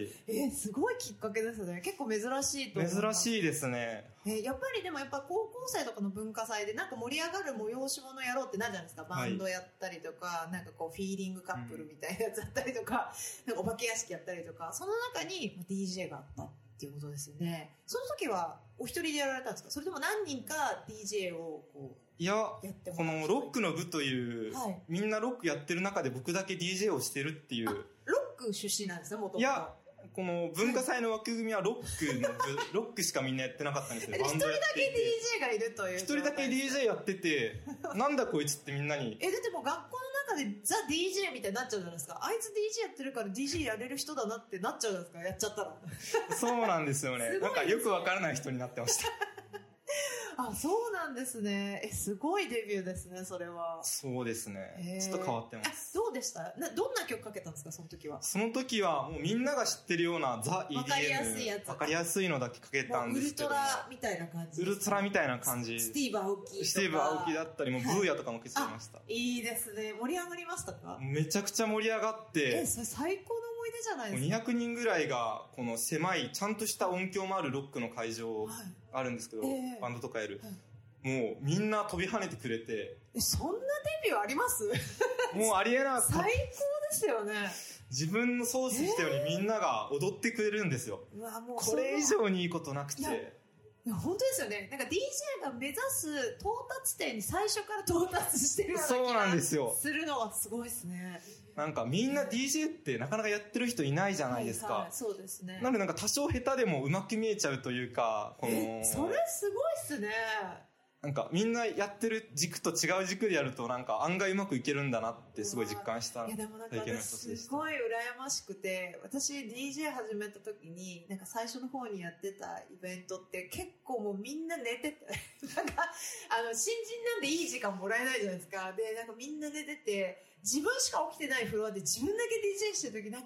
すごいきっかけですね。結構珍しいと思います。 珍しいですね。 やっぱりでも高校生とかの文化祭でなんか盛り上がる催し物やろうってなるじゃないですか。バンドやったりとか、なんかこうフィーリングカップルみたいなやつやったりとか、なんかお化け屋敷やったりとか、その中に DJ があったっていうことですよね。その時はお一人でやられたんですか？それとも何人か DJ をこう、 いや、このロックの部という、みんなロックやってる中で僕だけ DJ をしてるっていう。 ロック出身なんですね、元々。 いや、この文化祭の枠組みはロックの部、ロックしかみんなやってなかったんですよ。 一人だけ DJ がいるという。 一人だけ DJ やってて、なんだこいつってみんなに。 だってもう学校の中でザ・ DJ みたいになっちゃうじゃないですか。あいつ DJ やってるから DJ やれる人だなってなっちゃうじゃないですか、やっちゃったら。 そうなんですよね。なんかよくわからない人になってました。 そうなんですね。すごいデビューですね、それは。 そうですね。ちょっと変わってます。 どうでした？どんな曲かけたんですか、その時は。 その時はもうみんなが知ってるようなザ・ EDM。 わかりやすいやつ。 わかりやすいのだけかけたんですけど。 ウルトラみたいな感じ。 ウルトラみたいな感じ。 スティーブ・アオキとか。 スティーブ・アオキだったり、もうブーヤとかも消しちゃいました。 いいですね。盛り上がりましたか？ めちゃくちゃ盛り上がって。 それ最高の思い出じゃないですか。 200人ぐらいが、この狭い、ちゃんとした音響もあるロックの会場あるんですけど、バンドとかやる。もうみんな飛び跳ねてくれて。 そんなデビューあります？ もうありえなかった。 最高ですよね。 自分のソースしたようにみんなが踊ってくれるんですよ。 もうこれ以上にいいことなくて。 いや本当ですよね。なんか DJ が目指す到達点に最初から到達してるような気がするのはすごいですね。 なんかみんな DJ ってなかなかやってる人いないじゃないですか。 そうですね。 なのでなんか多少下手でも上手く見えちゃうというか、 それすごいっすね。 なんかみんなやってる軸と違う軸でやるとなんか案外うまくいけるんだなってすごい実感した体験の一つでした。いやでもなんか私すごい羨ましくて、私 DJ 始めた時になんか最初の方にやってたイベントって結構もうみんな寝ててなんか新人なんでいい時間もらえないじゃないですか。でなんかみんな寝てて自分しか起きてないフロアで自分だけ DJ してる時なんか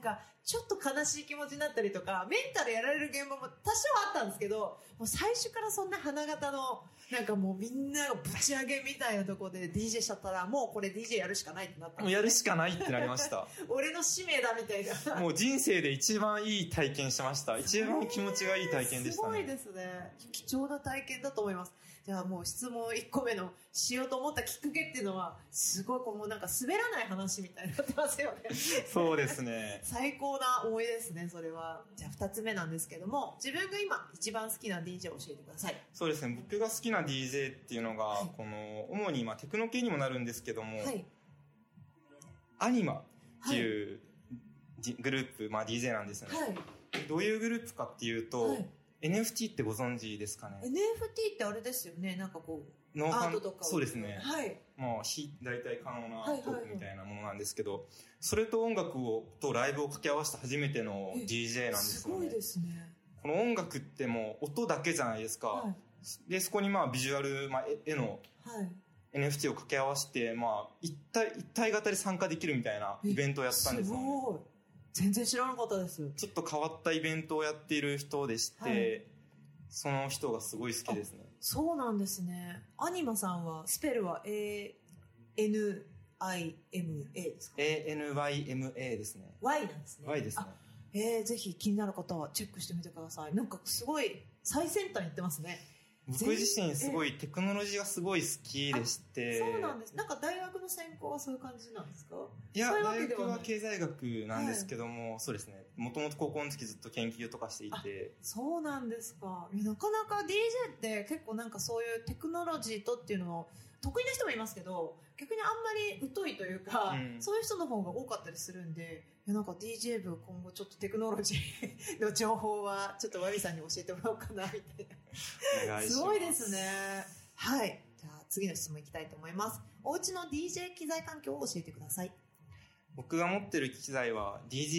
ちょっと悲しい気持ちになったりとか、メンタルやられる現場も多少あったんですけど、もう最初からそんな花形の、なんかもうみんながぶち上げみたいなところで DJ しちゃったら、もうこれ DJ やるしかないってなったんです、ね。 もうやるしかないってなりました。 俺の使命だみたいな。 もう人生で一番いい体験しました。一番気持ちがいい体験でしたね。 すごいですね。貴重な体験だと思います。じゃあもう質問1個目のしようと思ったきっかけっていうのは、すごいこうもうなんか滑らない話みたいになってますよね。 そうですね。 最高な思い出ですね、それは。じゃあ2つ目なんですけども、自分が今一番好きな DJ を教えてください。 そうですね、僕が好きな DJ っていうのが、はい、この主にテクノ系にもなるんですけども、はい、アニマっていう、はい、グループ、DJ なんですよね、はい。どういうグループかっていうと、はい、NFT ってご存知ですかね。 NFT ってあれですよね、なんかこうアートとか。 そうですね、はい、非代替可能なトークみたいなものなんですけど、それと音楽とライブを掛け合わせた初めての DJ なんですよね。 すごいですね。 この音楽ってもう音だけじゃないですか、はい、でそこにビジュアル、絵の NFT を掛け合わせて、一体型で参加できるみたいなイベントをやったんですよね。 すごい。全然知らなかったです。 ちょっと変わったイベントをやっている人でして、はい、その人がすごい好きですね。 そうなんですね。アニマさんはスペルは ANIMA ですか？ ANYMA ですね。 Y なんですね。 Y ですね。ぜひ気になる方はチェックしてみてください。なんかすごい最先端に行ってますね。 僕自身すごいテクノロジーがすごい好きでして。 そうなんです。なんか大学の専攻はそういう感じなんですか？ いや、大学は経済学なんですけども、はい、そうですね。もともと高校の時ずっと研究とかしていて。 そうなんですか。なかなか DJ って結構なんかそういうテクノロジーとっていうのを得意な人もいますけど、逆にあんまり疎いというか、そういう人の方が多かったりするんで、なんか DJ 部今後ちょっとテクノロジーの情報はちょっとワビさんに教えてもらおうかなみたいな。お願いします。すごいですね。はい。じゃあ次の質問いきたいと思います。お家の DJ 機材環境を教えてください。 僕が持ってる機材は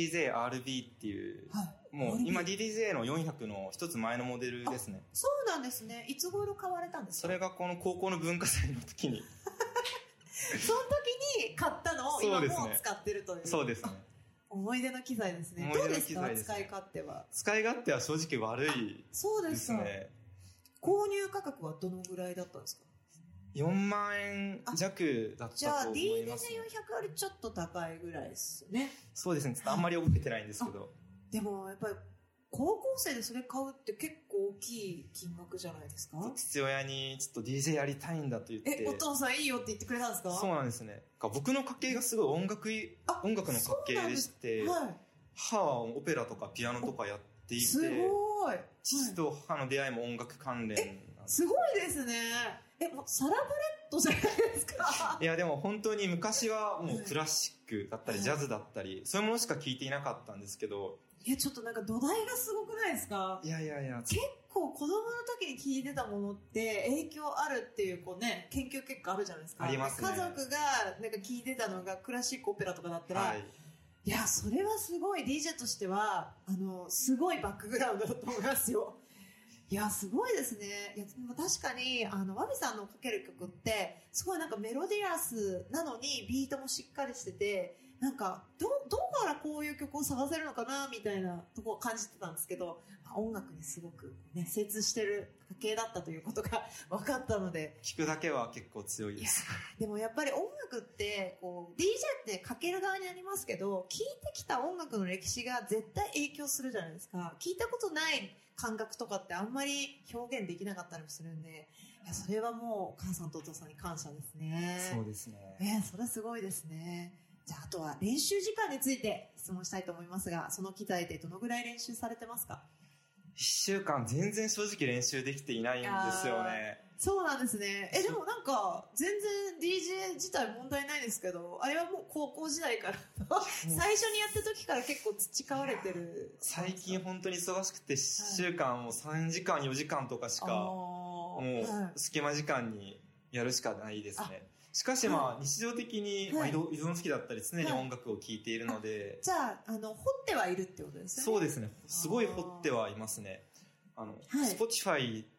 DJZ-RB っていう、はい、もう今 DJZ の400の一つ前のモデルですね。 そうなんですね。いつ頃買われたんですか？ それがこの高校の文化祭の時にその時に買ったのを今も使ってるという。 そうですね。 思い出の機材ですね。どうですか？使い勝手は。 使い勝手は正直悪いですね。 そうですか。購入価格はどのぐらいだったんですか ？4万円弱だったと思います、ね。 じゃあ DJZ400 よりちょっと高いぐらいですよね。 そうですね。ちょっとあんまり覚えてないんですけど。 でもやっぱり高校生でそれ買うって結構大きい金額じゃないですか？ 父親にちょっと DJ やりたいんだと言って。 お父さんいいよって言ってくれたんですか？ そうなんですね。僕の家系がすごい音楽の家系でして、はい、母はオペラとかピアノとかやっていて、 すごい。 父と母の出会いも音楽関連。 すごいですね。もうサラブレッドじゃないですか。 いやでも本当に昔はもうクラシックだったりジャズだったり、そういうものしか聴いていなかったんですけど。 いやちょっとなんか土台がすごくないですか？ いや結構子供の時に聴いてたものって影響あるっていう研究結果あるじゃないですか。 ありますね。 家族がなんか聴いてたのがクラシックオペラとかだったら、はい、いやそれはすごい DJ としてはすごいバックグラウンドだと思いますよ。いやすごいですね。いや確かにワビさんのかける曲ってすごいなんかメロディアスなのにビートもしっかりしてて、なんかどこからこういう曲を探せるのかなみたいなとこを感じてたんですけど、音楽にすごくね精通してる家系だったということが分かったので、 聞くだけは結構強いです。 でもやっぱり音楽ってこう DJ ってかける側にありますけど、聴いてきた音楽の歴史が絶対影響するじゃないですか。聞いたことない感覚とかってあんまり表現できなかったりもするんで、いやそれはもうお母さんとお父さんに感謝ですね。 そうですね。 それはすごいですね。じゃああとは練習時間について質問したいと思いますが、その機材でどのぐらい練習されてますか？ 1週間全然正直練習できていないんですよね。 そうなんですね。でもなんか全然 DJ 自体問題ないですけど、あれはもう高校時代から最初にやった時から結構培われてる。 最近本当に忙しくて1週間も3時間4時間とかしかもう隙間時間にやるしかないですね。しかし日常的に依存好きだったり常に音楽を聴いているので、 じゃあ掘ってはいるってことですね。 そうですね。すごい掘ってはいますね。Spotify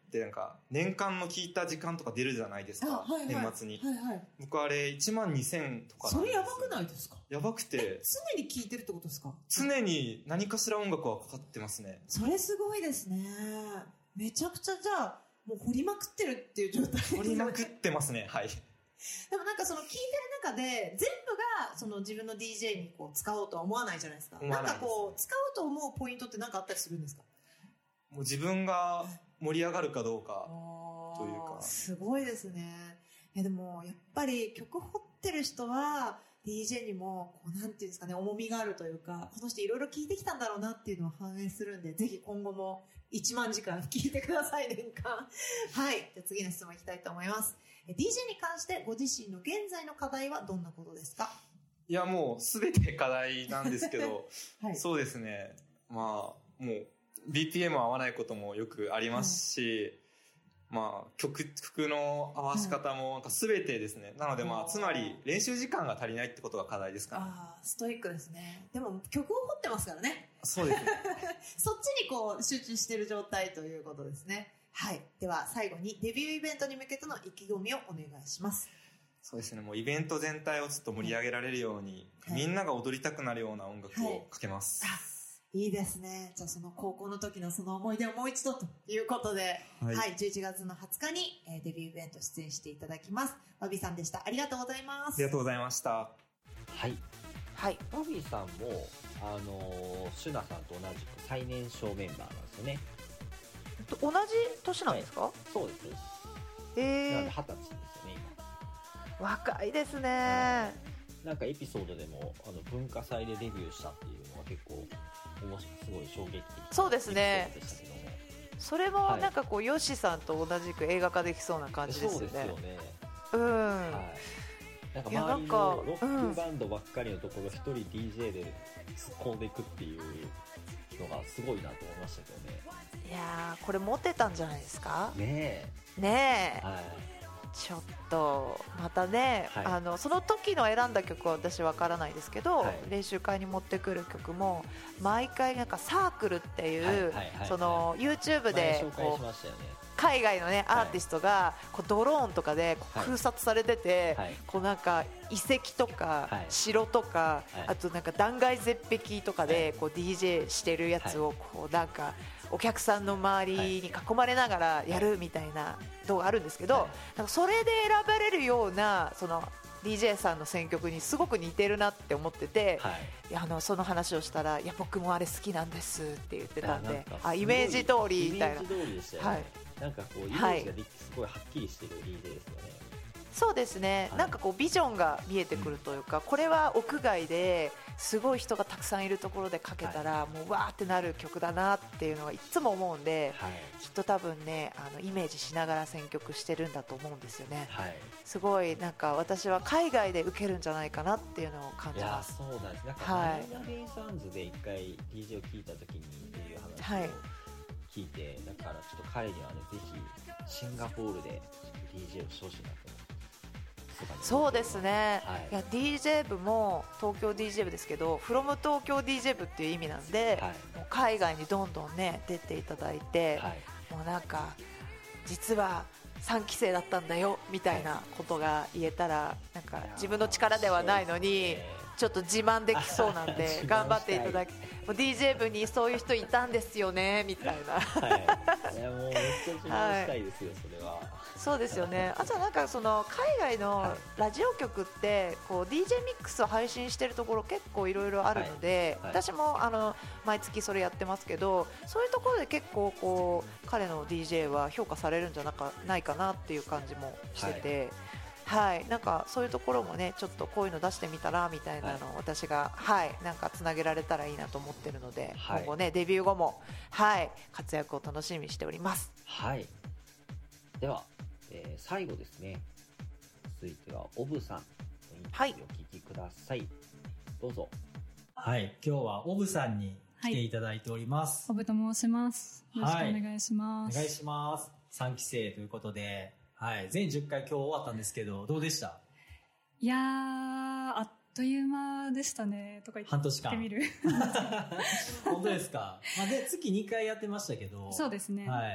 ってなんか年間の聞いた時間とか出るじゃないですか、年末に、僕あれ12000とか。 それやばくないですか？ やばくて。 常に聞いてるってことですか？ 常に何かしら音楽はかかってますね。 それすごいですね。めちゃくちゃじゃあもう掘りまくってるっていう状態。 掘りまくってますね。はい。 でもなんかその聞いてる中で全部がその自分の DJ にこう使おうとは思わないじゃないですか。なんかこう使おうと思うポイントって何かあったりするんですか？ もう自分が盛り上がるかどうかというか。 すごいですね。でもやっぱり曲掘ってる人は DJ にもこうなんていうんですかね、重みがあるというか、この人いろいろ聞いてきたんだろうなっていうのを反映するんで、ぜひ今後も1万時間聞いてください、年間。はい。じゃあ次の質問いきたいと思います。DJ に関してご自身の現在の課題はどんなことですか？ いや、もうすべて課題なんですけど、そうですね。まあ、もう BPM 合わないこともよくありますし、まあ、曲の合わせ方もなんか全てですね。なのでまあ、つまり練習時間が足りないってことが課題ですかね。 ストイックですね。でも曲を掘ってますからね。 そうですね。 そっちにこう集中してる状態ということですね。はい。では最後にデビューイベントに向けての意気込みをお願いします。 そうですね。もうイベント全体をちょっと盛り上げられるように、みんなが踊りたくなるような音楽をかけます。 いいですね。じゃあその高校の時のその思い出をもう一度ということで、11月の20日にデビューイベント出演していただきます。ワビさんでした。ありがとうございます。 ありがとうございました。 はい。はい。ワビさんも、シュナさんと同じく最年少メンバーなんですよね。 同じ年なんですか？ そうです。なんで20歳ですよね、 今。若いですね。 なんかエピソードでも文化祭でデビューしたっていうのは結構すごい衝撃的な。 そうですね。それもなんかこう、ヨシさんと同じく映画化できそうな感じですよね。 そうですよね。 なんか周りのロックバンドばっかりのところ一人 DJ で突っ込んでいくっていうのがすごいなと思いましたけどね。 いやー、これモテたんじゃないですか？ ねえ。ちょっとまたね、その時の選んだ曲は私わからないですけど、練習会に持ってくる曲も毎回なんかサークルっていうその YouTube でこう海外のねアーティストがこうドローンとかで空撮されてて、こうなんか遺跡とか城とか、あとなんか断崖絶壁とかでこう DJ してるやつをこうなんかお客さんの周りに囲まれながらやるみたいな動画あるんですけど、なんかそれで選ばれるようなその DJ さんの選曲にすごく似てるなって思ってて、その話をしたら、いや僕もあれ好きなんですって言ってたんで、イメージ通りみたいな。 イメージ通りでしたよね。なんかこうイメージがすごいはっきりしてる DJ ですよね。 そうですね、なんかこうビジョンが見えてくるというか、これは屋外ですごい人がたくさんいるところでかけたらもうわーってなる曲だなっていうのはいつも思うんで、きっと多分ねイメージしながら選曲してるんだと思うんですよね。すごいなんか私は海外で受けるんじゃないかなっていうのを感じます。 いやそうなんです。なんかマイナデイサンズで一回 DJ を聞いた時にっていう話を聞いて、だからちょっと彼にはねぜひシンガポールで DJ をしてほしいなと思って。 そうですね、いや DJ 部も東京 DJ 部ですけど from 東京 DJ 部っていう意味なんで、もう海外にどんどんね出ていただいて、もうなんか実は3期生だったんだよみたいなことが言えたら、なんか自分の力ではないのにちょっと自慢できそうなんで頑張っていただき、もう DJ 部にそういう人いたんですよねみたいな。 いやもうめっちゃ自慢したいですよ、それは。 そうですよね。あとはなんかその海外のラジオ局ってこう DJ ミックスを配信してるところ結構いろいろあるので、私も毎月それやってますけど、そういうところで結構こう彼の DJ は評価されるんじゃないかなっていう感じもしてて、なんかそういうところもねちょっとこういうの出してみたらみたいなのを私がなんかつなげられたらいいなと思ってるので、今後ねデビュー後も活躍を楽しみにしております。 では最後ですね、続いてはオブさんのインタビューをお聞きください。どうぞ。 今日はオブさんに来ていただいております。 オブと申します。よろしくお願いします。 お願いします。3期生ということで、全10回今日終わったんですけど、どうでした？ いやー、あっという間でしたね、とか言って半年間。 みる。 本当ですか。で、月2回やってましたけど。 そうですね。はい。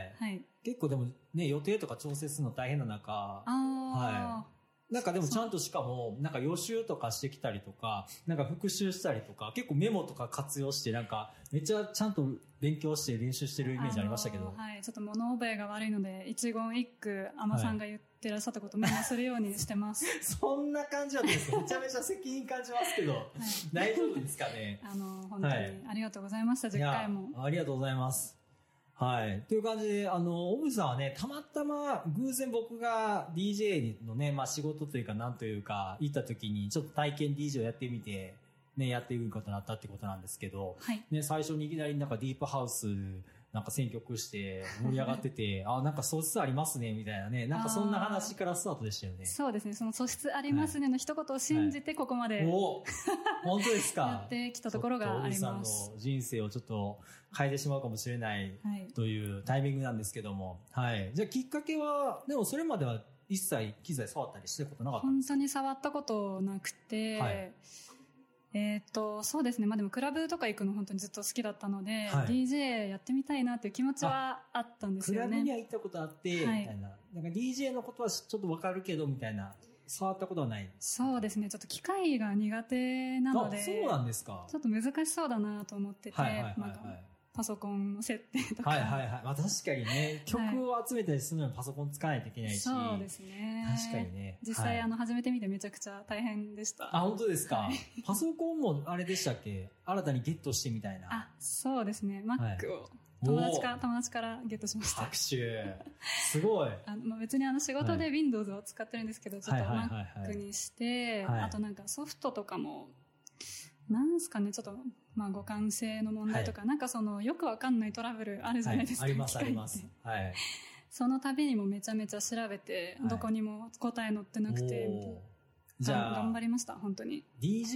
結構でもね、予定とか調整するの大変な中、なんかでもちゃんとしかも、なんか予習とかしてきたりとか、なんか復習したりとか、結構メモとか活用して、なんかめっちゃちゃんと勉強して練習してるイメージありましたけど。 はい、ちょっと物覚えが悪いので、一言一句、アマさんが言ってらっしゃったことをメモするようにしてます。 そんな感じなんですか？めちゃめちゃ責任感じますけど、大丈夫ですかね？ 本当にありがとうございました、10回も。 ありがとうございます。はい。という感じで、オブさんはね、たまたま偶然僕が DJ のね、仕事というかなんというか、行った時にちょっと体験 DJ をやってみて、ね、やっていくことになったってことなんですけど、ね、最初にいきなりなんかディープハウス、なんか選曲して盛り上がってて、なんか素質ありますね、みたいなね。なんかそんな話からスタートでしたよね。 そうですね。その素質ありますねの一言を信じてここまで、 本当ですか。 やってきたところがあります。 さんの人生をちょっと変えてしまうかもしれないというタイミングなんですけども。はい。じゃあきっかけは、でもそれまでは一切機材触ったりしてることなかったんですか？ 本当に触ったことなくて、そうですね。でもクラブとか行くの本当にずっと好きだったので、DJ やってみたいなっていう気持ちはあったんですよね。 クラブには行ったことあって、みたいな。なんか DJ のことはちょっとわかるけど、みたいな。触ったことはない？ そうですね。ちょっと機械が苦手なので。 そうなんですか。 ちょっと難しそうだなと思ってて、パソコンの設定とか。 確かにね、曲を集めたりするのにパソコン使わないといけないし。 そうですね。 確かにね。 実際始めてみてめちゃくちゃ大変でした。 本当ですか。パソコンもあれでしたっけ？新たにゲットしてみたいな。 そうですね。Mac を友達からゲットしました。 拍手。すごい。 別に仕事で Windows を使ってるんですけど、ちょっと Mac にして、あとなんかソフトとかも、なんすかね、ちょっと、互換性の問題とか、なんかよくわかんないトラブルあるじゃないですか。 あります、あります。はい。 その度にもめちゃめちゃ調べて、どこにも答え載ってなくて、じゃあ、頑張りました、本当に。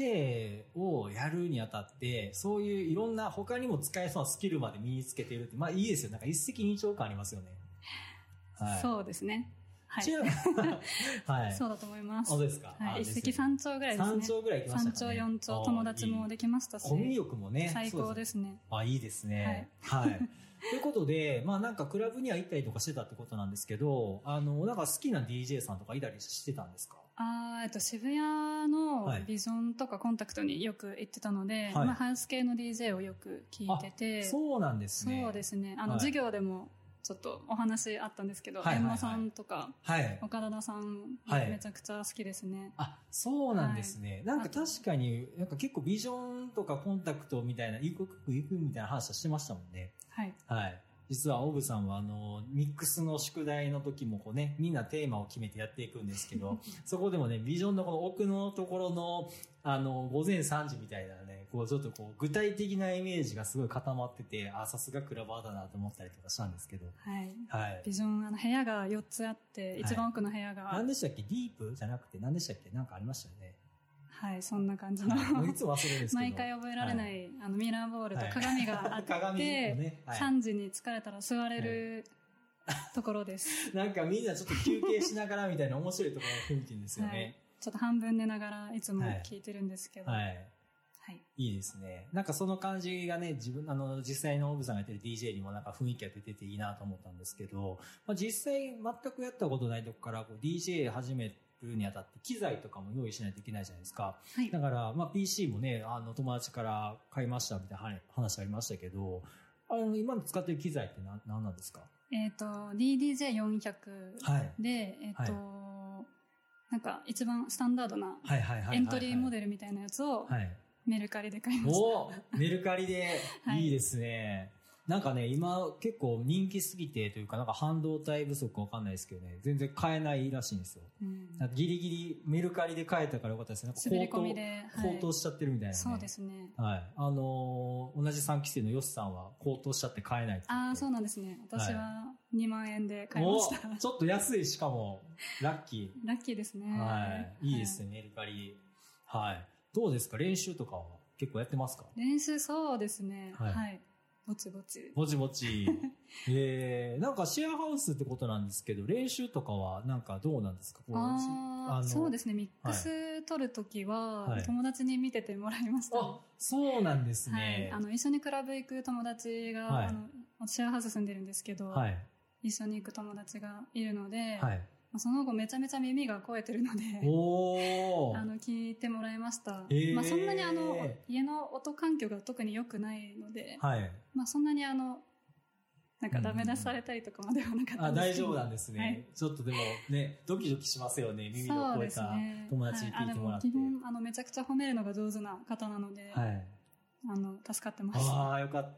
DJ をやるにあたって、そういういろんな他にも使えそうなスキルまで身につけているって、いいですよ。なんか一石二鳥感ありますよね。 そうですね。はい。そうだと思います。 そうですか。 はい。一石三鳥ぐらいですね。 三鳥ぐらい行きましたかね。 三鳥四鳥、友達もできましたし。 コミュ力もね。 最高ですね。 いいですね。はい。ということで、なんかクラブには行ったりとかしてたってことなんですけど、なんか好きな DJ さんとかいたりしてたんですか？ 渋谷のビジョンとかコンタクトによく行ってたので、ハウス系の DJ をよく聞いてて。 そうなんですね。 そうですね。授業でも、ちょっとお話あったんですけど、エンマさんとか、岡田さん、めちゃくちゃ好きですね。 そうなんですね。なんか確かに、なんか結構ビジョンとかコンタクトみたいな、行くみたいな話はしてましたもんね。はい。実はオブさんはミックスの宿題の時もみんなテーマを決めてやっていくんですけど、そこでもね、ビジョンのこの奥のところの、午前3時みたいなね、ちょっと具体的なイメージがすごい固まってて、さすがクラバーだなと思ったりとかしたんですけど。 はい。ビジョン、部屋が4つあって、一番奥の部屋が。 何でしたっけ？ディープじゃなくて何でしたっけ？なんかありましたよね。 はい、そんな感じの。 いつも忘れるんですけど。 毎回覚えられない、ミラーボールと鏡があって、3時に疲れたら座れるところです。 なんかみんなちょっと休憩しながらみたいな面白いところの雰囲気ですよね。 ちょっと半分寝ながらいつも聞いてるんですけど。 いいですね。なんかその感じがね、実際のオブさんがやってる DJ にもなんか雰囲気が出てていいなと思ったんですけど、実際全くやったことないとこからDJ 始めるにあたって機材とかも用意しないといけないじゃないですか。だから、PC もね、友達から買いましたみたいな話ありましたけど、今の使ってる機材って何なんですか ？DDJ400 で、なんか一番スタンダードなエントリーモデルみたいなやつをメルカリで買いました。 メルカリでいいですね。なんかね、今結構人気すぎてというか、なんか半導体不足わかんないですけどね、全然買えないらしいんですよ。ギリギリメルカリで買えたからよかったですね。 滑り込みで。 高騰しちゃってるみたいな、ね。 そうですね。 はい。同じ3期生のヨスさんは高騰しちゃって買えないって。 そうなんですね。私は2万円で買いました。 ちょっと安い、しかも、ラッキー。 ラッキーですね。 はい。いいですね、メルカリ。はい。どうですか？練習とかは結構やってますか？ 練習そうですね。はい。ぼちぼち。 ぼちぼち。なんかシェアハウスってことなんですけど、練習とかはなんかどうなんですか？ そうですね。ミックス撮るときは、友達に見ててもらいました。 あ、そうなんですね。 一緒にクラブ行く友達が、シェアハウス住んでるんですけど、一緒に行く友達がいるので、その後めちゃめちゃ耳が肥えてるので聞いてもらいました。そんなに家の音環境が特に良くないので、そんなになんかダメ出しされたりとかまではなかったんですけど。 大丈夫なんですね。ちょっとでもね、ドキドキしますよね。耳の肥えた友達に聞いてもらって。 基本めちゃくちゃ褒めるのが上手な方なので、助かってます。 ああ、よかった。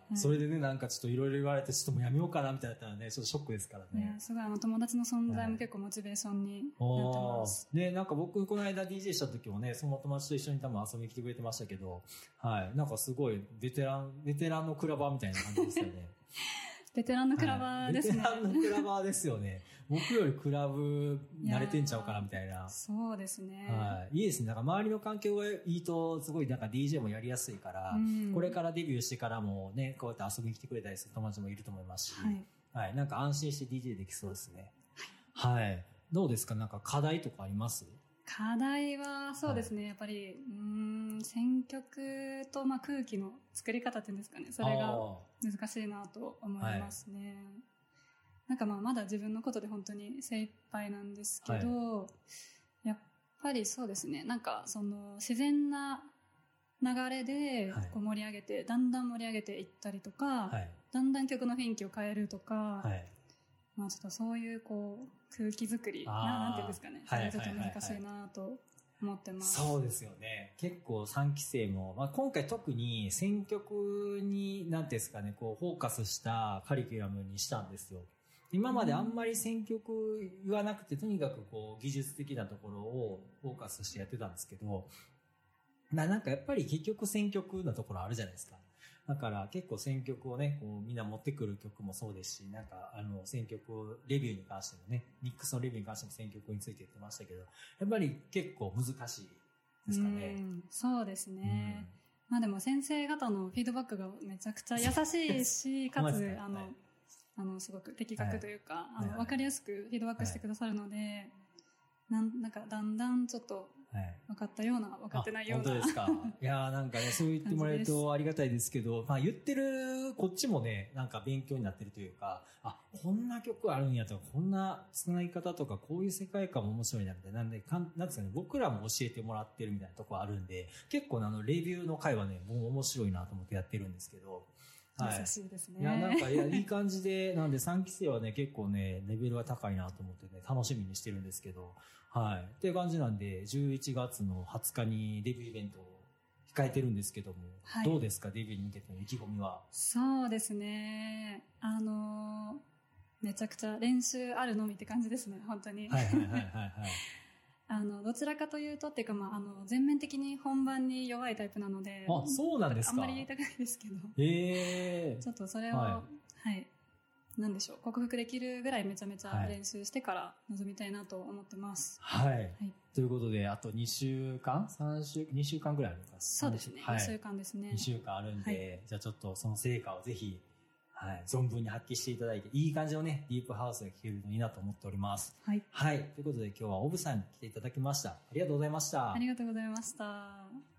それでね、なんかちょっといろいろ言われて、ちょっともうやめようかなみたいだったらね、ちょっとショックですからね。 すごい友達の存在も結構モチベーションになってます。 ね、なんか僕この間 DJ した時もね、その友達と一緒に多分遊びに来てくれてましたけど、なんかすごいベテランのクラバーみたいな感じですよね。 ベテランのクラバーですね。 ベテランのクラバーですよね。僕よりクラブ慣れてんちゃうかなみたいな。 そうですね。 いいですね。なんか周りの環境がいいと、すごいなんか DJ もやりやすいから、これからデビューしてからもね、こうやって遊びに来てくれたりする友達もいると思いますし、なんか安心して DJ できそうですね。どうですか？なんか課題とかあります？ 課題はそうですね。やっぱり、選曲と空気の作り方っていうんですかね。それが難しいなと思いますね。なんかまだ自分のことで本当に精一杯なんですけど、やっぱりそうですね。なんかその自然な流れでこう盛り上げて、だんだん盛り上げていったりとか、だんだん曲の雰囲気を変えるとか、ちょっとそういうこう空気作りなんていうんですかね。それはちょっと難しいなと思ってます。 そうですよね。結構3期生も、今回特に選曲になんていうんですかね、こうフォーカスしたカリキュラムにしたんですよ。今まであんまり選曲言わなくて、とにかくこう技術的なところをフォーカスしてやってたんですけど、なんかやっぱり結局選曲なところあるじゃないですか。だから結構選曲をね、こうみんな持ってくる曲もそうですし、なんか選曲レビューに関してもね、ミックスのレビューに関しても選曲について言ってましたけど、やっぱり結構難しいですかね。 そうですね。でも先生方のフィードバックがめちゃくちゃ優しいし、かつすごく的確というか、わかりやすくフィードバックしてくださるので、なんかだんだんちょっと分かったような、分かってないような。 本当ですか。いやなんかね、そう言ってもらえるとありがたいですけど、言ってるこっちもね、なんか勉強になってるというか、こんな曲あるんやとか、こんな繋ぎ方とか、こういう世界観も面白いなみたいな。なんで、なんですかね、僕らも教えてもらってるみたいなところあるんで、結構レビューの回はね、もう面白いなと思ってやってるんですけど、 優しいですね。 なんかいい感じで、なんで3期生はね、結構ね、レベルは高いなと思ってね、楽しみにしてるんですけど、っていう感じなんで、11月の20日にデビューイベントを控えてるんですけども、どうですか、デビューに向けての意気込みは。 そうですね。めちゃくちゃ練習あるのみって感じですね、本当に。どちらかというとっていうか、全面的に本番に弱いタイプなので、 そうなんですか。 あんまり言いたくないですけど、ちょっとそれを、なんでしょう、克服できるぐらいめちゃめちゃ練習してから臨みたいなと思ってます。 ということで、あと2週間 ?2 週間ぐらいあるのか。 そうですね、2週間ですね。 2週間あるんで、じゃあちょっとその成果をぜひ、存分に発揮していただいて、いい感じのね、ディープハウスが聴けるといいなと思っております。ということで今日はオブさんに来ていただきました。ありがとうございました。 ありがとうございました。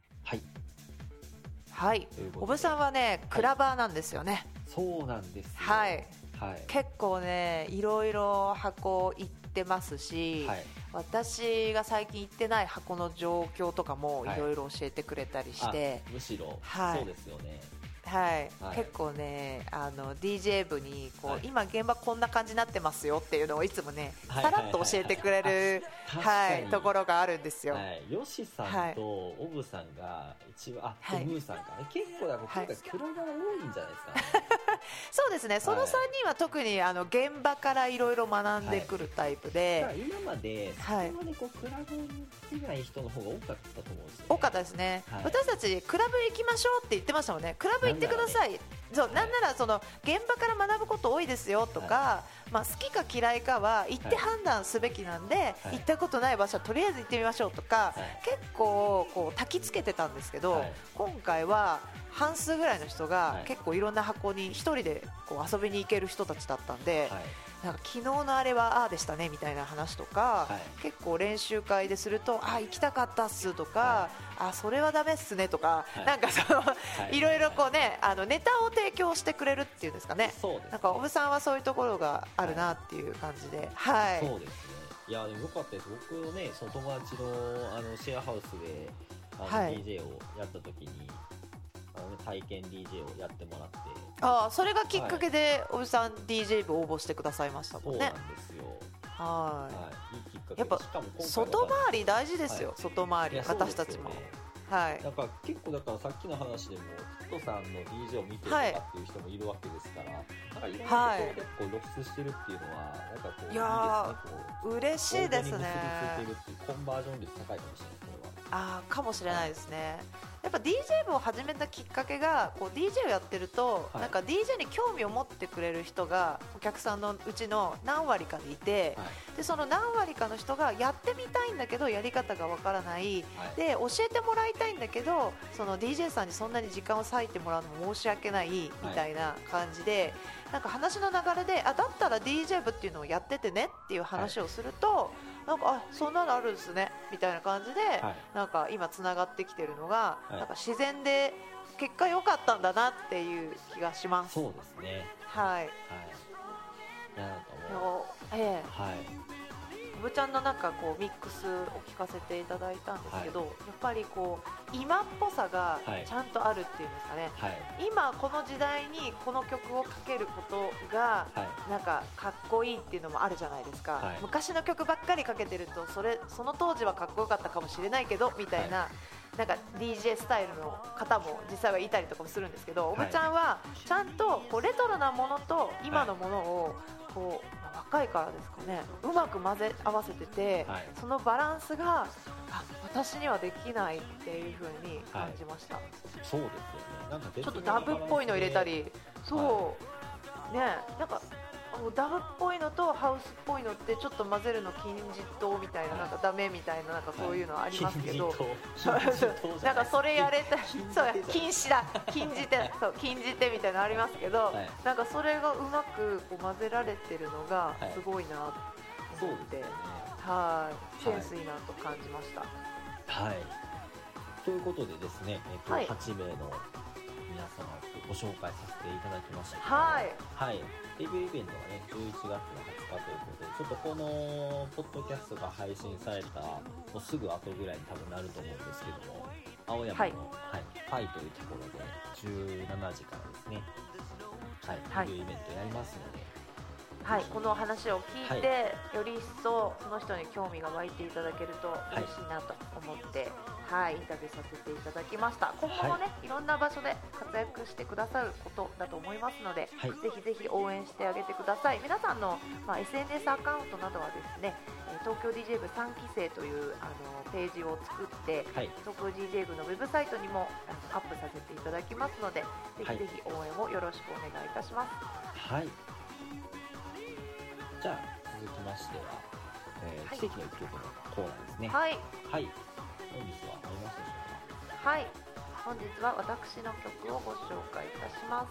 オブさんはね、クラバーなんですよね。 そうなんですよ。 結構ね、いろいろ箱行ってますし、私が最近行ってない箱の状況とかもいろいろ教えてくれたりして、 むしろ、そうですよね。 結構ね、DJ 部にこう、今現場こんな感じになってますよっていうのをいつもね、さらっと教えてくれるところがあるんですよ。 ヨシさんとオブさんが一番、ブーさんがね、結構今回クラバー多いんじゃないですか。 そうですね、その3人は特に現場からいろいろ学んでくるタイプで、 今までそこまでクラブに行ってない人の方が多かったと思うんですよ。 多かったですね。私たちクラブ行きましょうって言ってましたもんね。クラブ行ってください。なんならその現場から学ぶこと多いですよとか、好きか嫌いかは行って判断すべきなんで、行ったことない場所はとりあえず行ってみましょうとか、結構こう焚きつけてたんですけど、今回は半数ぐらいの人が結構いろんな箱に一人でこう遊びに行ける人たちだったんで、 なんか昨日のあれはああでしたねみたいな話とか、結構練習会ですると行きたかったっすとか、それはダメっすねとか、なんかいろいろこうねネタを提供してくれるっていうんですかね。なんかおぶさんはそういうところがあるなっていう感じで、 そうですね。いやでもよかったです。僕のねその友達のシェアハウスでDJ をやった時に体験 DJ をやってもらって、 それがきっかけでおぶさん DJ 部応募してくださいましたもんね。 そうなんですよ。 はいいいきっかけで。 やっぱ外回り大事ですよ。外回り私たちも。なんか結構だからさっきの話でもキットさんの DJ を見てるとかっていう人もいるわけですから、なんかいろんなところでこう露出してるっていうのはなんかこういいですね。 嬉しいですね。 応募に結びついてるっていうコンバージョン率高いかもしれないこれは。 かもしれないですね。やっぱ DJ 部を始めたきっかけがこう DJ をやってると、なんか DJ に興味を持ってくれる人がお客さんのうちの何割かでいて、でその何割かの人がやってみたいんだけどやり方がわからない、で教えてもらいたいんだけどその DJ さんにそんなに時間を割いてもらうのも申し訳ないみたいな感じで、なんか話の流れでだったら DJ 部っていうのをやっててねっていう話をすると、なんかそんなのあるんですねみたいな感じで、なんか今つながってきてるのが、なんか自然で結果良かったんだなっていう気がします。 そうですね。 はい。 なんかもうおぶちゃんのなんかこうミックスを聞かせていただいたんですけど、やっぱりこう今っぽさがちゃんとあるっていうんですかね。今この時代にこの曲をかけることがなんかかっこいいっていうのもあるじゃないですか。昔の曲ばっかりかけてるとその当時はかっこよかったかもしれないけどみたいな。なんか DJ スタイルの方も実際はいたりとかもするんですけど、おぶちゃんはちゃんとこうレトロなものと今のものをこう若いからですかね、うまく混ぜ合わせてて、そのバランスが私にはできないっていう風に感じました。 そうですよね。なんかちょっとダブっぽいの入れたり、そうね、なんかダブっぽいのとハウスっぽいのってちょっと混ぜるの金字塔みたいな、なんかダメみたいな、なんかそういうのはありますけど、なんかそれやれたそう禁止だ禁じ手そう禁じ手みたいなのありますけど、なんかそれがうまくこう混ぜられてるのがすごいなと思って、センスいいなと感じました。 はい。ということでですね、8名の皆様をご紹介させていただきましたけど、はい。デビューイベントがね11月の20日ということで、ちょっとこのポッドキャストが配信されたもうすぐ後ぐらいに多分なると思うんですけども、青山の、パイというところで17時からですね、デビューイベントやりますので、 この話を聞いて、より一層その人に興味が湧いていただけると嬉しいなと思って、インタビューさせていただきました。今後もね、いろんな場所で活躍してくださることだと思いますので、ぜひぜひ応援してあげてください。皆さんの、SNS アカウントなどはですね、東京 DJ 部3期生というページを作って、東京 DJ 部のウェブサイトにもアップさせていただきますので、ぜひぜひ応援をよろしくお願いいたします。 じゃあ続きましては、奇跡の一曲のコーナーですね。本日はありますでしょうか。 本日は私の曲をご紹介いたします。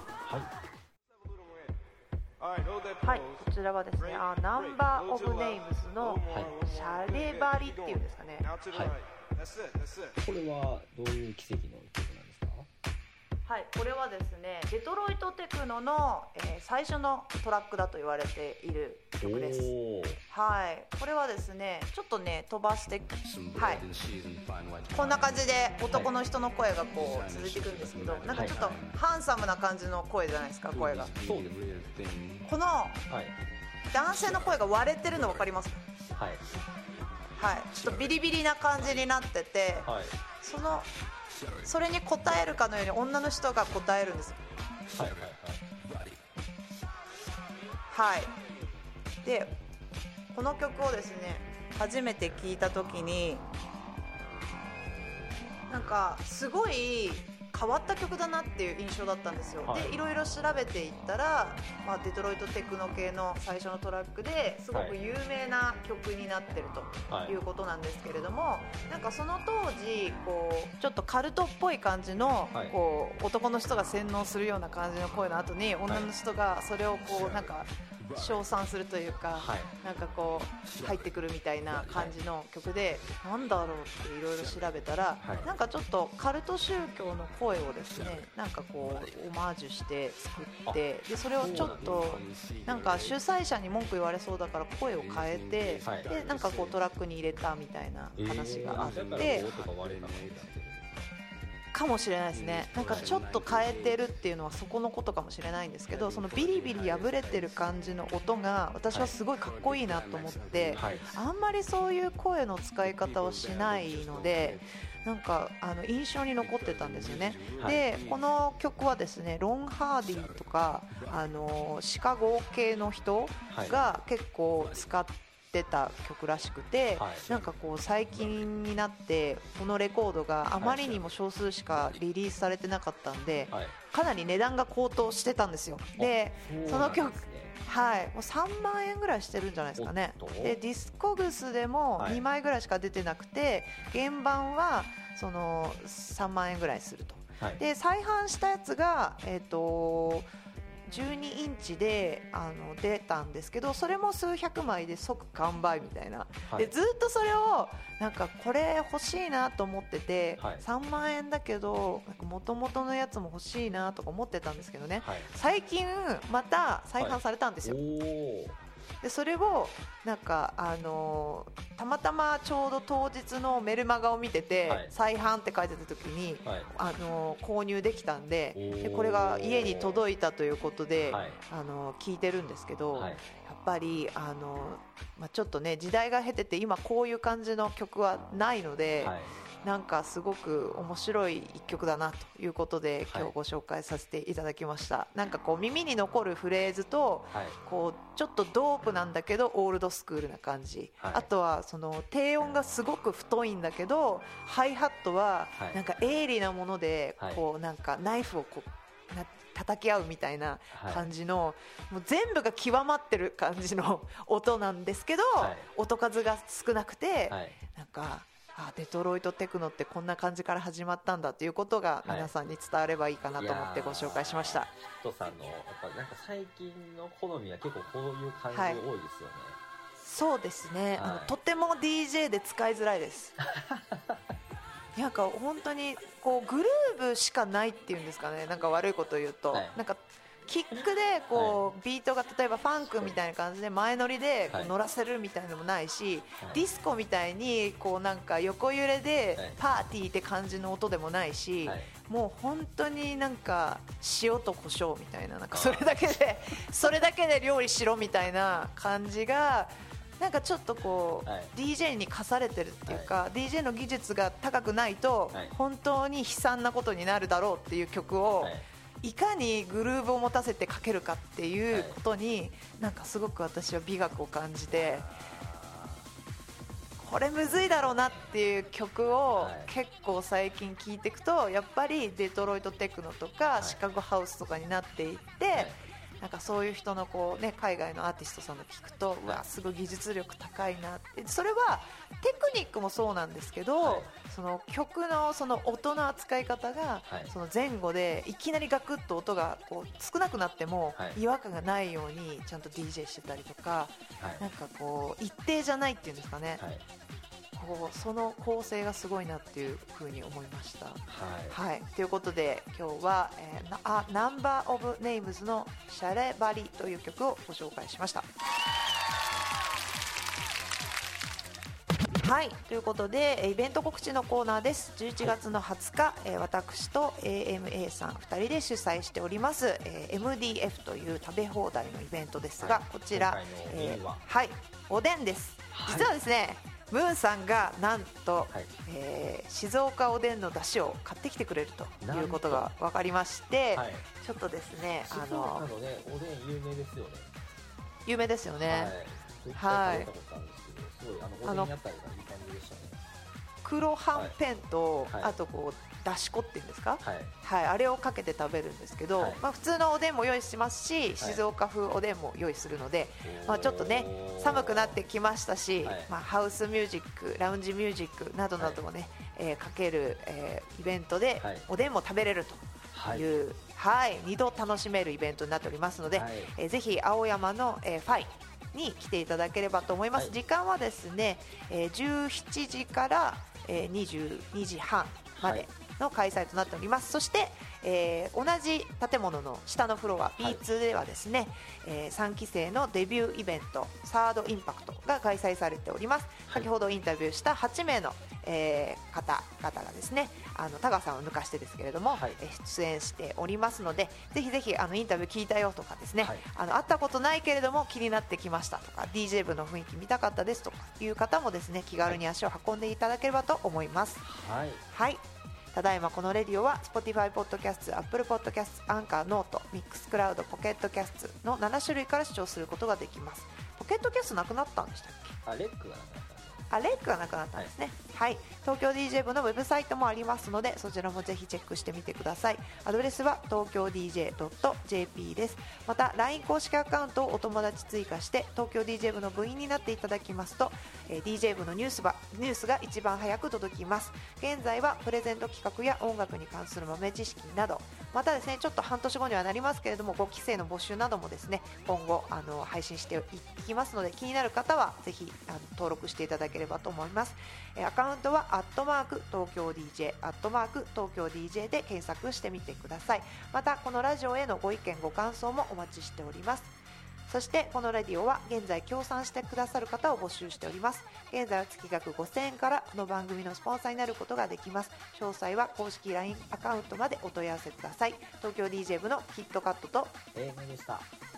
こちらはですね、ナンバーオブネイムズのシャレバリっていうんですかね。 これはどういう奇跡の一曲なんですか？ これはですね、デトロイトテクノの、最初のトラックだと言われている曲です。これはですね、ちょっとね飛ばして、こんな感じで男の人の声がこう続いていくんですけど、なんかちょっとハンサムな感じの声じゃないですか、声が。 そうです。 この男性の声が割れてるの分かりますか？ちょっとビリビリな感じになってて、それに応えるかのように女の人が応えるんです。でこの曲をですね初めて聴いた時に、なんかすごい変わった曲だなっていう印象だったんですよ。でいろいろ調べていったら、デトロイトテクノ系の最初のトラックですごく有名な曲になってるということなんですけれども、なんかその当時こうちょっとカルトっぽい感じのこう男の人が洗脳するような感じの声の後に女の人がそれをこうなんか称賛するというか、なんかこう入ってくるみたいな感じの曲で、なんだろうっていろいろ調べたら、なんかちょっとカルト宗教の声をですね、なんかこうオマージュして作って、でそれをちょっとなんか主催者に文句言われそうだから声を変えて、でなんかこうトラックに入れたみたいな話があって、かもしれないですね。なんかちょっと変えてるっていうのはそこのことかもしれないんですけど、そのビリビリ破れてる感じの音が私はすごいかっこいいなと思って、あんまりそういう声の使い方をしないので、なんか印象に残ってたんですよね。でこの曲はですね、ロン・ハーディとかシカゴ系の人が結構使って出た曲らしくて、なんかこう最近になってこのレコードがあまりにも少数しかリリースされてなかったんで、かなり値段が高騰してたんですよ。でその曲、もう3万円ぐらいしてるんじゃないですかね。でディスコグスでも2枚ぐらいしか出てなくて、原版はその3万円ぐらいすると。で再販したやつが12インチで出たんですけど、それも数百枚で即完売みたいな、でずっとそれをなんかこれ欲しいなと思ってて、3万円だけど元々のやつも欲しいなとか思ってたんですけどね、最近また再販されたんですよ。でそれをなんかたまたまちょうど当日のメルマガを見てて、再販って書いてた時に、購入できたんで、これが家に届いたということで、聞いてるんですけど、やっぱりちょっとね時代が経てて今こういう感じの曲はないので、なんかすごく面白い一曲だなということで今日ご紹介させていただきました。なんかこう耳に残るフレーズと、こうちょっとドープなんだけどオールドスクールな感じ、あとはその低音がすごく太いんだけどハイハットはなんか鋭利なものでこうなんかナイフをこう叩き合うみたいな感じの、もう全部が極まってる感じの音なんですけど、音数が少なくて、なんかデトロイトテクノってこんな感じから始まったんだということが皆さんに伝わればいいかなと思ってご紹介しました。 キットさんのやっぱなんか最近の好みは結構こういう感じ多いですよね。 そうですね、とても DJ で使いづらいですなんか本当にこうグルーブしかないっていうんですかね、なんか悪いことを言うと、なんかキックでこうビートが例えばファンクみたいな感じで前乗りでこう乗らせるみたいなのもないし、ディスコみたいにこうなんか横揺れでパーティーって感じの音でもないし、もう本当になんか塩と胡椒みたいな、なんかそれだけで料理しろみたいな感じがなんかちょっとこう、DJ に課されてるっていうか、DJ の技術が高くないと本当に悲惨なことになるだろうっていう曲をいかにグルーヴを持たせてかけるかっていうことになんかすごく私は美学を感じて、これむずいだろうなっていう曲を結構最近聴いていくと、やっぱりデトロイトテクノとかシカゴハウスとかになっていって、なんかそういう人のこう、ね、海外のアーティストさんの聞くと、うわすごい技術力高いなって。それはテクニックもそうなんですけど、その曲のその音の扱い方が、その前後でいきなりガクッと音がこう少なくなっても違和感がないようにちゃんと DJ してたりとか、なんかこう一定じゃないっていうんですかね、こうその構成がすごいなっていうふうに思いました。ということで今日は、ナンバーオブネームズのシャレバリという曲をご紹介しました。ということでイベント告知のコーナーです。11月の20日、私と AMA さん2人で主催しております、MDF という食べ放題のイベントですが、こちら、おでんです。実はですね、ムーンさんがなんと、静岡おでんの出汁を買ってきてくれるということが分かりまして、ちょっとですね、 静岡のねおでん有名ですよね。 有名ですよね。黒はんぺんと、あとこうだし粉っていうんですか、あれをかけて食べるんですけど、普通のおでんも用意しますし、静岡風おでんも用意するので、ちょっとね寒くなってきましたし、ハウスミュージック、ラウンジミュージックなどなどもね、かける、イベントでおでんも食べれるという、2度楽しめるイベントになっておりますので、ぜひ青山の、ファイに来ていただければと思います。時間はですね、17時から、22時半までの開催となっております。そして、同じ建物の下のフロア B2 ではですね、3期生のデビューイベントサードインパクトが開催されております。先ほどインタビューした8名の、方々がですね、田川さんを抜かしてですけれども、出演しておりますので、ぜひぜひインタビュー聞いたよとかですね、会ったことないけれども気になってきましたとか DJ 部の雰囲気見たかったですとかいう方もですね、気軽に足を運んでいただければと思います。ただいまこのレディオは Spotify ポッドキャスト、Apple ポッドキャスト、アンカー、ノート、ミックスクラウド、ポケットキャストの7種類から視聴することができます。ポケットキャストなくなったんでしたっけ？ レックがなくなった。 レックがなくなったんですね。東京 DJ 部のウェブサイトもありますので、そちらもぜひチェックしてみてください。アドレスは東京 DJ.jp です。また LINE 公式アカウントをお友達追加して東京 DJ 部の部員になっていただきますと、DJ 部のニュースが一番早く届きます。現在はプレゼント企画や音楽に関する豆知識など、またですね、ちょっと半年後にはなりますけれども、5期生の募集などもですね、今後配信していきますので、気になる方はぜひ登録していただければと思います。アカウントは東京 DJ 東京 DJ で検索してみてください。またこのラジオへのご意見ご感想もお待ちしております。そしてこのラディオは現在協賛してくださる方を募集しております。現在は月額5000円からこの番組のスポンサーになることができます。詳細は公式 LINE アカウントまでお問い合わせください。東京 DJ 部のキットカットと AM でした。